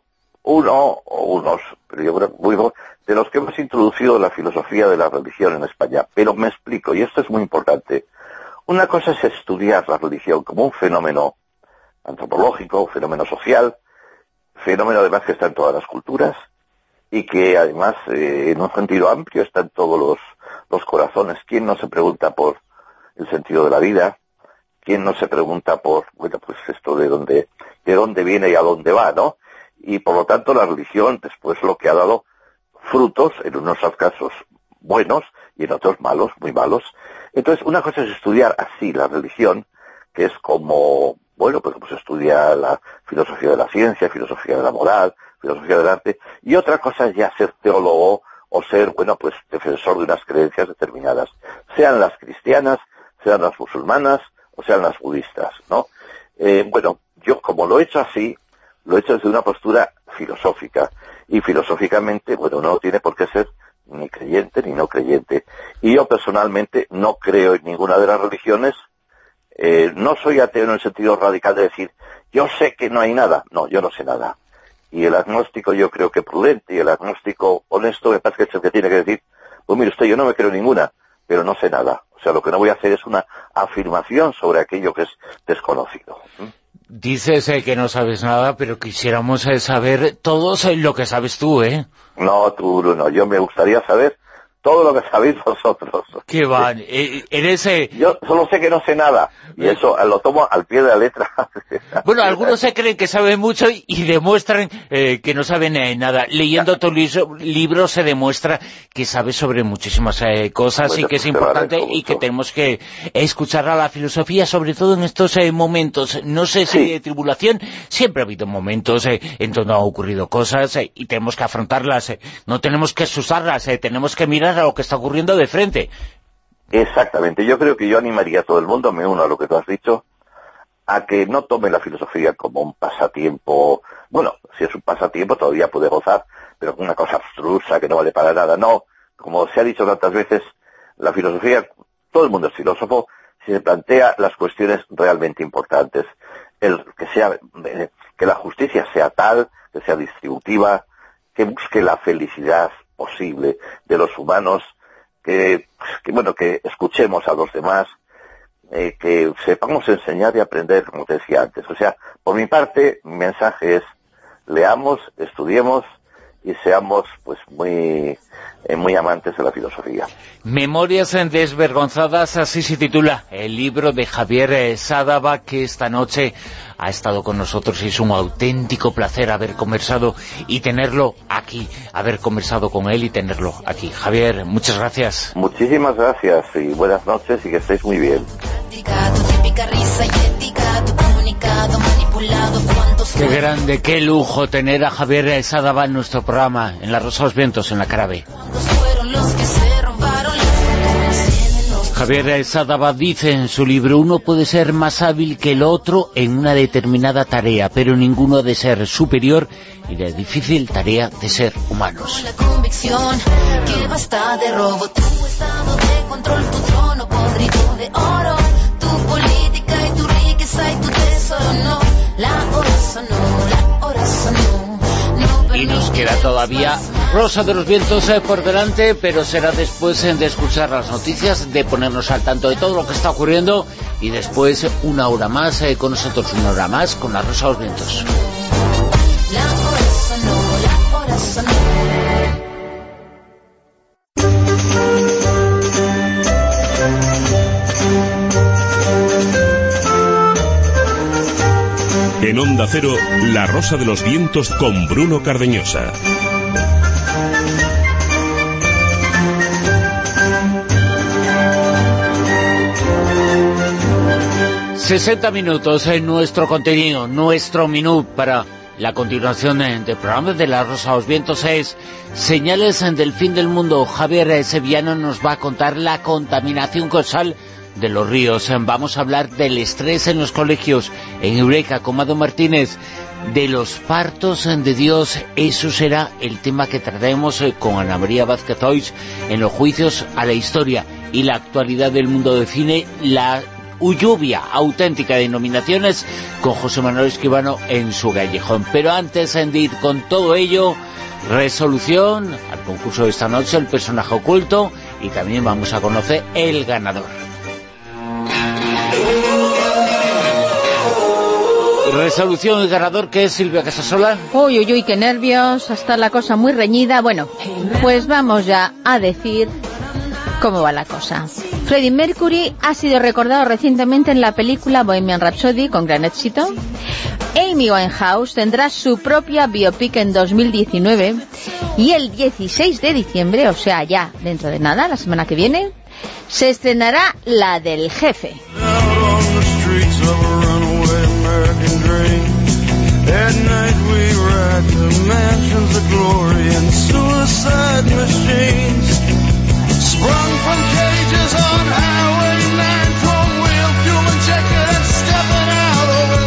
pero yo creo de los que hemos introducido la filosofía de la religión en España. Pero me explico, y esto es muy importante. Una cosa es estudiar la religión como un fenómeno antropológico, un fenómeno social, fenómeno además que está en todas las culturas y que además en un sentido amplio está en todos los corazones. ¿Quién no se pregunta por el sentido de la vida? ¿Quién no se pregunta por, bueno, pues esto de dónde viene y a dónde va, ¿no? Y por lo tanto la religión después lo que ha dado frutos, en unos casos buenos y en otros malos, muy malos. Entonces una cosa es estudiar así la religión, que es como, bueno, pues se estudia la filosofía de la ciencia, filosofía de la moral, filosofía del arte, y otra cosa es ya ser teólogo o ser, bueno, pues defensor de unas creencias determinadas, sean las cristianas, sean las musulmanas o sean las budistas, ¿no? Bueno, yo como lo he hecho así, lo he hecho desde una postura filosófica, y filosóficamente, bueno, no tiene por qué ser ni creyente ni no creyente, y yo personalmente no creo en ninguna de las religiones. No soy ateo en el sentido radical de decir, yo sé que no hay nada. No, yo no sé nada. Y el agnóstico yo creo que prudente, y el agnóstico honesto me parece que es el que tiene que decir, pues mire usted, yo no me creo ninguna, pero no sé nada. O sea, lo que no voy a hacer es una afirmación sobre aquello que es desconocido. Dices que no sabes nada, pero quisiéramos saber todos lo que sabes tú, ¿eh? No, tú, no, yo me gustaría saber todo lo que sabéis vosotros. ¿Qué van? Eres... Yo solo sé que no sé nada, y eso lo tomo al pie de la letra. Bueno, algunos se creen que saben mucho y demuestran que no saben nada. Leyendo tu libro se demuestra que sabes sobre muchísimas cosas, bueno, y que es importante y que tenemos que escuchar a la filosofía, sobre todo en estos momentos, no sé si de tribulación, siempre ha habido momentos en donde han ocurrido cosas y tenemos que afrontarlas, no tenemos que asustarlas, tenemos que mirar a lo que está ocurriendo de frente. Exactamente, yo creo que yo animaría a todo el mundo, me uno a lo que tú has dicho, a que no tome la filosofía como un pasatiempo. Bueno, si es un pasatiempo todavía puede gozar, pero una cosa abstrusa que no vale para nada. No, como se ha dicho tantas veces, la filosofía, todo el mundo es filósofo si se plantea las cuestiones realmente importantes. Que la justicia sea tal, que sea distributiva, que busque la felicidad posible de los humanos, que escuchemos a los demás, que sepamos enseñar y aprender, como te decía antes. O sea, por mi parte, mi mensaje es, leamos, estudiemos y seamos pues muy amantes de la filosofía. Memorias desvergonzadas, así se titula el libro de Javier Sadaba, que esta noche ha estado con nosotros, y es un auténtico placer haber conversado y tenerlo aquí, haber conversado con él y tenerlo aquí. Javier, muchas gracias. Muchísimas gracias y buenas noches y que estéis muy bien. Qué grande, qué lujo tener a Javier Sadaba en nuestro programa, en La Rosa de los Vientos, en la cara B. Javier Sadaba dice en su libro, uno puede ser más hábil que el otro en una determinada tarea, pero ninguno ha de ser superior en la difícil tarea de ser humanos. La convicción que basta de robo, tu estado de control, tu trono podrido de oro, tu política y tu riqueza y tu tesoro, no, la hora sonó, la hora sonó. Y nos queda todavía Rosa de los Vientos por delante, pero será después de escuchar las noticias, de ponernos al tanto de todo lo que está ocurriendo, y después una hora más con nosotros, una hora más con la Rosa de los Vientos. La hora sonó, la hora sonó. En Onda Cero, La Rosa de los Vientos con Bruno Cardeñosa. ...60 minutos en nuestro contenido, nuestro menú para la continuación del programa de La Rosa de los Vientos es Señales del Fin del Mundo. Javier Sevillano nos va a contar la contaminación causal de los ríos. Vamos a hablar del estrés en los colegios, en Eureka, con Mado Martínez, de los partos de Dios. Eso será el tema que trataremos con Ana María Vázquez Ois en los juicios a la historia y la actualidad del mundo del cine, la lluvia auténtica de nominaciones, con José Manuel Escribano en su Callejón. Pero antes de ir con todo ello, resolución al concurso de esta noche, el personaje oculto, y también vamos a conocer el ganador. Resolución y ganador, ¿qué es, Silvia Casasola? Uy, uy, uy, qué nervios, está la cosa muy reñida. Bueno, pues vamos ya a decir cómo va la cosa. Freddie Mercury ha sido recordado recientemente en la película Bohemian Rhapsody, con gran éxito. Amy Winehouse tendrá su propia biopic en 2019. Y el 16 de diciembre, o sea, ya dentro de nada, la semana que viene, se estrenará la del Jefe. At night we ride to mansions of glory and suicide machines sprung from cages on Highway 9, chrome wheel, fuel injected and stepping out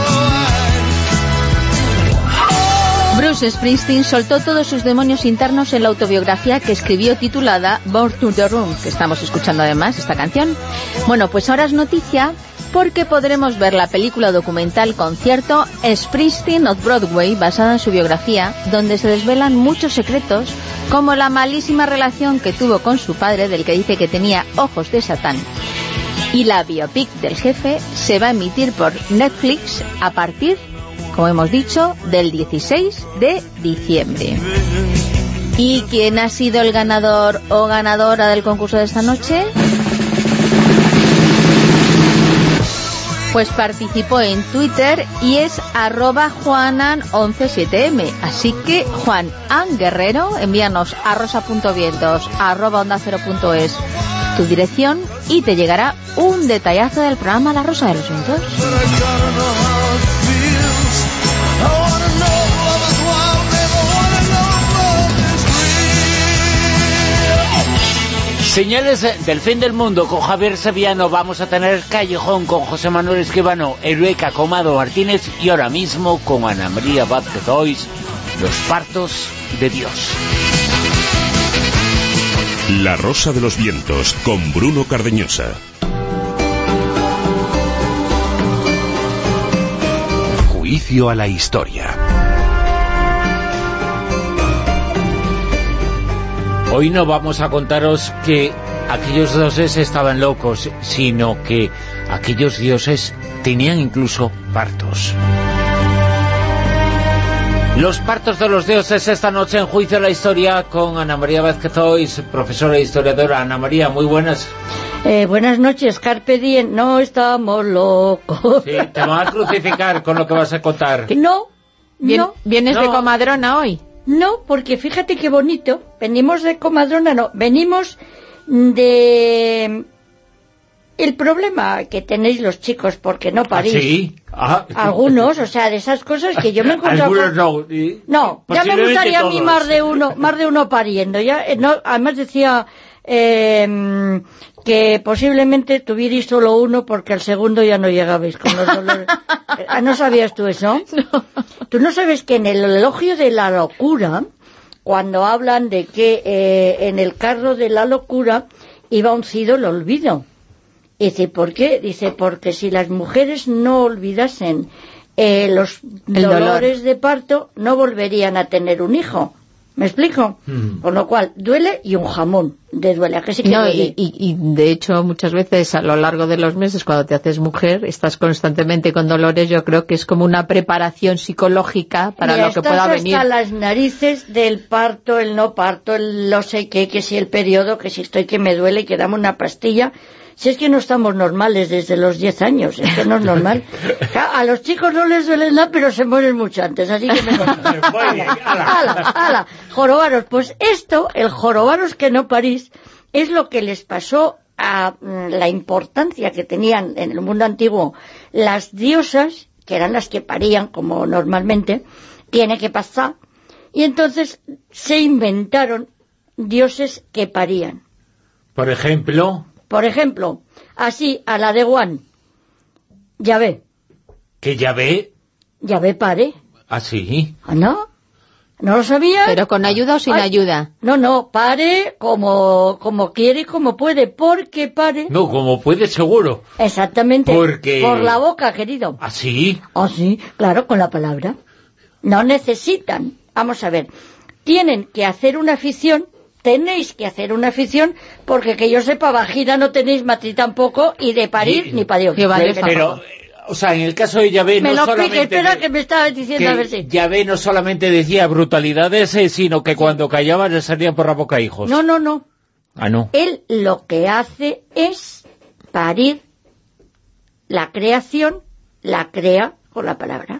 over the line. Bruce Springsteen soltó todos sus demonios internos en la autobiografía que escribió titulada Born to the Room, que estamos escuchando además esta canción. Bueno, pues ahora es noticia porque podremos ver la película documental concierto Springsteen of Broadway, basada en su biografía, donde se desvelan muchos secretos, como la malísima relación que tuvo con su padre, del que dice que tenía ojos de Satán. Y la biopic del Jefe se va a emitir por Netflix a partir, como hemos dicho, del 16 de diciembre. ¿Y quién ha sido el ganador o ganadora del concurso de esta noche? Pues participó en Twitter y es @juanan117m. Así que, Juan An Guerrero, envíanos a rosa.vientos@onda0.es tu dirección y te llegará un detallazo del programa La Rosa de los Vientos. Señales del fin del mundo con Javier Sevillano. Vamos a tener Callejón con José Manuel Escribano, Eureka con Mado Martínez y ahora mismo con Ana María Vázquez Ois, los partos de Dios. La Rosa de los Vientos con Bruno Cardeñosa. Juicio a la historia. Hoy no vamos a contaros que aquellos dioses estaban locos, sino que aquellos dioses tenían incluso partos. Los partos de los dioses esta noche en Juicio a la Historia con Ana María Vázquez Ois, profesora e historiadora. Ana María, muy buenas. Buenas noches, Carpe Diem, no estamos locos. Sí, te van a crucificar con lo que vas a contar. No. ¿Vienes de comadrona hoy? No, porque fíjate qué bonito, venimos de comadrona, no, venimos de el problema que tenéis los chicos porque no parís. ¿Sí? Algunos, o sea, de esas cosas que yo me he encontrado. Algunos no. No, ya me gustaría a mí más de uno pariendo. Ya, no, además decía que posiblemente tuvierais solo uno porque al segundo ya no llegabais con los dolores. ¿No sabías tú eso? No. ¿Tú no sabes que en el elogio de la locura, cuando hablan de que en el carro de la locura iba uncido el olvido? Dice, ¿por qué? Dice, porque si las mujeres no olvidasen los dolores de parto, no volverían a tener un hijo. ¿Me explico? Con lo cual, duele y un jamón de duele. ¿A que sí que duele? Y de hecho, muchas veces a lo largo de los meses, cuando te haces mujer, estás constantemente con dolores. Yo creo que es como una preparación psicológica para lo que pueda venir. Hasta las narices del parto, el no parto, el no sé qué, que si el periodo, que si estoy que me duele y que dame una pastilla. Si es que no estamos normales desde los 10 años, esto no es normal. A los chicos no les duele nada, pero se mueren mucho antes, así que mejor. ¡Hala! Jorobaros, pues esto, el jorobaros que no parís, es lo que les pasó a la importancia que tenían en el mundo antiguo las diosas, que eran las que parían, como normalmente tiene que pasar, y entonces se inventaron dioses que parían. Por ejemplo, así, a la de Juan, Yahvé. ¿Que Yahvé? Yahvé pare. ¿Ah, sí? ¿Ah, no? ¿No lo sabía? ¿Pero con ayuda o sin ayuda? No, pare como quiere y como puede, porque pare. No, como puede seguro. Exactamente. Porque... por la boca, querido. ¿Ah, sí? Ah, sí, claro, con la palabra. No necesitan. Vamos a ver. Tienen que hacer una afición. Tenéis que hacer una afición, porque que yo sepa, vagina no tenéis, matriz tampoco, y de parir ni para Dios. Pero O sea, en el caso de Yahvé me no lo solamente... explique, espera que me estabas diciendo a ver si... Yahvé no solamente decía brutalidades, sino que cuando callaba le salían por la boca hijos. No. Ah, no. Él lo que hace es parir la creación, la crea con la palabra.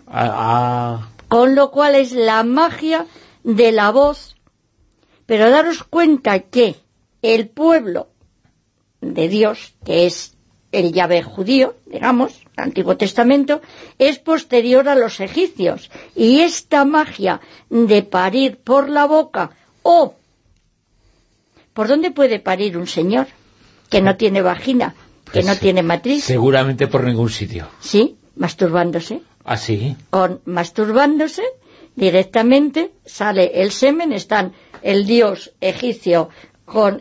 Con lo cual es la magia de la voz. Pero daros cuenta que el pueblo de Dios, que es el Yahvé judío, digamos, el Antiguo Testamento, es posterior a los egipcios. Y esta magia de parir por la boca, o ¿por dónde puede parir un señor que no tiene vagina, que no tiene matriz? Seguramente por ningún sitio. Sí, masturbándose. ¿Ah, sí? Masturbándose, directamente sale el semen, están el dios egipcio con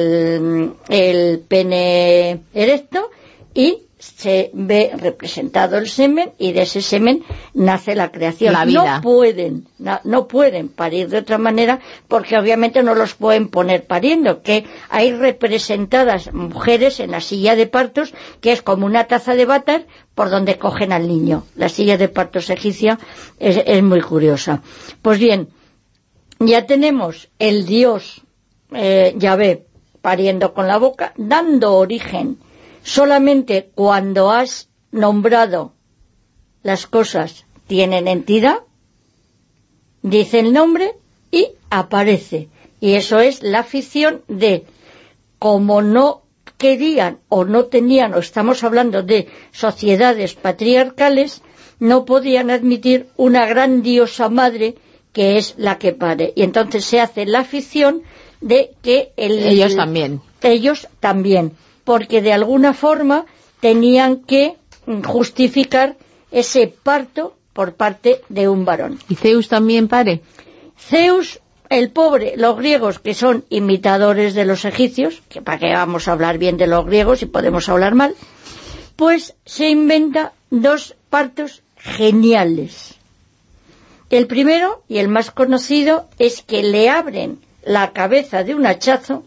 el pene erecto y se ve representado el semen, y de ese semen nace la creación. La vida. No pueden parir de otra manera, porque obviamente no los pueden poner pariendo, que hay representadas mujeres en la silla de partos, que es como una taza de váter por donde cogen al niño. La silla de partos egipcia es muy curiosa. Pues bien, ya tenemos el dios Yahvé pariendo con la boca, dando origen. Solamente cuando has nombrado las cosas tienen entidad, dice el nombre y aparece. Y eso es la ficción de, como no querían o no tenían, o estamos hablando de sociedades patriarcales, no podían admitir una gran diosa madre que es la que pare. Y entonces se hace la ficción de que ellos también, porque de alguna forma tenían que justificar ese parto por parte de un varón. ¿Y Zeus también pare? Zeus, el pobre, los griegos, que son imitadores de los egipcios, que para qué vamos a hablar bien de los griegos si podemos hablar mal, pues se inventa 2 partos geniales. El primero, y el más conocido, es que le abren la cabeza de un hachazo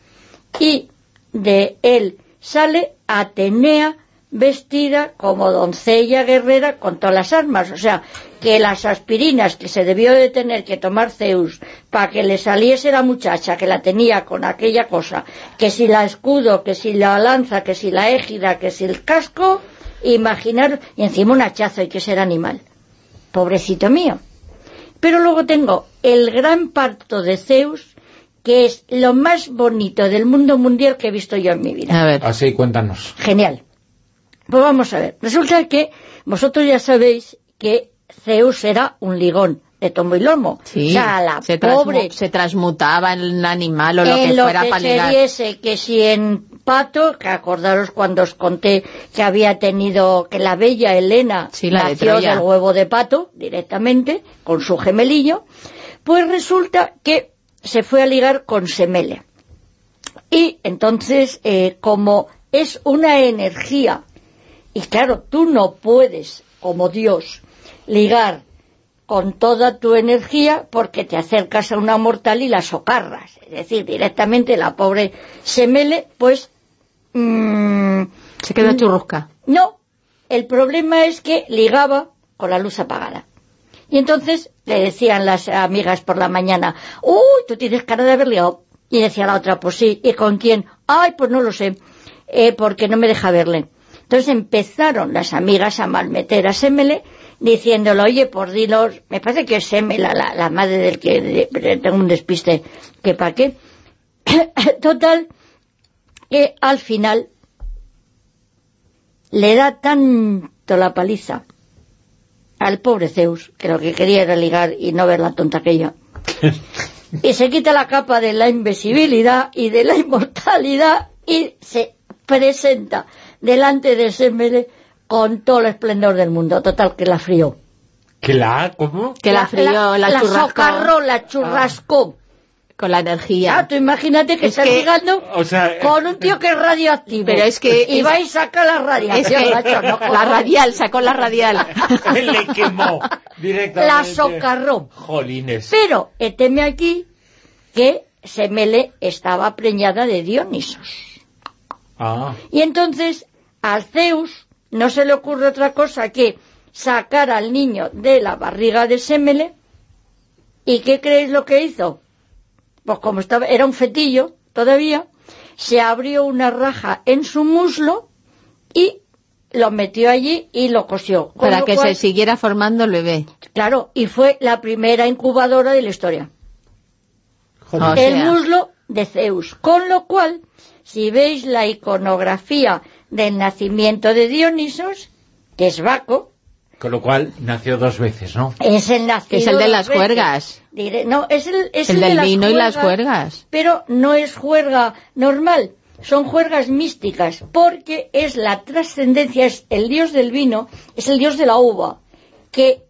y de él sale Atenea vestida como doncella guerrera con todas las armas. O sea, que las aspirinas que se debió de tener que tomar Zeus para que le saliese la muchacha, que la tenía con aquella cosa, que si la escudo, que si la lanza, que si la égida, que si el casco, imaginar, y encima un hachazo, hay que ser animal. Pobrecito mío. Pero luego tengo el gran parto de Zeus, que es lo más bonito del mundo mundial que he visto yo en mi vida. A ver. Así, cuéntanos. Genial. Pues vamos a ver. Resulta que vosotros ya sabéis que Zeus era un ligón de tomo y lomo. Sí, o sea, se transmutaba en animal o lo que fuera para ligar. Que si en pato, que acordaros cuando os conté que había tenido, que la bella Helena nació del huevo de pato directamente, con su gemelillo, pues resulta que se fue a ligar con Semele. Y entonces, como es una energía, y claro, tú no puedes, como Dios, ligar con toda tu energía porque te acercas a una mortal y la socarras. Es decir, directamente la pobre Semele, pues... se quedó churrusca. No, el problema es que ligaba con la luz apagada. Y entonces le decían las amigas por la mañana, ¡uy, tú tienes cara de haber ligado! Y decía la otra, pues sí. ¿Y con quién? ¡Ay, pues no lo sé! Porque no me deja verle. Entonces empezaron las amigas a malmeter a Semele, diciéndole, oye, por dilos, me parece que es Semele, la madre del que tengo un despiste, que pa' qué. Total, que al final le da tanto la paliza al pobre Zeus, que lo que quería era ligar y no ver la tonta aquella, y se quita la capa de la invisibilidad y de la inmortalidad y se presenta delante de Semele con todo el esplendor del mundo. Total, que la frió. ¿Cómo? Que la frió, la churrascó. Socarró, la churrascó. Con la energía. Tú imagínate que estás ligando con un tío que es radioactivo. Pero es que... Y va y saca la radiación. Es que la radial, sacó la radial. Le quemó directamente. La socarró. Jolines. Pero, teme aquí que Semele estaba preñada de Dionisos. Ah. Y entonces, al Zeus no se le ocurre otra cosa que sacar al niño de la barriga de Semele. ¿Y qué creéis lo que hizo? Pues como era un fetillo todavía, se abrió una raja en su muslo y lo metió allí y lo cosió. Para que se siguiera formando el bebé. Claro, y fue la primera incubadora de la historia. El muslo de Zeus. Con lo cual, si veis la iconografía del nacimiento de Dionisos, que es Baco... Con lo cual, nació 2 veces, ¿no? Es el nacido. Es el de las juergas. No, es el del de vino las y las juergas. Pero no es juerga normal, son juergas místicas, porque es la trascendencia, es el dios del vino, es el dios de la uva, que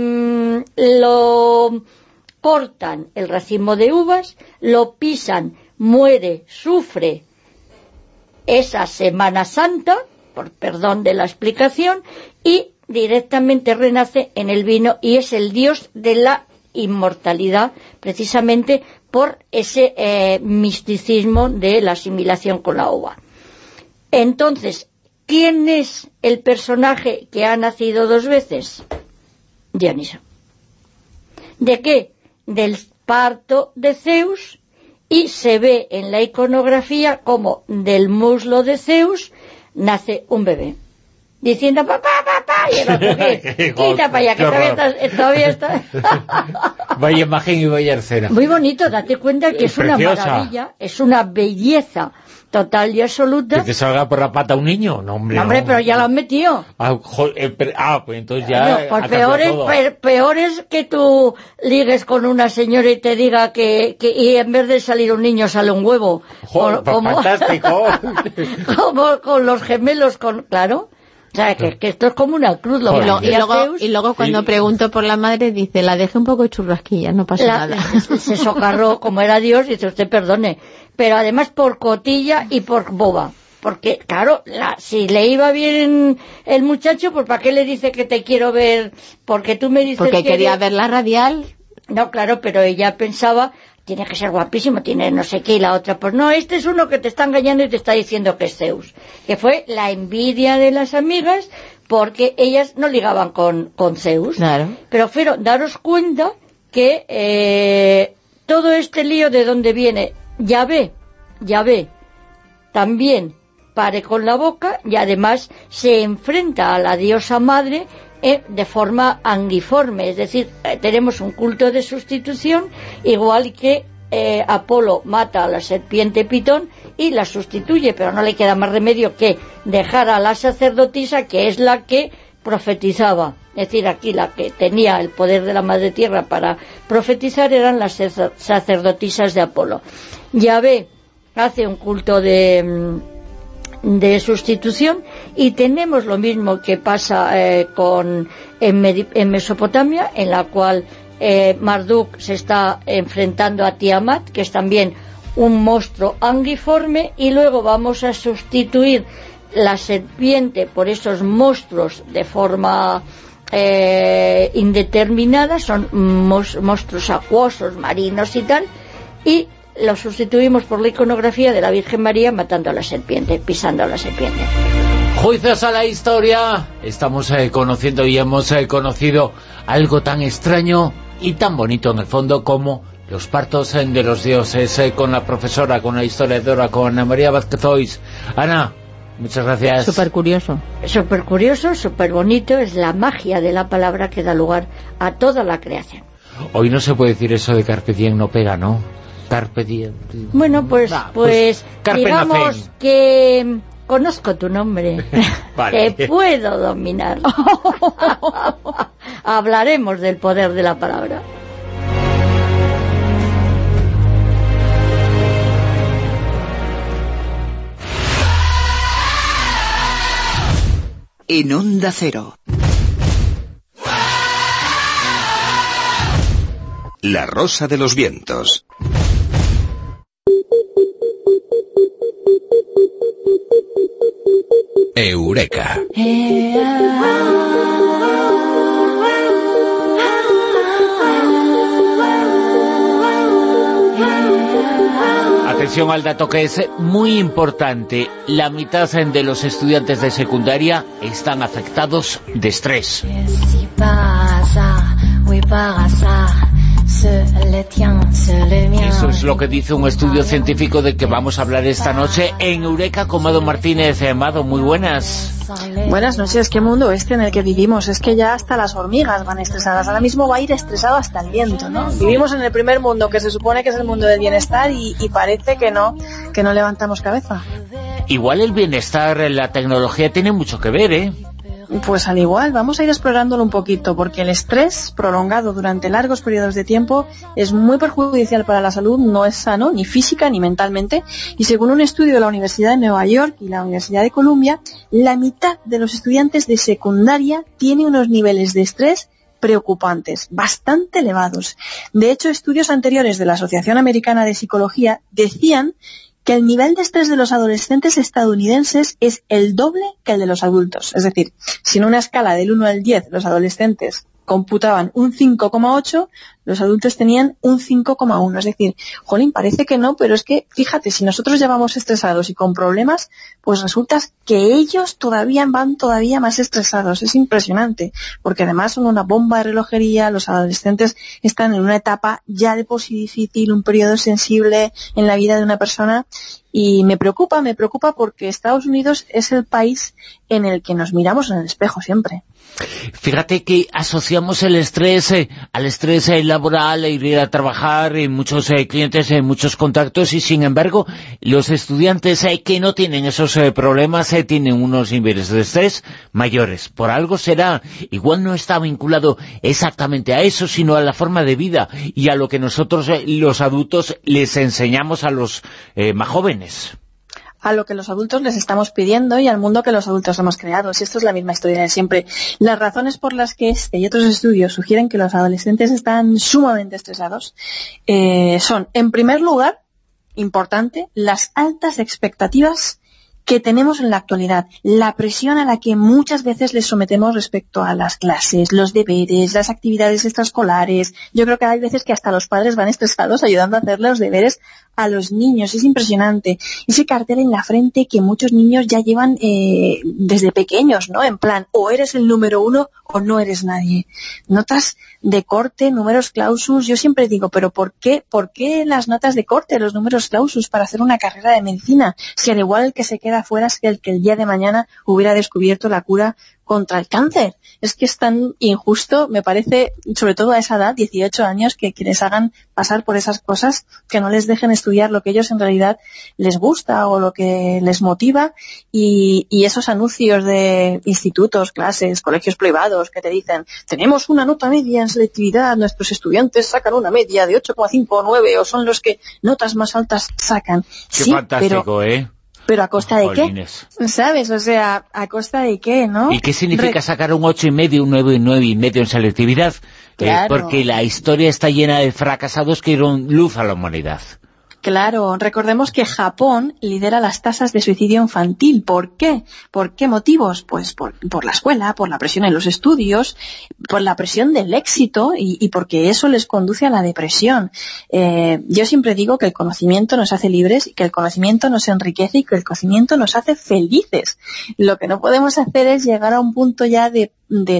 lo cortan el racimo de uvas, lo pisan, muere, sufre esa Semana Santa, por perdón de la explicación, y directamente renace en el vino y es el dios de la inmortalidad, precisamente por ese misticismo de la asimilación con la uva. Entonces, ¿quién es el personaje que ha nacido 2 veces? Dioniso. ¿De qué? Del parto de Zeus, y se ve en la iconografía como del muslo de Zeus nace un bebé. Diciendo, papá, y el otro, quita para allá, que todavía está... Vaya imagen y vaya escena. Muy bonito, date cuenta que es una maravilla, es una belleza total y absoluta. ¿Que te salga por la pata un niño? No, hombre, no. Pero ya lo han metido. Pues entonces ya... No, pues peor es que tú ligues con una señora y te diga que y en vez de salir un niño sale un huevo. Fantástico. Como con los gemelos, claro. O sea, que esto es como una cruz. Y luego cuando pregunto por la madre, dice, la dejé un poco churrasquilla, no pasa nada. Se socarró, como era Dios, y dice, usted perdone. Pero además por cotilla y por boba. Porque, claro, si le iba bien el muchacho, pues ¿para qué le dice que te quiero ver? Porque tú me dices porque quería ver la radial. No, claro, pero ella pensaba... tiene que ser guapísimo, tiene no sé qué, y la otra, pues no, este es uno que te está engañando y te está diciendo que es Zeus, que fue la envidia de las amigas, porque ellas no ligaban con Zeus. Claro. Pero daros cuenta que todo este lío de dónde viene, Yahvé, también pare con la boca, y además se enfrenta a la diosa madre de forma anguiforme, es decir, tenemos un culto de sustitución, igual que Apolo mata a la serpiente Pitón y la sustituye, pero no le queda más remedio que dejar a la sacerdotisa, que es la que profetizaba. Es decir, aquí la que tenía el poder de la Madre Tierra para profetizar eran las sacerdotisas de Apolo. Yahvé hace un culto de sustitución, y tenemos lo mismo que pasa en Mesopotamia, en la cual Marduk se está enfrentando a Tiamat, que es también un monstruo anguiforme, y luego vamos a sustituir la serpiente por esos monstruos de forma indeterminada, son monstruos acuosos, marinos y tal, y lo sustituimos por la iconografía de la Virgen María matando a la serpiente, pisando a la serpiente. Juicios a la historia. Estamos conociendo y hemos conocido algo tan extraño y tan bonito en el fondo como los partos de los dioses, con la profesora, con la historiadora, con Ana María Vázquez Ois. Ana, muchas gracias. Súper curioso, súper bonito, es la magia de la palabra que da lugar a toda la creación. Hoy no se puede decir eso de carpe diem no pega, ¿no? Carpe diem. Bueno, pues digamos que conozco tu nombre. Vale. Te puedo dominar. Hablaremos del poder de la palabra. En Onda Cero. La Rosa de los Vientos. Eureka. atención al dato que es muy importante. La mitad de los estudiantes de secundaria están afectados de estrés. Eso es lo que dice un estudio científico del que vamos a hablar esta noche en Eureka con Mado Martínez. Mado, muy buenas. Buenas noches. ¿Qué mundo este en el que vivimos? Es que ya hasta las hormigas van estresadas. Ahora mismo va a ir estresado hasta el viento, ¿no? Vivimos en el primer mundo, que se supone que es el mundo del bienestar, y parece que no levantamos cabeza. Igual el bienestar, la tecnología tiene mucho que ver, ¿eh? Pues al igual, vamos a ir explorándolo un poquito, porque el estrés prolongado durante largos periodos de tiempo es muy perjudicial para la salud, no es sano ni física ni mentalmente, y según un estudio de la Universidad de Nueva York y la Universidad de Columbia, la mitad de los estudiantes de secundaria tiene unos niveles de estrés preocupantes, bastante elevados. De hecho, estudios anteriores de la Asociación Americana de Psicología decían que el nivel de estrés de los adolescentes estadounidenses es el doble que el de los adultos. Es decir, si en una escala del 1 al 10 los adolescentes computaban un 5,8, los adultos tenían un 5,1. Es decir, jolín, parece que no, pero es que, fíjate, si nosotros ya vamos estresados y con problemas, pues resulta que ellos van todavía más estresados. Es impresionante, porque además son una bomba de relojería. Los adolescentes están en una etapa ya de por sí difícil, un periodo sensible en la vida de una persona, y me preocupa porque Estados Unidos es el país en el que nos miramos en el espejo siempre. Fíjate que asociamos el estrés al estrés laboral, ir a trabajar, muchos clientes, muchos contactos, y sin embargo los estudiantes que no tienen esos problemas tienen unos niveles de estrés mayores. Por algo será. Igual no está vinculado exactamente a eso, sino a la forma de vida y a lo que nosotros los adultos les enseñamos a los más jóvenes. A lo que los adultos les estamos pidiendo y al mundo que los adultos hemos creado. Si esto es la misma historia de siempre. Las razones por las que este y otros estudios sugieren que los adolescentes están sumamente estresados son, en primer lugar, importante, las altas expectativas que tenemos en la actualidad, la presión a la que muchas veces les sometemos respecto a las clases, los deberes, las actividades extraescolares. Yo creo que hay veces que hasta los padres van estresados ayudando a hacer los deberes a los niños. Es impresionante. Ese cartel en la frente que muchos niños ya llevan desde pequeños, ¿no? En plan, o eres el número 1 o no eres nadie. Notas de corte, números clausus. Yo siempre digo, pero ¿por qué las notas de corte, los números clausus para hacer una carrera de medicina? Si al igual el que se queda fuera es el que el día de mañana hubiera descubierto la cura contra el cáncer. Es que es tan injusto, me parece, sobre todo a esa edad, 18 años, que les hagan pasar por esas cosas, que no les dejen estudiar lo que ellos en realidad les gusta o lo que les motiva, y esos anuncios de institutos, clases, colegios privados que te dicen, tenemos una nota media en selectividad, nuestros estudiantes sacan una media de 8,5 o 9, o son los que notas más altas sacan. Qué sí, fantástico, pero ¿a costa de qué? ¿Sabes? O sea, ¿a costa de qué, no? ¿Y qué significa sacar un 8,5, un 9,5 en selectividad? Claro. Porque la historia está llena de fracasados que dieron luz a la humanidad. Claro, recordemos que Japón lidera las tasas de suicidio infantil. ¿Por qué? ¿Por qué motivos? Pues por la escuela, por la presión en los estudios, por la presión del éxito y porque eso les conduce a la depresión. Yo siempre digo que el conocimiento nos hace libres y que el conocimiento nos enriquece y que el conocimiento nos hace felices. Lo que no podemos hacer es llegar a un punto ya de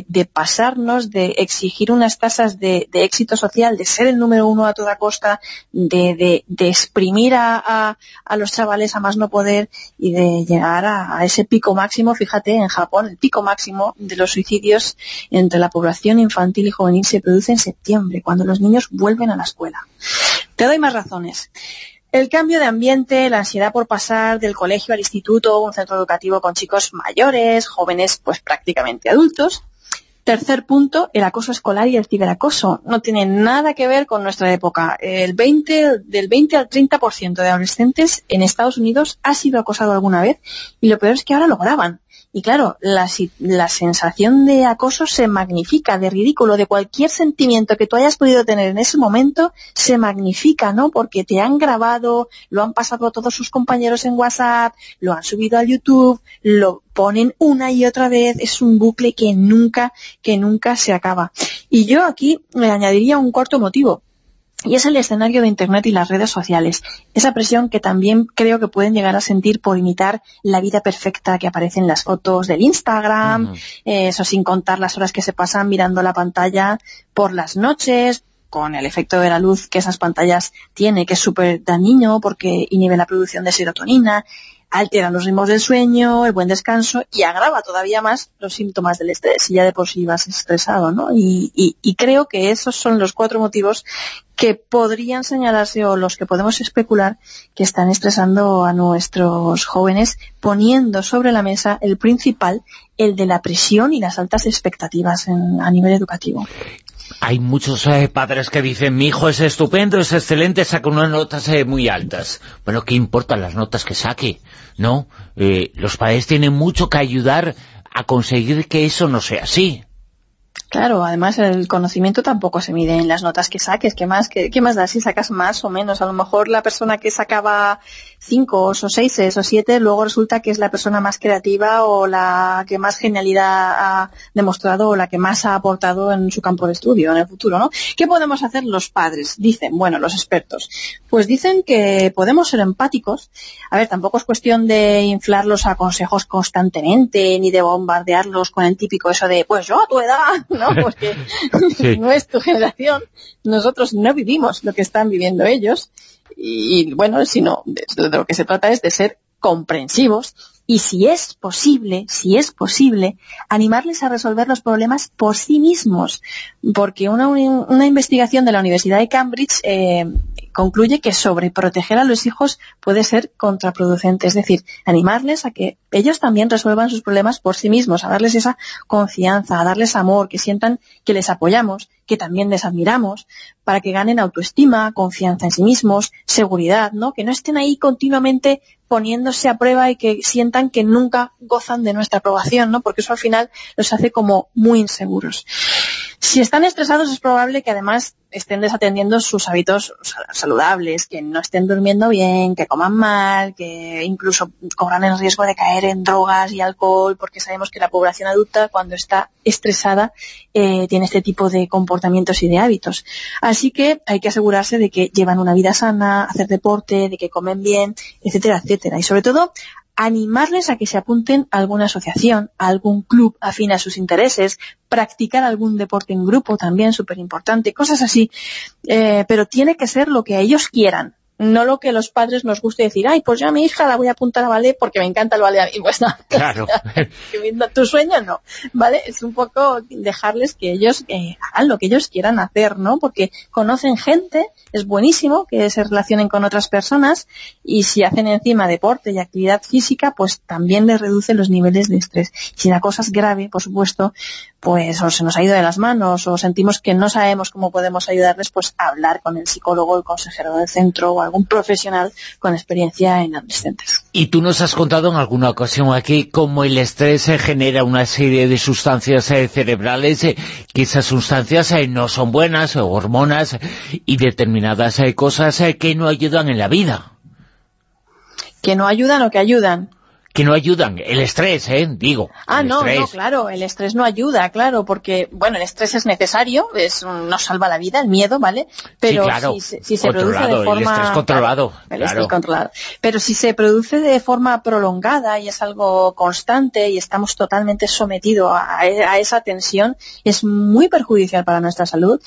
pasarnos, de exigir unas tasas de éxito social, de ser el número 1 a toda costa, de exprimir a los chavales a más no poder y de llegar a ese pico máximo. Fíjate, en Japón el pico máximo de los suicidios entre la población infantil y juvenil se produce en septiembre, cuando los niños vuelven a la escuela. Te doy más razones. El cambio de ambiente, la ansiedad por pasar del colegio al instituto, un centro educativo con chicos mayores, jóvenes pues prácticamente adultos. Tercer punto, el acoso escolar y el ciberacoso. No tiene nada que ver con nuestra época. Del 20 al 30% de adolescentes en Estados Unidos ha sido acosado alguna vez, y lo peor es que ahora lo graban. Y claro, la sensación de acoso se magnifica, de ridículo, de cualquier sentimiento que tú hayas podido tener en ese momento, se magnifica, ¿no? Porque te han grabado, lo han pasado a todos sus compañeros en WhatsApp, lo han subido a YouTube, lo ponen una y otra vez, es un bucle que nunca se acaba. Y yo aquí le añadiría un cuarto motivo. Y es el escenario de Internet y las redes sociales. Esa presión que también creo que pueden llegar a sentir por imitar la vida perfecta que aparece en las fotos del Instagram, eso sin contar las horas que se pasan mirando la pantalla por las noches, con el efecto de la luz que esas pantallas tiene, que es súper dañino porque inhibe la producción de serotonina, altera los ritmos del sueño, el buen descanso y agrava todavía más los síntomas del estrés, si ya de por sí vas estresado, ¿no? Y creo que esos son los 4 motivos que podrían señalarse o los que podemos especular que están estresando a nuestros jóvenes, poniendo sobre la mesa el principal, el de la presión y las altas expectativas a nivel educativo. Hay muchos padres que dicen, mi hijo es estupendo, es excelente, saca unas notas muy altas. Bueno, ¿qué importan las notas que saque? ¿No? Los padres tienen mucho que ayudar a conseguir que eso no sea así. Claro, además el conocimiento tampoco se mide en las notas que saques. ¿Qué más da si sacas más o menos? A lo mejor la persona que sacaba 5 o 6 o 7, luego resulta que es la persona más creativa o la que más genialidad ha demostrado o la que más ha aportado en su campo de estudio en el futuro, ¿no? ¿Qué podemos hacer los padres? Dicen, bueno, los expertos, pues dicen que podemos ser empáticos. A ver, tampoco es cuestión de inflarlos a consejos constantemente ni de bombardearlos con el típico eso de, pues yo a tu edad, ¿no? Porque sí. No es tu generación, nosotros no vivimos lo que están viviendo ellos y bueno, sino de lo que se trata es de ser comprensivos y si es posible, animarles a resolver los problemas por sí mismos, porque una investigación de la Universidad de Cambridge concluye que sobreproteger a los hijos puede ser contraproducente, es decir, animarles a que ellos también resuelvan sus problemas por sí mismos, a darles esa confianza, a darles amor, que sientan que les apoyamos, que también les admiramos, para que ganen autoestima, confianza en sí mismos, seguridad, ¿no? Que no estén ahí continuamente poniéndose a prueba y que sientan que nunca gozan de nuestra aprobación, ¿no? Porque eso al final los hace como muy inseguros. Si están estresados es probable que además estén desatendiendo sus hábitos saludables, que no estén durmiendo bien, que coman mal, que incluso corran el riesgo de caer en drogas y alcohol, porque sabemos que la población adulta cuando está estresada tiene este tipo de comportamientos y de hábitos. Así que hay que asegurarse de que llevan una vida sana, hacer deporte, de que comen bien, etcétera, etcétera. Y sobre todo animarles a que se apunten a alguna asociación, a algún club afín a sus intereses, practicar algún deporte en grupo también, súper importante, cosas así. Pero tiene que ser lo que ellos quieran, no lo que los padres nos guste decir, ay, pues yo a mi hija la voy a apuntar a ballet porque me encanta el ballet a mí. Pues no, claro. Tu sueño no, ¿vale? Es un poco dejarles que ellos hagan lo que ellos quieran hacer, ¿no? Porque conocen gente, es buenísimo que se relacionen con otras personas y si hacen encima deporte y actividad física, pues también les reduce los niveles de estrés. Si la cosa es grave, por supuesto, pues o se nos ha ido de las manos o sentimos que no sabemos cómo podemos ayudarles, pues hablar con el psicólogo, el consejero del centro o algún profesional con experiencia en adolescentes. Y tú nos has contado en alguna ocasión aquí cómo el estrés genera una serie de sustancias cerebrales, que esas sustancias no son buenas, hormonas y determinadas cosas que no ayudan en la vida. ¿Que no ayudan o que ayudan? Que no ayudan, el estrés, digo. No, claro, el estrés no ayuda, claro, porque, bueno, el estrés es necesario, nos salva la vida, el miedo, ¿vale? Pero sí, claro, si se produce de forma... El estrés controlado, el estrés controlado. Pero si se produce de forma prolongada y es algo constante y estamos totalmente sometidos a esa tensión, es muy perjudicial para nuestra salud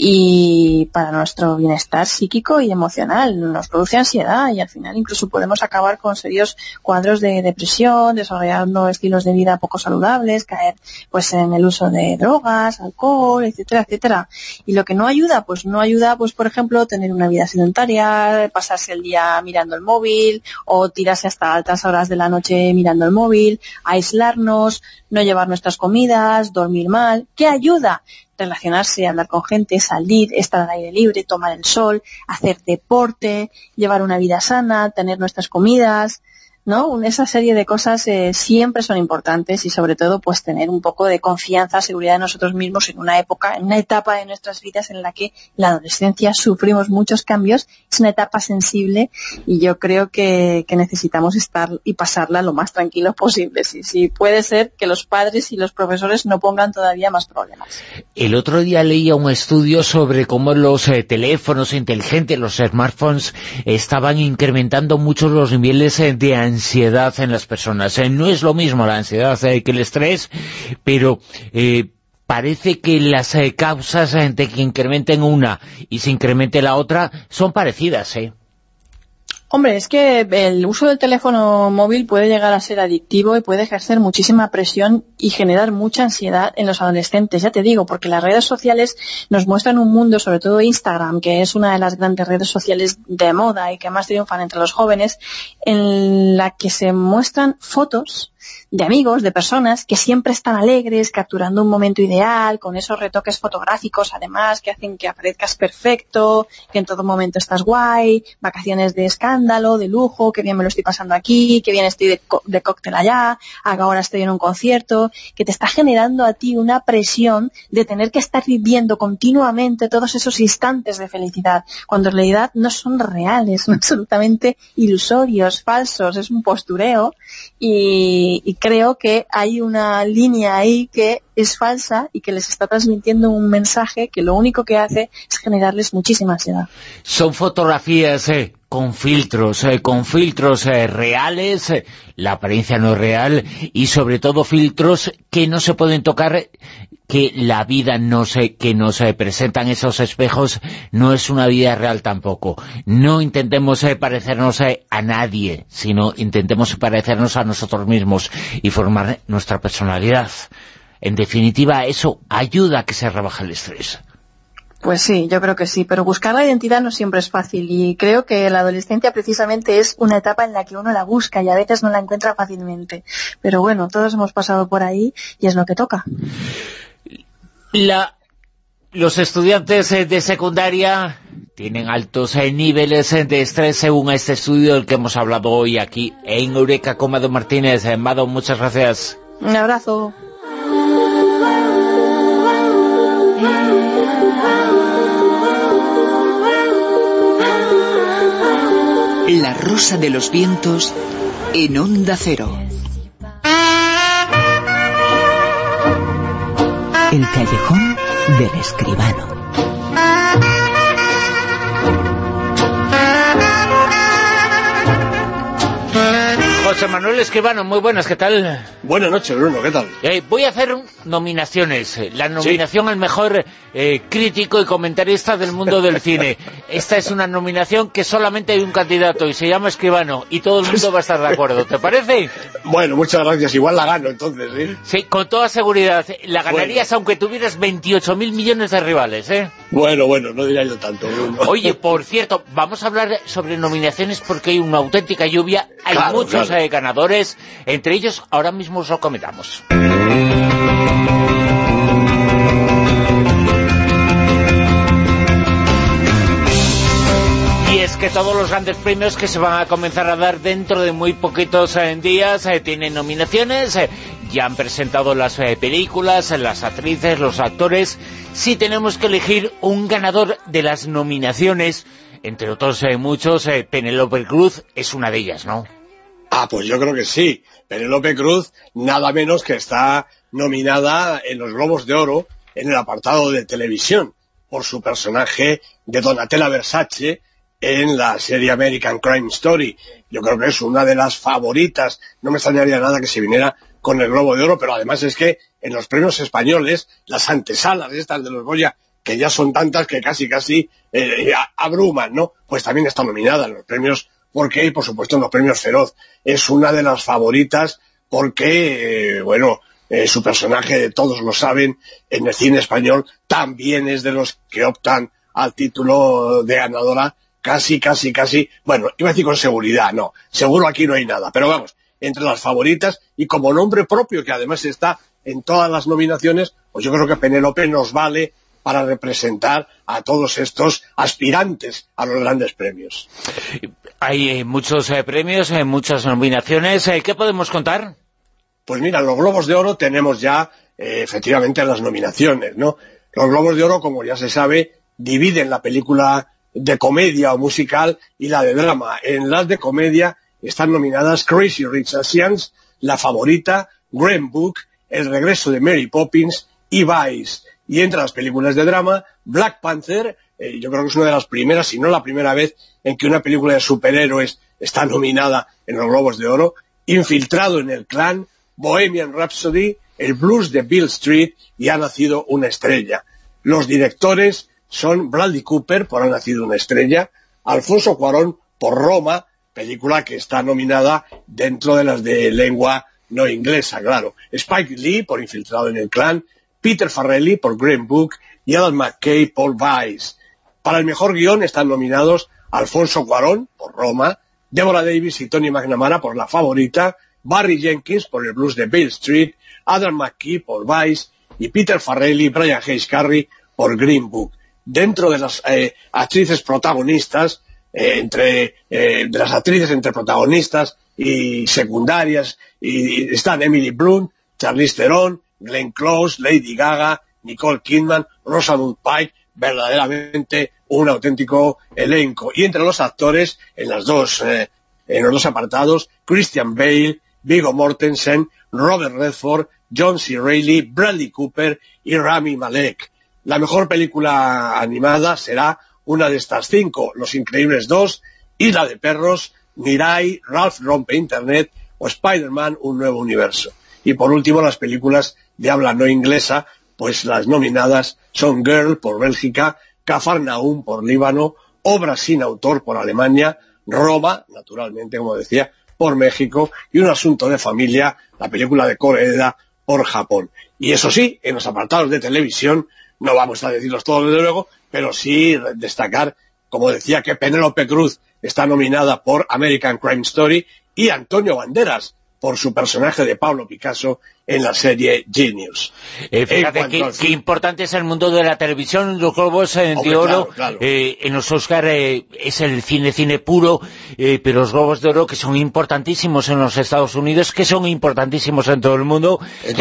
y para nuestro bienestar psíquico y emocional. Nos produce ansiedad y al final incluso podemos acabar con serios cuadros de depresión, desarrollando estilos de vida poco saludables, caer pues en el uso de drogas, alcohol, etcétera, etcétera. Y lo que no ayuda, pues por ejemplo, tener una vida sedentaria, pasarse el día mirando el móvil o tirarse hasta altas horas de la noche mirando el móvil, aislarnos, no llevar nuestras comidas, dormir mal. ¿Qué ayuda? Relacionarse, hablar con gente, salir, estar al aire libre, tomar el sol, hacer deporte, llevar una vida sana, tener nuestras comidas. ¿no? Esa serie de cosas siempre son importantes y sobre todo pues tener un poco de confianza, seguridad en nosotros mismos en una época, en una etapa de nuestras vidas en la que la adolescencia sufrimos muchos cambios, es una etapa sensible y yo creo que necesitamos estar y pasarla lo más tranquilos posible. Sí, puede ser que los padres y los profesores no pongan todavía más problemas. El otro día leía un estudio sobre cómo los teléfonos inteligentes, los smartphones, estaban incrementando mucho los niveles de ansiedad en las personas. No es lo mismo la ansiedad que el estrés, pero parece que las causas de que incrementen una y se incremente la otra son parecidas, Hombre, es que el uso del teléfono móvil puede llegar a ser adictivo y puede ejercer muchísima presión y generar mucha ansiedad en los adolescentes, ya te digo, porque las redes sociales nos muestran un mundo, sobre todo Instagram, que es una de las grandes redes sociales de moda y que más triunfan entre los jóvenes, en la que se muestran fotos de amigos, de personas que siempre están alegres, capturando un momento ideal, con esos retoques fotográficos, además, que hacen que aparezcas perfecto, que en todo momento estás guay, vacaciones de escándalo, de lujo, que bien me lo estoy pasando aquí, que bien estoy de cóctel allá, ahora estoy en un concierto, que te está generando a ti una presión de tener que estar viviendo continuamente todos esos instantes de felicidad, cuando en realidad no son reales, son absolutamente ilusorios, falsos, es un postureo y creo que hay una línea ahí que es falsa y que les está transmitiendo un mensaje que lo único que hace es generarles muchísima ansiedad. Son fotografías con filtros reales, la apariencia no es real, y sobre todo filtros que no se pueden tocar, que la vida que nos presentan esos espejos no es una vida real tampoco. No intentemos parecernos a nadie, sino intentemos parecernos a nosotros mismos y formar nuestra personalidad. En definitiva, eso ayuda a que se rebaje el estrés. Pues sí, yo creo que sí, pero buscar la identidad no siempre es fácil y creo que la adolescencia precisamente es una etapa en la que uno la busca y a veces no la encuentra fácilmente. Pero bueno, todos hemos pasado por ahí y es lo que toca. Los estudiantes de secundaria tienen altos niveles de estrés según este estudio del que hemos hablado hoy aquí en Eureka con Mado Martínez. Mado, muchas gracias. Un abrazo. La Rosa de los Vientos en Onda Cero. El callejón del escribano. José Manuel Escribano, muy buenas, ¿qué tal? Buenas noches, Bruno, ¿qué tal? Voy a hacer nominaciones. La nominación al mejor crítico y comentarista del mundo del cine. Esta es una nominación que solamente hay un candidato y se llama Escribano y todo el mundo va a estar de acuerdo, ¿te parece? Bueno, muchas gracias, igual la gano entonces, ¿sí? Sí, con toda seguridad. La ganarías aunque tuvieras 28.000 millones de rivales, ¿eh? Bueno, no diría yo tanto, Bruno. Oye, por cierto, vamos a hablar sobre nominaciones porque hay una auténtica lluvia, hay muchos ganadores, entre ellos ahora mismo os lo comentamos. Y es que todos los grandes premios que se van a comenzar a dar dentro de muy poquitos días tienen nominaciones, ya han presentado las películas, las actrices, los actores. Si tenemos que elegir un ganador de las nominaciones, entre otros muchos, Penélope Cruz es una de ellas, ¿no? Pues yo creo que sí. Penélope Cruz, nada menos que está nominada en los Globos de Oro en el apartado de televisión por su personaje de Donatella Versace en la serie American Crime Story. Yo creo que es una de las favoritas. No me extrañaría nada que se viniera con el Globo de Oro, pero además es que en los premios españoles, las antesalas estas de los Goya, que ya son tantas que casi abruman, ¿no? Pues también está nominada en los premios porque, por supuesto, en los premios Feroz es una de las favoritas porque, su personaje, todos lo saben, en el cine español también es de los que optan al título de ganadora casi, bueno, iba a decir con seguridad, no, seguro aquí no hay nada, pero vamos, entre las favoritas y como nombre propio, que además está en todas las nominaciones, pues yo creo que Penélope nos vale para representar a todos estos aspirantes a los grandes premios. Hay muchos premios, muchas nominaciones. ¿Qué podemos contar? Pues mira, los Globos de Oro tenemos ya efectivamente las nominaciones, ¿no? Los Globos de Oro, como ya se sabe, dividen la película de comedia o musical y la de drama. En las de comedia están nominadas Crazy Rich Asians, La Favorita, Green Book, El regreso de Mary Poppins y Vice. Y entre las películas de drama, Black Panther, yo creo que es una de las primeras, si no la primera vez, en que una película de superhéroes está nominada en los Globos de Oro, Infiltrado en el Clan, Bohemian Rhapsody, El blues de Beale Street y Ha nacido una estrella. Los directores son Bradley Cooper por Ha nacido una estrella, Alfonso Cuarón por Roma, película que está nominada dentro de las de lengua no inglesa, claro. Spike Lee por Infiltrado en el Clan, Peter Farrelly por Green Book y Adam McKay por Vice. Para el mejor guión están nominados Alfonso Cuarón por Roma, Deborah Davis y Tony McNamara por La Favorita, Barry Jenkins por El blues de Beale Street, Adam McKay por Vice y Peter Farrelly y Brian Hayes Carey por Green Book. Dentro de las actrices protagonistas, entre protagonistas y secundarias, y están Emily Blunt, Charlize Theron, Glenn Close, Lady Gaga, Nicole Kidman, Rosamund Pike, verdaderamente un auténtico elenco. Y entre los actores, en los dos apartados, Christian Bale, Viggo Mortensen, Robert Redford, John C. Reilly, Bradley Cooper y Rami Malek. La mejor película animada será una de estas 5, Los Increíbles 2, Isla de Perros, Mirai, Ralph Rompe Internet o Spider-Man, Un Nuevo Universo. Y por último, las películas de habla no inglesa, pues las nominadas son Girl por Bélgica, Cafarnaúm por Líbano, Obra sin autor por Alemania, Roma, naturalmente, como decía, por México, y Un asunto de familia, la película de Koreeda, por Japón. Y eso sí, en los apartados de televisión, no vamos a decirlos todos desde luego, pero sí destacar, como decía, que Penélope Cruz está nominada por American Crime Story y Antonio Banderas por su personaje de Pablo Picasso en la serie Genius. Fíjate qué importante es el mundo de la televisión, los Globos de Oro, claro. En los Oscar es el cine puro, pero los Globos de Oro, que son importantísimos en los Estados Unidos, que son importantísimos en todo el mundo,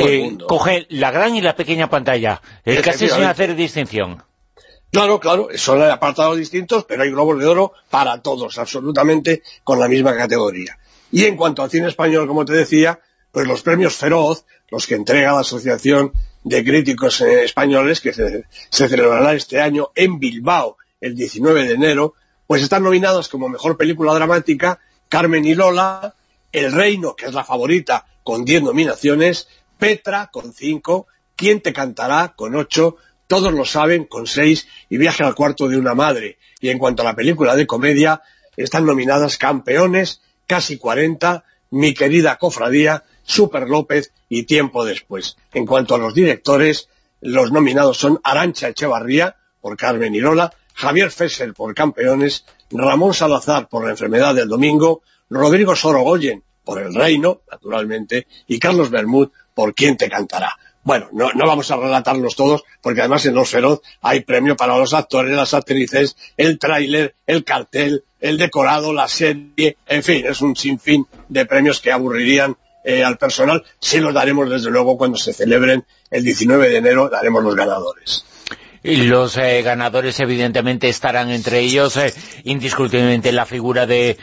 coge la gran y la pequeña pantalla, casi sin hacer distinción. Claro, son apartados distintos, pero hay Globos de Oro para todos, absolutamente con la misma categoría. Y en cuanto al cine español, como te decía, pues los premios Feroz, los que entrega la Asociación de Críticos Españoles, que se celebrará este año en Bilbao el 19 de enero, pues están nominados como mejor película dramática Carmen y Lola, El Reino, que es La Favorita, con 10 nominaciones, Petra, con 5, ¿Quién te cantará?, con 8, Todos lo saben, con 6, y Viaje al cuarto de una madre. Y en cuanto a la película de comedia, están nominadas Campeones, Casi 40, Mi querida cofradía, Super López y Tiempo después. En cuanto a los directores, los nominados son Arantxa Echevarría por Carmen y Lola, Javier Fesser por Campeones, Ramón Salazar por La enfermedad del domingo, Rodrigo Sorogoyen por El Reino, naturalmente, y Carlos Bermud por ¿Quién te cantará? Bueno, no vamos a relatarlos todos, porque además en Los Feroz hay premio para los actores, las actrices, el tráiler, el cartel, el decorado, la serie, en fin, es un sinfín de premios que aburrirían al personal. Sí los daremos desde luego cuando se celebren el 19 de enero, daremos los ganadores. Y los ganadores evidentemente estarán entre ellos, indiscutiblemente la figura de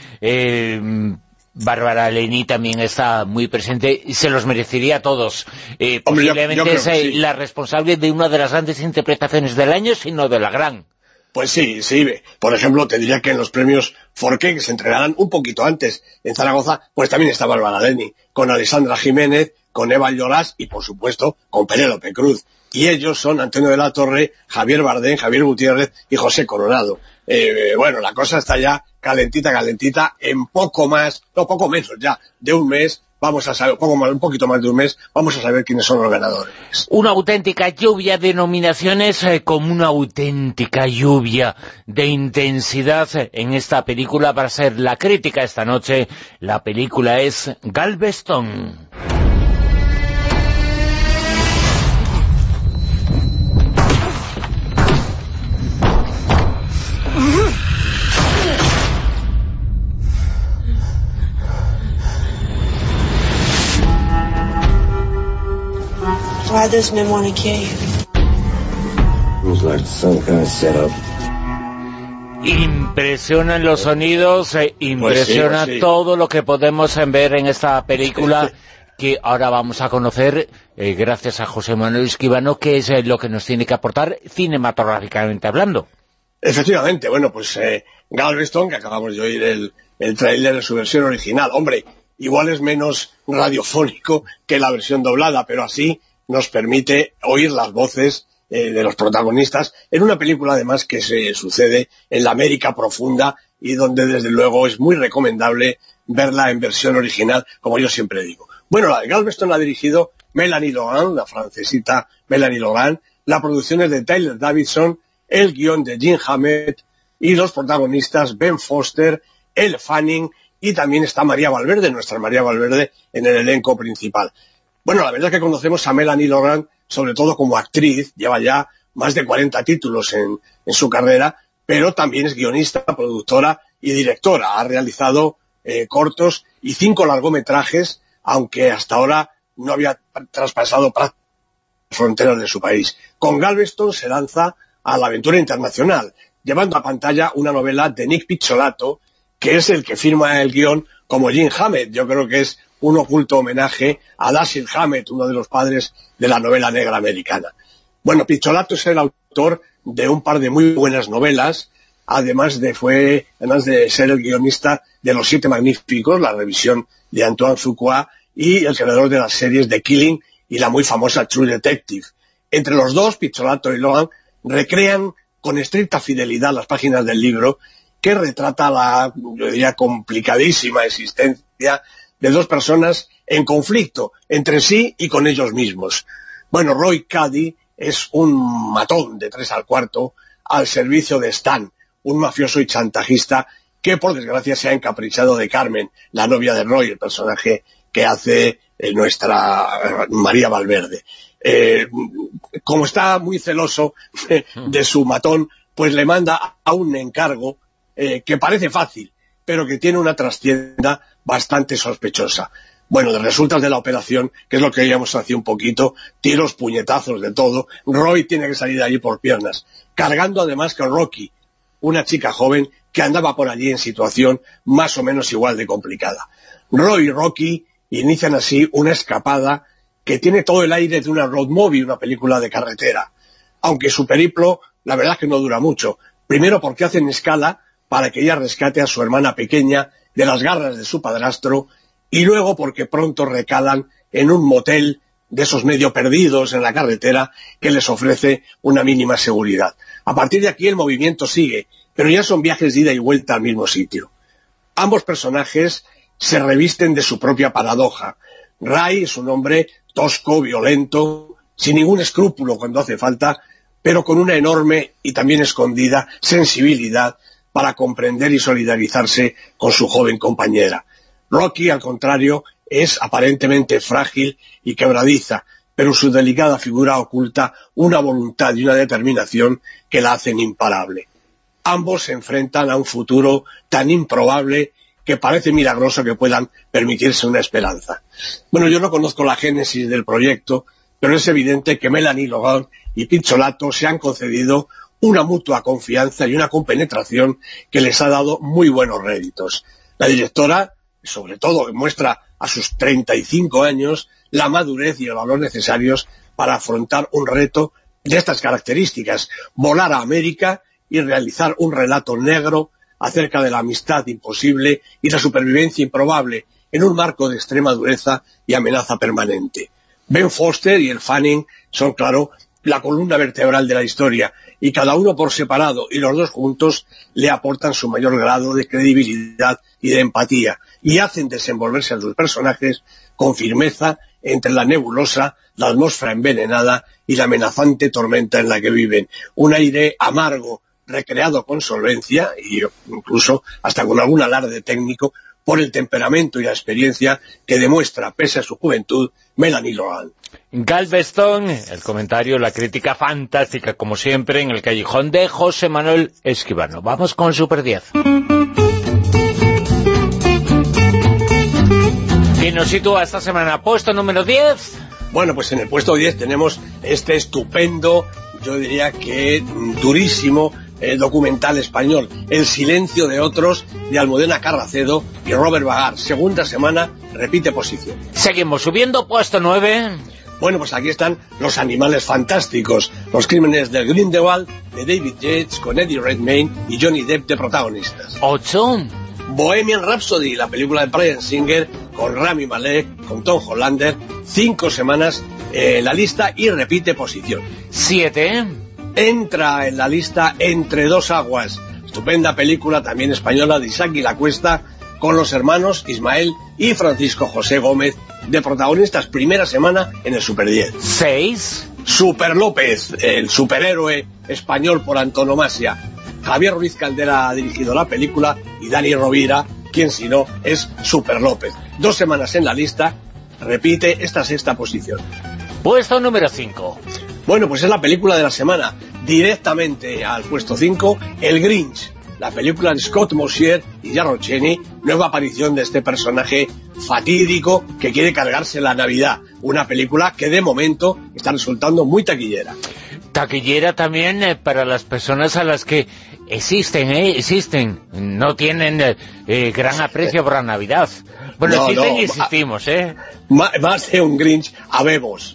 Bárbara Leni también está muy presente, y se los merecería a todos. Posiblemente yo es sí, la responsable de una de las grandes interpretaciones del año, sino de la gran. Pues sí. Por ejemplo, te diría que en los premios Forqué, que se entregarán un poquito antes en Zaragoza, pues también está Bárbara Leni, con Alessandra Jiménez, con Eva Llorás y, por supuesto, con Penélope Cruz. Y ellos son Antonio de la Torre, Javier Bardem, Javier Gutiérrez y José Coronado. Bueno, la cosa está ya calentita, en poco menos ya de un mes, vamos a saber, un poquito más de un mes, vamos a saber quiénes son los ganadores. Una auténtica lluvia de nominaciones, como una auténtica lluvia de intensidad en esta película. Para ser la crítica esta noche, la película es Galveston. others may want to kill you. Like some kind of setup. Impresionan los sonidos, impresiona Pues sí. todo lo que podemos ver en esta película que ahora vamos a conocer gracias a José Manuel Escribano, que es lo que nos tiene que aportar cinematográficamente hablando. Efectivamente, bueno, pues Galveston, que acabamos de oír el tráiler de su versión original, hombre, igual es menos radiofónico que la versión doblada, pero así nos permite oír las voces de los protagonistas en una película además que se sucede en la América profunda y donde desde luego es muy recomendable verla en versión original, como yo siempre digo. Bueno, la de Galveston la ha dirigido Melanie Laurent, la francesita Melanie Laurent, la producción es de Tyler Davidson, el guión de Jim Hammett y los protagonistas Ben Foster, Elle Fanning y también está María Valverde, nuestra María Valverde, en el elenco principal. Bueno, la verdad es que conocemos a Melanie Laurent sobre todo como actriz, lleva ya más de 40 títulos en su carrera, pero también es guionista, productora y directora. Ha realizado cortos y 5 largometrajes, aunque hasta ahora no había traspasado las fronteras de su país. Con Galveston se lanza a la aventura internacional, llevando a pantalla una novela de Nick Picciolato, que es el que firma el guión como Jim Hammett. Yo creo que es un oculto homenaje a Dashiell Hammett, uno de los padres de la novela negra americana. Bueno, Picciolato es el autor de un par de muy buenas novelas, además de ser el guionista de Los Siete Magníficos, la revisión de Antoine Fuqua, y el creador de las series The Killing y la muy famosa True Detective. Entre los dos, Picciolato y Laurent recrean con estricta fidelidad las páginas del libro que retrata la, yo diría, complicadísima existencia de dos personas en conflicto entre sí y con ellos mismos. Bueno, Roy Cady es un matón de 3 al cuarto al servicio de Stan, un mafioso y chantajista que por desgracia se ha encaprichado de Carmen, la novia de Roy, el personaje que hace nuestra María Valverde. Como está muy celoso de su matón, pues le manda a un encargo que parece fácil, pero que tiene una trastienda bastante sospechosa. Bueno, de resultas de la operación, que es lo que veíamos hace un poquito, tiros, puñetazos, de todo, Roy tiene que salir de allí por piernas, cargando además con Rocky, una chica joven que andaba por allí en situación más o menos igual de complicada. Roy y Rocky inician así una escapada que tiene todo el aire de una road movie, una película de carretera, aunque su periplo, la verdad es que no dura mucho. Primero porque hacen escala para que ella rescate a su hermana pequeña de las garras de su padrastro, y luego porque pronto recalan en un motel de esos medio perdidos en la carretera que les ofrece una mínima seguridad. A partir de aquí el movimiento sigue, pero ya son viajes de ida y vuelta al mismo sitio. Ambos personajes se revisten de su propia paradoja. Ray es un hombre tosco, violento, sin ningún escrúpulo cuando hace falta, pero con una enorme y también escondida sensibilidad para comprender y solidarizarse con su joven compañera. Rocky, al contrario, es aparentemente frágil y quebradiza, pero su delicada figura oculta una voluntad y una determinación que la hacen imparable. Ambos se enfrentan a un futuro tan improbable que parece milagroso que puedan permitirse una esperanza. Bueno, yo no conozco la génesis del proyecto, pero es evidente que Melanie Laurent y Picciolato se han concedido una mutua confianza y una compenetración que les ha dado muy buenos réditos. La directora, sobre todo, muestra a sus 35 años la madurez y el valor necesarios para afrontar un reto de estas características, volar a América y realizar un relato negro acerca de la amistad imposible y la supervivencia improbable en un marco de extrema dureza y amenaza permanente. Ben Foster y Elle Fanning son, claro, la columna vertebral de la historia, y cada uno por separado y los dos juntos le aportan su mayor grado de credibilidad y de empatía, y hacen desenvolverse a sus personajes con firmeza entre la nebulosa, la atmósfera envenenada y la amenazante tormenta en la que viven. Un aire amargo, recreado con solvencia, y incluso hasta con algún alarde técnico, por el temperamento y la experiencia que demuestra, pese a su juventud, Melanie Laurent. Galveston, el comentario, la crítica fantástica, como siempre, en el callejón de José Manuel Escribano. Vamos con Super 10. ¿Quién nos sitúa esta semana? Puesto número 10. Bueno, pues en el puesto 10 tenemos este estupendo, yo diría que durísimo, documental español, El silencio de otros, de Almudena Carracedo y Robert Bagar. Segunda semana, repite posición. Seguimos subiendo, puesto 9. Bueno, pues aquí están Los animales fantásticos, Los crímenes del Grindelwald, de David Yates, con Eddie Redmayne y Johnny Depp de protagonistas. 8. Bohemian Rhapsody, la película de Bryan Singer, con Rami Malek, con Tom Hollander. 5 semanas en la lista y repite posición. 7. Entra en la lista Entre dos aguas, estupenda película también española de Isaac y la Cuesta, con los hermanos Ismael y Francisco José Gómez de protagonistas. Primera semana en el Super 10. 6. Super López, el superhéroe español por antonomasia. Javier Ruiz Caldera ha dirigido la película y Dani Rovira, quien si no, es Super López. 2 semanas en la lista, repite esta sexta posición. Puesto número 5. Bueno, pues es la película de la semana. Directamente al puesto 5, El Grinch, la película de Scott Mosier y Jarrod Cheney, nueva aparición de este personaje fatídico que quiere cargarse la Navidad. Una película que de momento está resultando muy taquillera. Taquillera también para las personas a las que existen, no tienen gran aprecio por la Navidad. Bueno, no, existen y existimos, Más de un Grinch, habemos.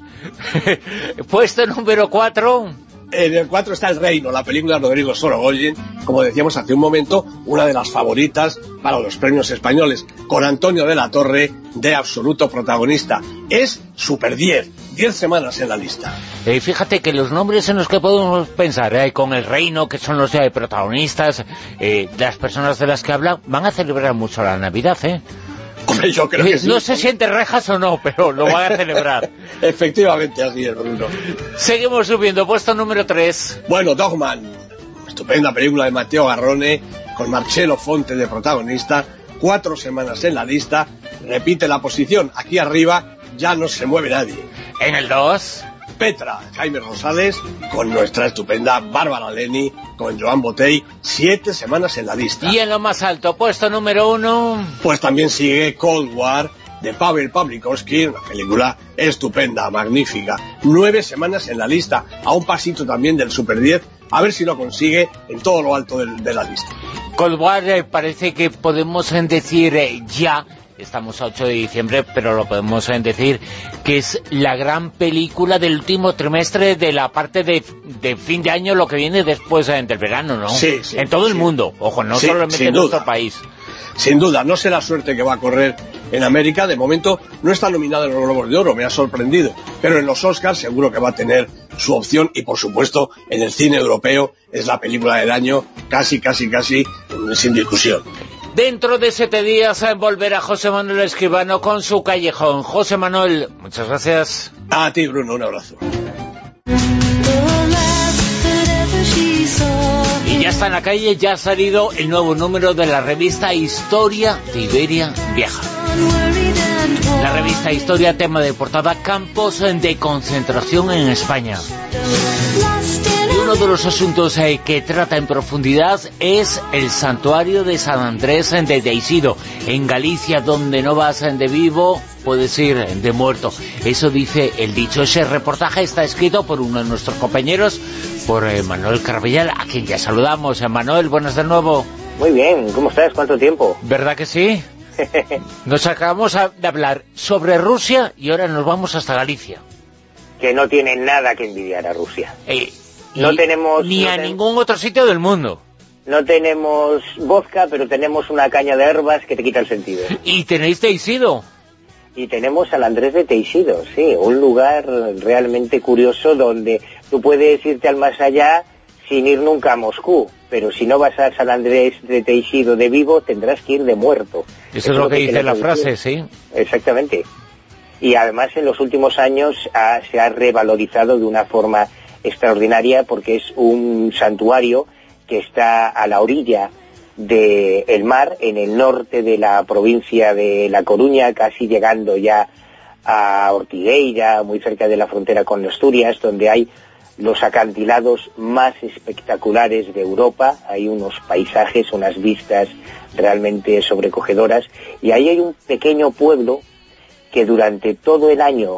Puesto número 4. En el 4 está El Reino, la película de Rodrigo Sorogoyen, como decíamos hace un momento, una de las favoritas para los premios españoles, con Antonio de la Torre de absoluto protagonista. Es Super 10 semanas en la lista. Fíjate que los nombres en los que podemos pensar, con El Reino, que son los protagonistas, las personas de las que hablan, van a celebrar mucho la Navidad, Hombre, yo creo que sí. No sé si entre rejas o no, pero lo van a celebrar. Efectivamente, así es, Bruno. Seguimos subiendo, puesto número 3. Bueno, Dogman, estupenda película de Matteo Garrone, con Marcello Fonte de protagonista. 4 semanas en la lista, repite la posición. Aquí arriba ya no se mueve nadie. En el 2... Petra, Jaime Rosales, con nuestra estupenda Bárbara Leni, con Joan Botey, 7 semanas en la lista. Y en lo más alto, puesto número 1... Pues también sigue Cold War, de Pavel Pawlikowski, una película estupenda, magnífica. 9 semanas en la lista, a un pasito también del Super 10, a ver si lo consigue en todo lo alto de la lista. Cold War parece que podemos decir ya... Estamos a 8 de diciembre, pero lo podemos decir que es la gran película del último trimestre de la parte de fin de año, lo que viene después del verano, ¿no? Sí, en todo el mundo, ojo, no solamente en nuestro país. Sin duda, no sé la suerte que va a correr en América. De momento no está nominado en los Globos de Oro, me ha sorprendido, pero en los Oscars seguro que va a tener su opción, y por supuesto en el cine europeo es la película del año, casi sin discusión. Dentro de 7 días volverá José Manuel Escribano con su Callejón. José Manuel, muchas gracias. A ti, Bruno, un abrazo. Y ya está en la calle, ya ha salido el nuevo número de la revista Historia de Iberia Vieja. La revista Historia, tema de portada, campos de concentración en España. Uno de los asuntos que trata en profundidad es el santuario de San Andrés de Teixido, en Galicia, donde no vas de vivo, puedes ir de muerto. Eso dice el dicho. Ese reportaje está escrito por uno de nuestros compañeros, por Manuel Carbellal, a quien ya saludamos. Manuel, buenas de nuevo. Muy bien, ¿cómo estás? ¿Cuánto tiempo? ¿Verdad que sí? Nos acabamos de hablar sobre Rusia y ahora nos vamos hasta Galicia. Que no tiene nada que envidiar a Rusia. Ni a ningún otro sitio del mundo. No tenemos vodka, pero tenemos una caña de herbas que te quita el sentido. ¿Y tenéis Teixido? Y tenemos San Andrés de Teixido, sí, un lugar realmente curioso donde tú puedes irte al más allá sin ir nunca a Moscú, pero si no vas a San Andrés de Teixido de vivo, tendrás que ir de muerto. Eso es lo que dice la frase, sí. Exactamente. Y además en los últimos años se ha revalorizado de una forma extraordinaria, porque es un santuario que está a la orilla del mar, en el norte de la provincia de La Coruña, casi llegando ya a Ortigueira, muy cerca de la frontera con Asturias, donde hay los acantilados más espectaculares de Europa. Hay unos paisajes, unas vistas realmente sobrecogedoras, y ahí hay un pequeño pueblo que durante todo el año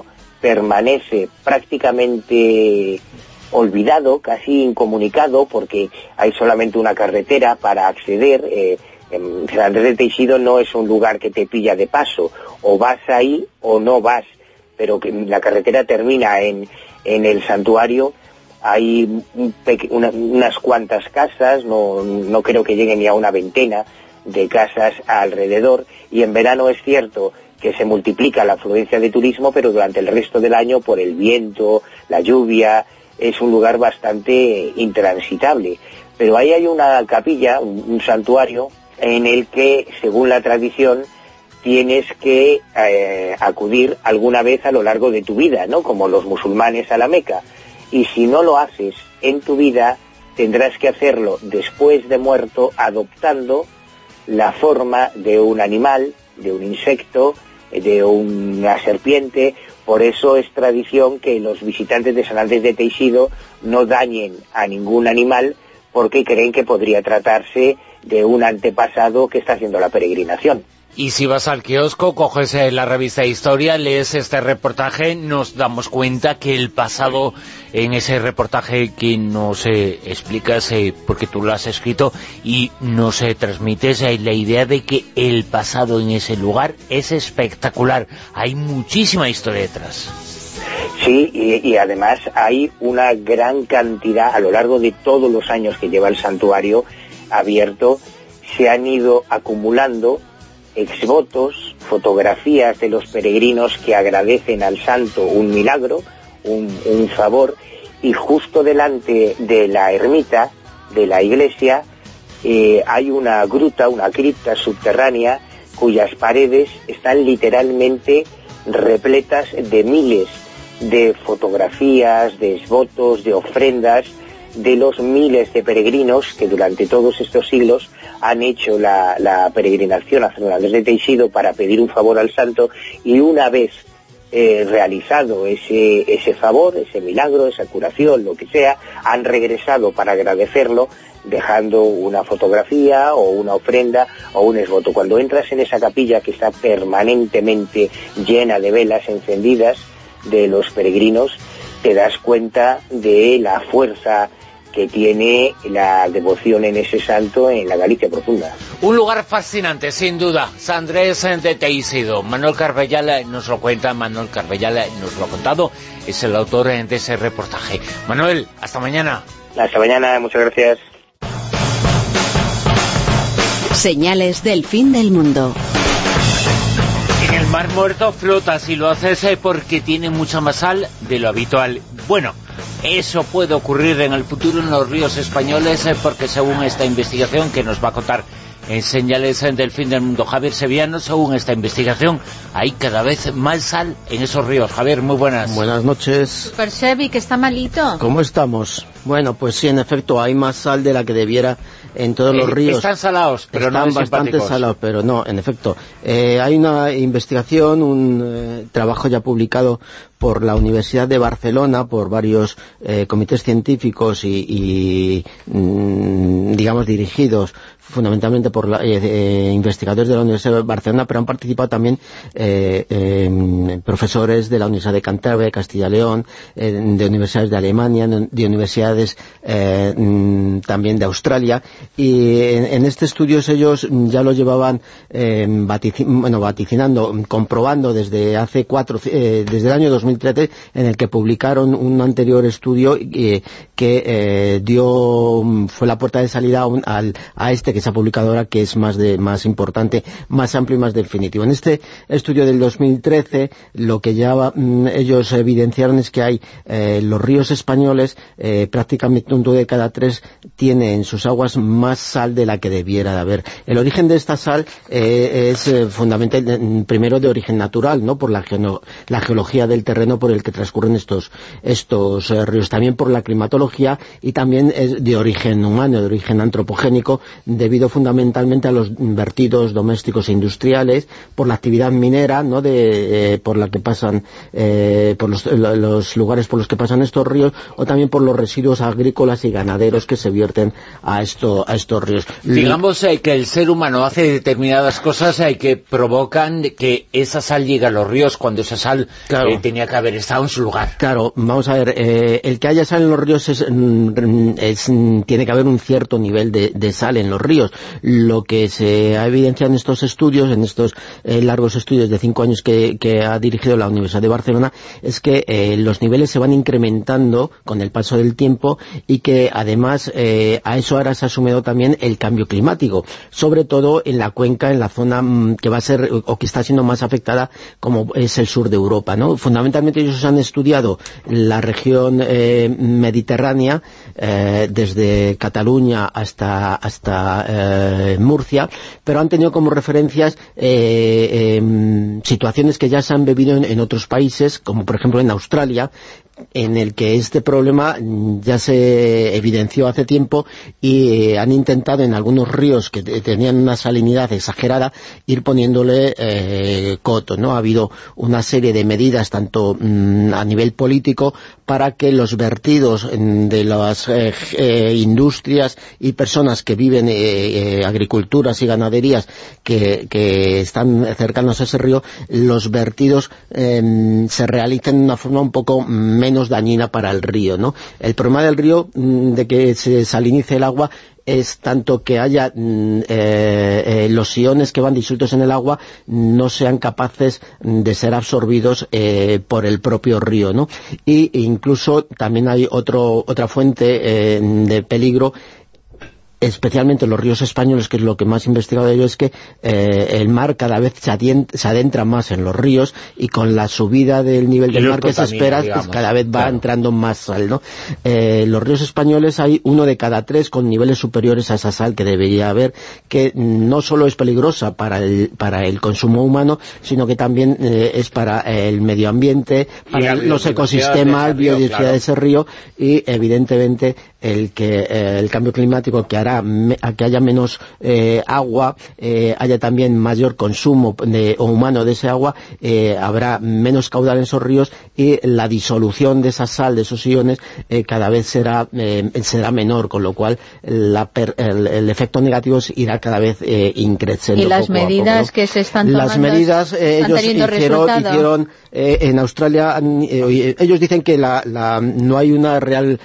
permanece prácticamente olvidado, casi incomunicado, porque hay solamente una carretera para acceder. San Andrés de Teixido no es un lugar que te pilla de paso, o vas ahí o no vas, pero que la carretera termina en el santuario. Hay unas cuantas casas, no creo que lleguen ni a una veintena de casas alrededor, y en verano es cierto que se multiplica la afluencia de turismo, pero durante el resto del año, por el viento, la lluvia, es un lugar bastante intransitable. Pero ahí hay una capilla, un santuario, en el que, según la tradición, tienes que acudir alguna vez a lo largo de tu vida, ¿no? Como los musulmanes a la Meca. Y si no lo haces en tu vida, tendrás que hacerlo después de muerto, adoptando la forma de un animal, de un insecto, de una serpiente. Por eso es tradición que los visitantes de San Andrés de Teixido no dañen a ningún animal, porque creen que podría tratarse de un antepasado que está haciendo la peregrinación. Y si vas al kiosco, coges la revista Historia, lees este reportaje, nos damos cuenta que el pasado, en ese reportaje que nos explicas, porque tú lo has escrito, y nos transmites la idea de que el pasado en ese lugar es espectacular. Hay muchísima historia detrás. Sí, y además hay una gran cantidad, a lo largo de todos los años que lleva el santuario abierto, se han ido acumulando exvotos, fotografías de los peregrinos que agradecen al santo un milagro, un favor, y justo delante de la ermita, de la iglesia, hay una gruta, una cripta subterránea, cuyas paredes están literalmente repletas de miles de fotografías, de exvotos, de ofrendas, de los miles de peregrinos que durante todos estos siglos han hecho la peregrinación a San Andrés de Teixido para pedir un favor al santo, y una vez realizado ese favor, ese milagro, esa curación, lo que sea, han regresado para agradecerlo, dejando una fotografía o una ofrenda o un exvoto. Cuando entras en esa capilla, que está permanentemente llena de velas encendidas de los peregrinos, te das cuenta de la fuerza que tiene la devoción en ese santo en la Galicia profunda. Un lugar fascinante, sin duda, San Andrés de Teixido. Manuel Carbellal nos lo cuenta, Manuel Carbellal nos lo ha contado, es el autor de ese reportaje. Manuel, hasta mañana. Hasta mañana, muchas gracias. Señales del fin del mundo. En el Mar Muerto flotas, y lo haces porque tiene mucha más sal de lo habitual. Bueno, eso puede ocurrir en el futuro en los ríos españoles, porque según esta investigación que nos va a contar en Señales del fin del mundo Javier Sevillano, según esta investigación, hay cada vez más sal en esos ríos. Javier, muy buenas. Buenas noches. Super Sevi, que está malito. ¿Cómo estamos? Bueno, pues sí, en efecto, hay más sal de la que debiera en todos los ríos. Están salados, pero están no bastante salados, pero no, en efecto. Hay una investigación, un trabajo ya publicado por la Universidad de Barcelona, por varios comités científicos y digamos, dirigidos fundamentalmente por investigadores de la Universidad de Barcelona, pero han participado también profesores de la Universidad de Cantabria, de Castilla y León, de universidades de Alemania, de universidades también de Australia, y en este estudio ellos ya lo llevaban vaticinando, comprobando desde hace desde el año 2013, en el que publicaron un anterior estudio que fue la puerta de salida a este que se ha publicado ahora, que es más importante, más amplio y más definitivo. En este estudio del 2013, lo que ya ellos evidenciaron es que hay los ríos españoles, prácticamente 1 de cada 3 tiene en sus aguas más sal de la que debiera de haber. El origen de esta sal es fundamental, primero de origen natural, ¿no?, por la geología del terreno por el que transcurren estos ríos, también por la climatología, y también es de origen humano, de origen antropogénico, debido fundamentalmente a los vertidos domésticos e industriales, por la actividad minera, ¿no?, por la que pasan, por los lugares por los que pasan estos ríos, o también por los residuos residuos agrícolas y ganaderos que se vierten a estos ríos. Digamos que el ser humano hace determinadas cosas que provocan que esa sal llegue a los ríos cuando esa sal tenía que haber estado en su lugar. Claro, vamos a ver, el que haya sal en los ríos tiene que haber un cierto nivel de sal en los ríos. Lo que se ha evidenciado en estos estudios, en estos largos estudios de 5 años que ha dirigido la Universidad de Barcelona, es que los niveles se van incrementando con el paso del tiempo y que además a eso ahora se ha sumado también el cambio climático, sobre todo en la cuenca, en la zona que va a ser o que está siendo más afectada, como es el sur de Europa, ¿no? Fundamentalmente ellos han estudiado la región mediterránea, desde Cataluña hasta Murcia, pero han tenido como referencias situaciones que ya se han vivido en otros países, como por ejemplo en Australia, en el que este problema ya se evidenció hace tiempo y han intentado en algunos ríos que tenían una salinidad exagerada ir poniéndole coto, ¿no? Ha habido una serie de medidas tanto a nivel político para que los vertidos de las industrias y personas que viven agriculturas y ganaderías que están cercanos a ese río, los vertidos se realicen de una forma un poco menos dañina para el río, ¿no? El problema del río, de que se salinice el agua, es tanto que haya los iones que van disueltos en el agua no sean capaces de ser absorbidos por el propio río, ¿no? Y incluso también hay otra fuente de peligro, especialmente en los ríos españoles, que es lo que más he investigado de ello, es que el mar cada vez se adentra más en los ríos, y con la subida del nivel del mar que se espera, pues cada vez va entrando más sal, ¿no? Los ríos españoles hay 1 de cada 3 con niveles superiores a esa sal que debería haber, que no solo es peligrosa para el consumo humano, sino que también es para el medio ambiente, para los ecosistemas, biodiversidad de ese río, y evidentemente el cambio climático que hará a que haya menos agua, haya también mayor consumo humano de ese agua, habrá menos caudal en esos ríos, y la disolución de esa sal, de esos iones, cada vez será menor, con lo cual el efecto negativo irá cada vez increciendo. ¿Y las medidas que se están tomando? Las medidas ellos hicieron en Australia, ellos dicen que no hay una real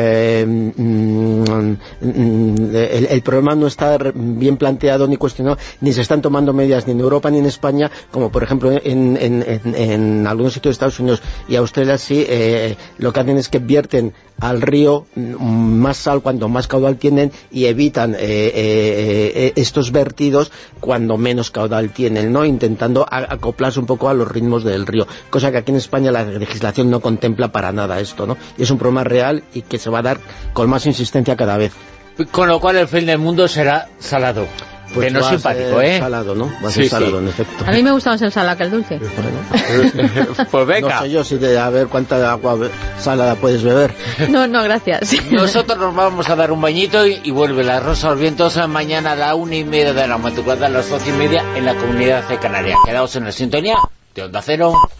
el problema no está bien planteado ni cuestionado, ni se están tomando medidas ni en Europa ni en España, como por ejemplo en algunos sitios de Estados Unidos y Australia. Sí, lo que hacen es que vierten al río más sal cuando más caudal tienen, y evitan estos vertidos cuando menos caudal tienen, ¿no? Intentando acoplarse un poco a los ritmos del río, cosa que aquí en España la legislación no contempla para nada esto, ¿no? Y es un problema real y que se va a dar con más insistencia cada vez. Con lo cual el fin del mundo será salado. Pues que no es simpático, salado, ¿no? Va a ser salado, en efecto. A mí me gusta más el salado que el dulce. Pues venga. No sé yo a ver cuánta agua salada puedes beber. No, gracias. Nosotros nos vamos a dar un bañito y vuelve la Rosa de los Vientos mañana a la 1:30 de la madrugada, a las 12:30 en la Comunidad de Canarias. Quedaos en la sintonía de Onda Cero.